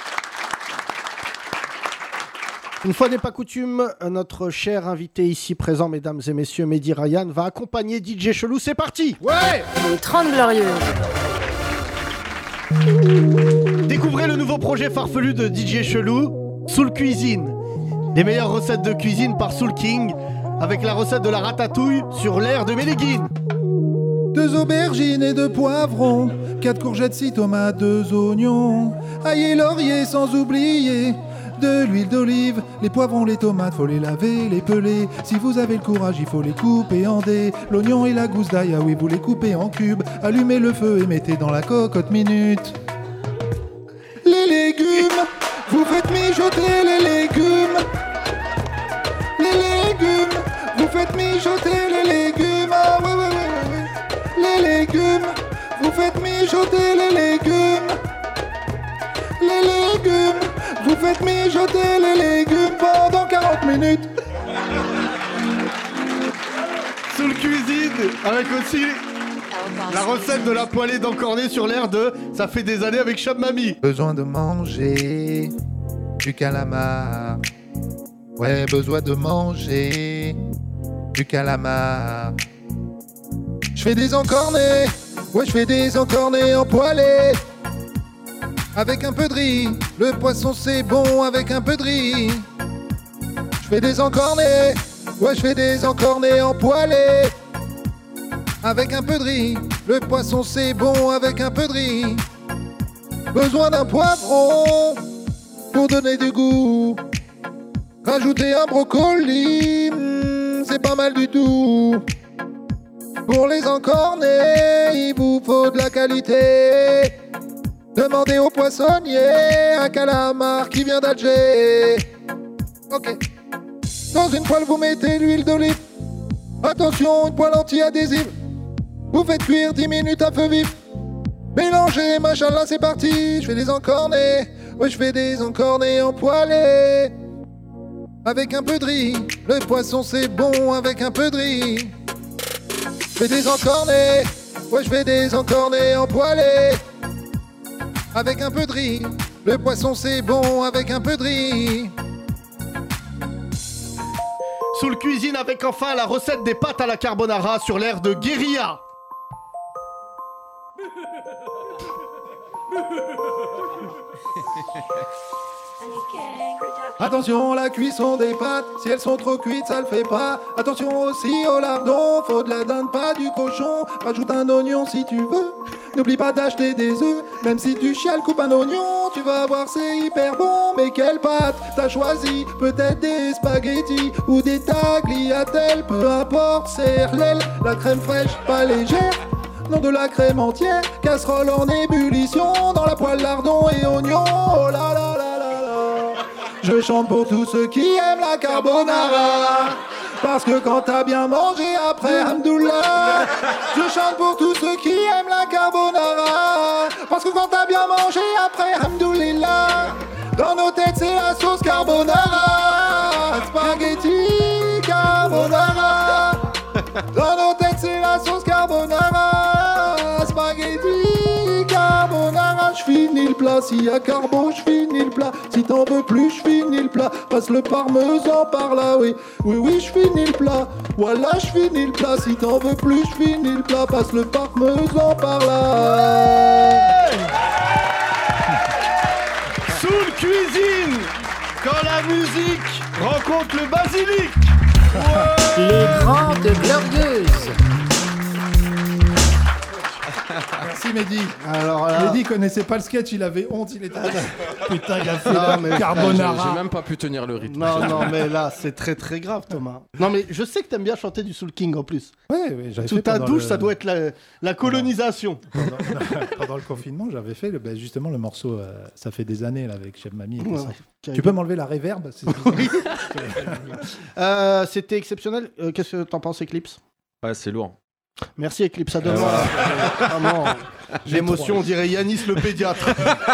Une fois n'est pas coutume, notre cher invité ici présent, mesdames et messieurs, Mehdi Ryan, va accompagner D J Chelou. C'est parti! Ouais! Les trente Glorieuses. Découvrez le nouveau projet farfelu de D J Chelou, Soul Cuisine. Les meilleures recettes de cuisine par Soul King, avec la recette de la ratatouille sur l'air de Méléguine. Deux aubergines et deux poivrons, quatre courgettes, six tomates, deux oignons, ail et laurier sans oublier de l'huile d'olive. Les poivrons, les tomates, faut les laver, les peler. Si vous avez le courage, il faut les couper en dés. L'oignon et la gousse d'ail, ah oui, vous les coupez en cubes. Allumez le feu et mettez dans la cocotte minute. Les légumes, vous faites mijoter les légumes. Les légumes, vous faites mijoter les légumes. Ah ouais, ouais, ouais, ouais, ouais. Les légumes, vous faites mijoter les légumes. Les légumes, vous faites mijoter les légumes pendant quarante minutes. Soul Cuisine, avec aussi la recette de la poêlée d'encorné sur l'air de Ça fait des années avec Chab Mami. Besoin de manger du calamar. Ouais, besoin de manger du calamar. Je fais des encornés. Ouais, je fais des encornés en poêlée. Avec un peu de riz. Le poisson c'est bon avec un peu de riz. Je fais des encornés. Ouais, je fais des encornés en poêlée. Avec un peu de riz. Le poisson c'est bon avec un peu de riz. Besoin d'un poivron pour donner du goût. Rajouter un brocoli, hmm, c'est pas mal du tout. Pour les encornés, il vous faut de la qualité. Demandez au poissonnier un calamar qui vient d'Alger. Ok. Dans une poêle, vous mettez l'huile d'olive. Attention, une poêle anti-adhésive. Vous faites cuire dix minutes à feu vif. Mélangez, machin là, c'est parti. Je fais des encornés. Ouais, je fais des encornés en poêlée. Avec un peu de riz. Le poisson, c'est bon avec un peu de riz. Je fais des encornés. Ouais, je fais des encornés en poêlée. Avec un peu de riz. Le poisson, c'est bon avec un peu de riz. Soul Cuisine avec enfin la recette des pâtes à la carbonara sur l'air de Guérilla. Attention la cuisson des pâtes, si elles sont trop cuites ça le fait pas. Attention aussi au lardon, faut de la dinde pas du cochon. Rajoute un oignon si tu veux, N'oublie pas d'acheter des œufs, même si tu chiales, coupe un oignon, tu vas voir c'est hyper bon. Mais quelle pâte t'as choisi? Peut-être des spaghettis ou des tagliatelles, peu importe, c'est l'aile, la crème fraîche, pas légère. Non, de la crème entière, casserole en ébullition, dans la poêle lardon et oignon. Oh là là là là là. Je chante pour tous ceux qui aiment la carbonara. Parce que quand t'as bien mangé après Hamdoullah. Je chante pour tous ceux qui aiment la carbonara. Parce que quand t'as bien mangé après Hamdoulillah. Dans nos têtes c'est la sauce carbonara. Spaghetti carbonara. Dans nos têtes c'est la sauce carbonara. Spaghetti carbonara. J'finis le plat, s'il y a carbo, j'finis le plat. Si t'en veux plus, j'finis le plat. Passe le parmesan par là, oui. Oui, oui, j'finis le plat. Voilà, j'finis le plat. Si t'en veux plus, j'finis le plat. Passe le parmesan par là. Soul Cuisine, quand la musique rencontre le basilic. Les Grandes Glorieuses. Merci Mehdi. Alors là... Mehdi connaissait pas le sketch, il avait honte, il était... Putain, il a fait Non, la mais- carbonara. J'ai même pas pu tenir le rythme. Non, non, mais là, c'est très très grave, Thomas. Non, mais je sais que t'aimes bien chanter du Soul King en plus. Ouais, ouais, j'avais Sous fait ta pendant douche, le- ça doit être la, la colonisation. Pendant, pendant le confinement, j'avais fait le, ben, justement le morceau, euh, ça fait des années là, avec Chef Mamie. et tout Ouais, ça. ouais. Tu peux m'enlever la réverb c'est- Euh, C'était exceptionnel. Euh, Qu'est-ce que t'en penses, Eclipse? Ouais, c'est lourd. Merci, Eclipse. Ça donne Euh, voilà. vraiment l'émotion, on dirait Yanis le pédiatre.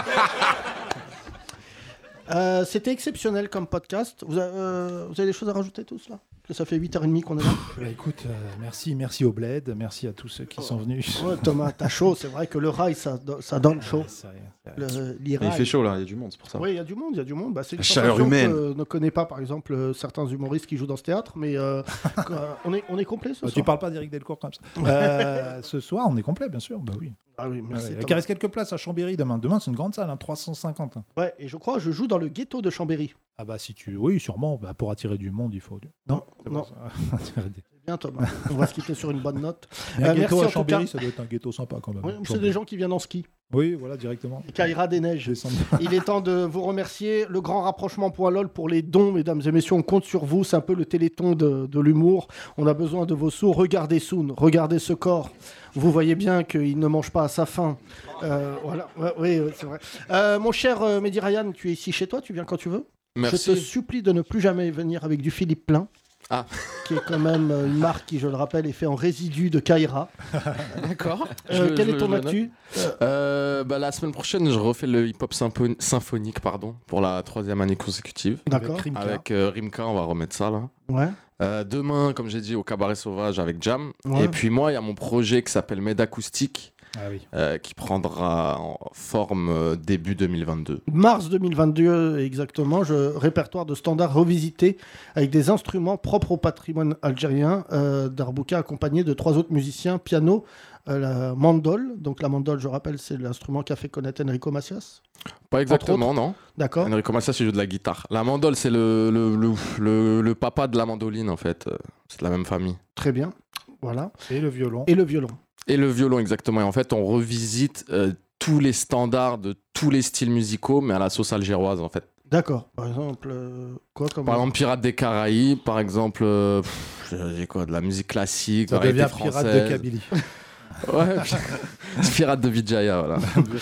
Euh, C'était exceptionnel comme podcast. Vous, a- euh, vous avez des choses à rajouter tous là? Parce que ça fait huit heures trente qu'on est là. Bah, écoute, euh, merci, merci au Bled, merci à tous ceux qui sont venus. Ouais, Thomas, t'as chaud. C'est vrai que le rail, ça, do- ça donne chaud. Le- Il l'irail. fait chaud là, il y a du monde, c'est pour ça. Oui, il y a du monde, il y a du monde. Bah, c'est une La chaleur sensation humaine. que ne connaît pas, par exemple, euh, certains humoristes qui jouent dans ce théâtre. Mais euh, quoi, on, est, on est complet ce Bah, soir. tu parles pas d'Éric Delcourt comme ça. Euh, ce soir, on est complet, bien sûr. Bah oui. Ah oui, merci. Ouais, Thomas. il reste quelques places à Chambéry demain. Demain, c'est une grande salle, hein, trois cent cinquante. hein. Ouais, et je crois que je joue dans le ghetto de Chambéry. Ah bah si tu, oui, sûrement. Bah, pour attirer du monde, il faut. Non, c'est non. pas ça. Attirer des- C'est bien, Thomas. On va se quitter sur une bonne note. Mais un Euh, ghetto merci à en tout Chambéry, cas. ça doit être un ghetto sympa quand même. Oui, c'est des gens qui viennent en ski. Oui, voilà, directement. Caïra des neiges. Il est temps de vous remercier. Le grand rapprochement.lol pour les dons, mesdames et messieurs. On compte sur vous. C'est un peu le téléthon de, de l'humour. On a besoin de vos sous. Regardez Soun, regardez ce corps. Vous voyez bien qu'il ne mange pas à sa faim. Euh, voilà, Ouais, oui, oui, c'est vrai. Euh, mon cher euh, Mehdi Ryan, tu es ici chez toi. Tu viens quand tu veux. Merci. Je te supplie de ne plus jamais venir avec du Philippe Plein. Ah. Qui est quand même euh, une marque qui, je le rappelle, est fait en résidu de Caïra. D'accord. Euh, Je- quel je- est ton je le actu Euh, bah, La semaine prochaine, je refais le hip-hop symphon- symphonique pardon, pour la troisième année consécutive. D'accord. Avec Rimka. Avec euh, Rimka, on va remettre ça là. Ouais. Euh, demain, comme j'ai dit, au Cabaret Sauvage avec Jam. Ouais. Et puis moi, il y a mon projet qui s'appelle Médacoustique. Ah oui. euh, qui prendra en forme euh, début deux mille vingt-deux. Mars deux mille vingt-deux, exactement, je, répertoire de standards revisités avec des instruments propres au patrimoine algérien. Euh, Darbouka accompagné de trois autres musiciens, piano, euh, la mandole. Donc la mandole, je rappelle, c'est l'instrument qu'a fait connaître Enrico Macias. Pas exactement, Entre autres. non. D'accord. Enrico Macias, il joue de la guitare. La mandole, c'est le, le, le, le, le papa de la mandoline, en fait. Euh, C'est de la même famille. Très bien, voilà. Et le violon. Et le violon. Et le violon, exactement. Et en fait, on revisite euh, tous les standards de tous les styles musicaux, mais à la sauce algéroise, en fait. D'accord. Par exemple, euh, quoi comme... Par exemple, Pirates des Caraïbes, par exemple, euh, pff, j'ai quoi, de la musique classique, Ça variété devient française. pirate de Kabylie. Ouais, Pirates de Vijaya, voilà.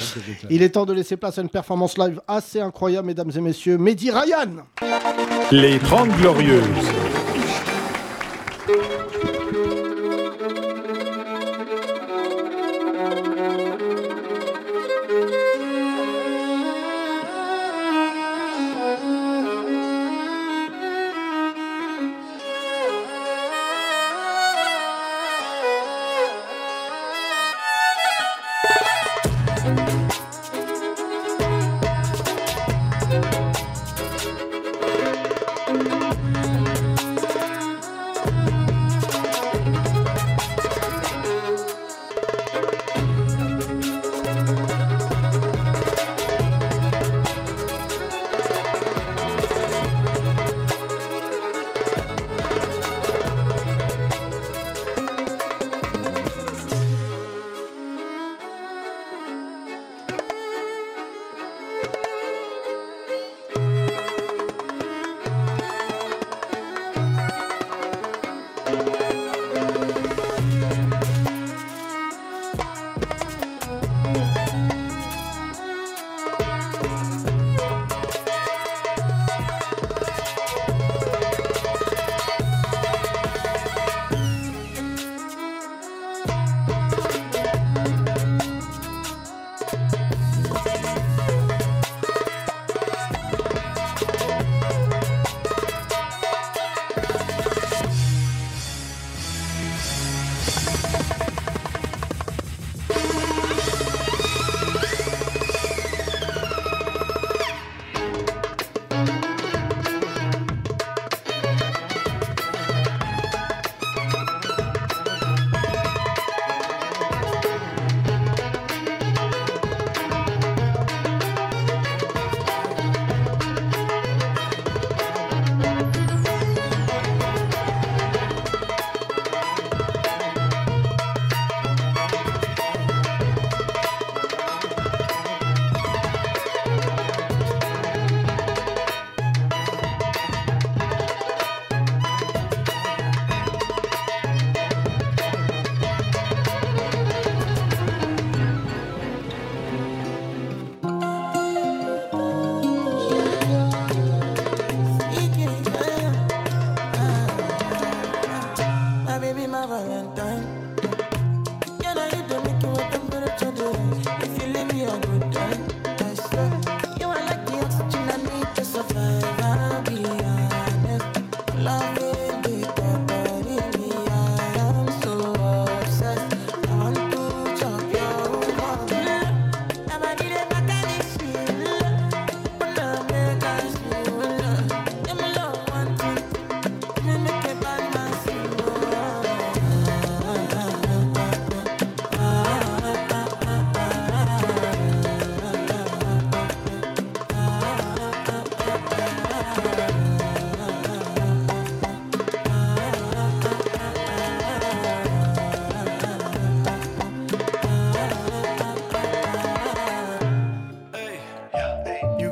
Il est temps de laisser place à une performance live assez incroyable, mesdames et messieurs. Mehdi Ryan. Les trente Glorieuses.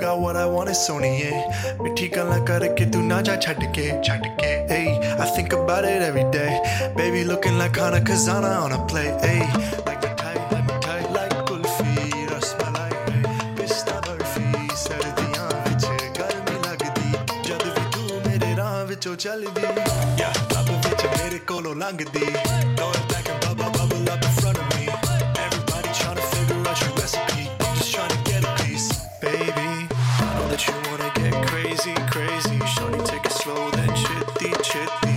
got what I want is Sony, yeah. Mithi galan karke tu na ja chhad ke, chhad ke. Hey, I think about it every day. Baby looking like Hana Kazana on a play. Hey, like mithai, like mithai, like kulfi, rasmalai, pista barfi, sardiyan vich garmi lagdi, jad vi tu mere raah vichon chaldi, yeah, lab vich mere kolo langdi, going back and bubble bubble up in front of me. Everybody trying to figure out your recipe. I'm just trying to get a piece, baby. I know that you wanna get crazy, crazy. Shorty, take it slow, then chitty, chitty.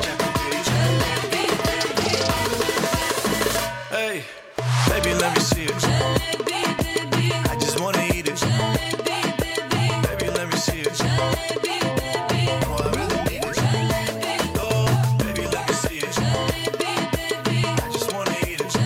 Hey, baby, let me see it. I just wanna eat it. Baby, let me see it. Oh, I really need it. Oh, baby, let me see it. I just wanna eat it.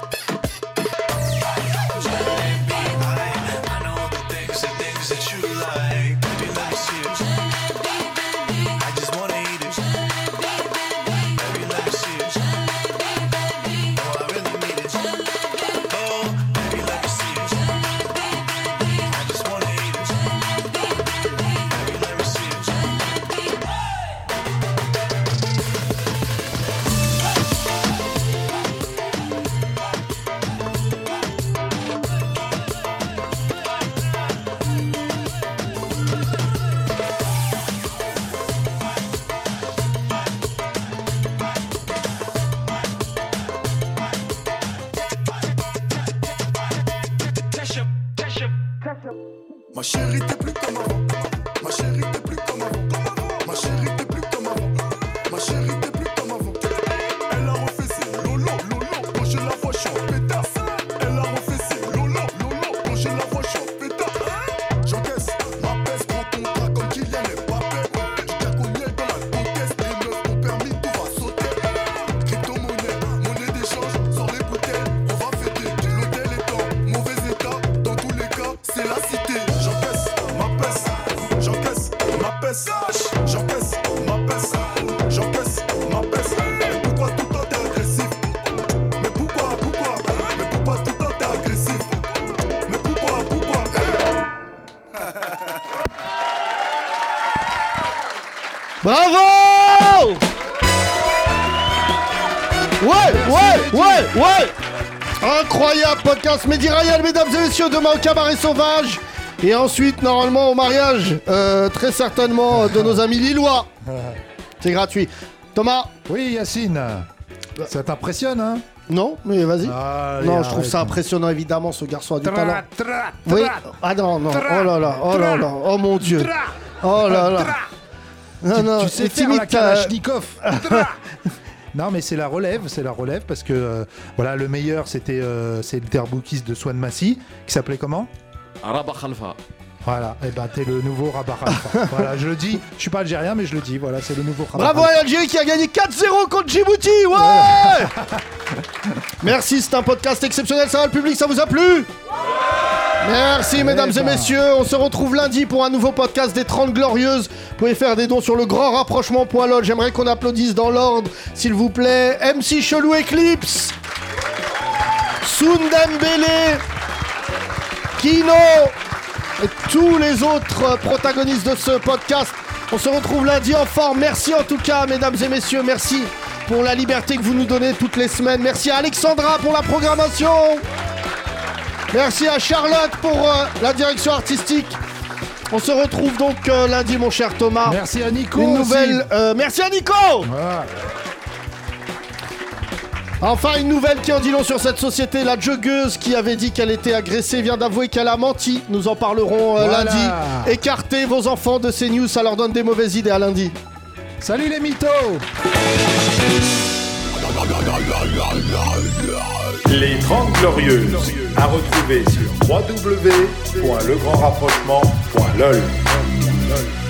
I, I know the things, the things that you like. Baby, let me see it. I just wanna eat it. Baby, let me see it. Oh, I really need it. Oh, baby, let me see it. I just wanna eat it. Baby, let me see it. Ma chérie, t'es plus comme avant. Ma chérie, t'es plus comme avant. Ma chérie, t'es plus comme avant. Ma chérie, t'es plus comme avant. Elle a refait ses lolo, lolo. Quand je la vois, je suis en pétasse. Elle a refait ses lolo, lolo. Quand je la vois, je suis en pétasse. J'encaisse ma peste, prends ton bras comme Kylian Mbappé. J'ai cogné dans la conteste. Les meufs ont permis, tout va sauter. Crypto-monnaie, monnaie d'échange, sors les bouteilles. On va fêter. L'hôtel est en mauvais état. Dans tous les cas, c'est la cité. J'encaisse ma peste, j'encaisse ma peste, j'encaisse ma peste, j'encaisse ma peste. Mais pourquoi tout le temps t'es agressif? Mais pourquoi, pourquoi? Mais pourquoi tout le temps t'es agressif? Mais pourquoi, pourquoi? Bravo! Ouais, ouais, ouais, ouais! Incroyable podcast Mehdi Ryan, mesdames et messieurs, demain au Cabaret Sauvage. Et ensuite, normalement, au mariage, euh, très certainement, de nos amis lillois. C'est gratuit. Thomas? Oui, Yacine. Ça t'impressionne, hein? Non, mais vas-y. Ah, non, allez, je trouve arrête. ça impressionnant, évidemment, ce garçon a du Tra, talent. tra, Oui. tra. Ah non, non. Tra, Oh là là, oh là là, oh mon Dieu. Tra. Oh là là. Tra. Non, Tu- non, tu sais et faire timide, la t'as- Kalachnikov. Non, mais c'est la relève, c'est la relève parce que euh, voilà, le meilleur c'était euh, c'est le terboukiste de Swan Massy qui s'appelait comment? Rabat Khalfa. Voilà, et ben t'es le nouveau Rabat Khalfa. Voilà, je le dis, je suis pas algérien mais je le dis, voilà, c'est le nouveau Rabat Bravo Khalfa. à l'Algérie qui a gagné quatre zéro contre Djibouti. Ouais. Merci, c'est un podcast exceptionnel, ça va le public, ça vous a plu? Merci mesdames et ben. messieurs, on se retrouve lundi pour un nouveau podcast des trente Glorieuses. Vous pouvez faire des dons sur le grand rapprochement point lol. J'aimerais qu'on applaudisse dans l'ordre, s'il vous plaît. M C Chelou Eclipse, Sundembele, Kino et tous les autres protagonistes de ce podcast. On se retrouve lundi en forme. Merci en tout cas mesdames et messieurs, merci pour la liberté que vous nous donnez toutes les semaines. Merci à Alexandra pour la programmation. Merci à Charlotte pour euh, la direction artistique. On se retrouve donc euh, lundi, mon cher Thomas. Merci à Nico Une aussi. nouvelle. euh, merci à Nico. Voilà. Enfin, une nouvelle qui en dit long sur cette société. La joggeuse qui avait dit qu'elle était agressée vient d'avouer qu'elle a menti. Nous en parlerons euh, Voilà. lundi. Écartez vos enfants de ces news, ça leur donne des mauvaises idées. À lundi. Salut les mythos. Les trente Glorieuses, à retrouver sur w w w point le grand rapprochement point lol.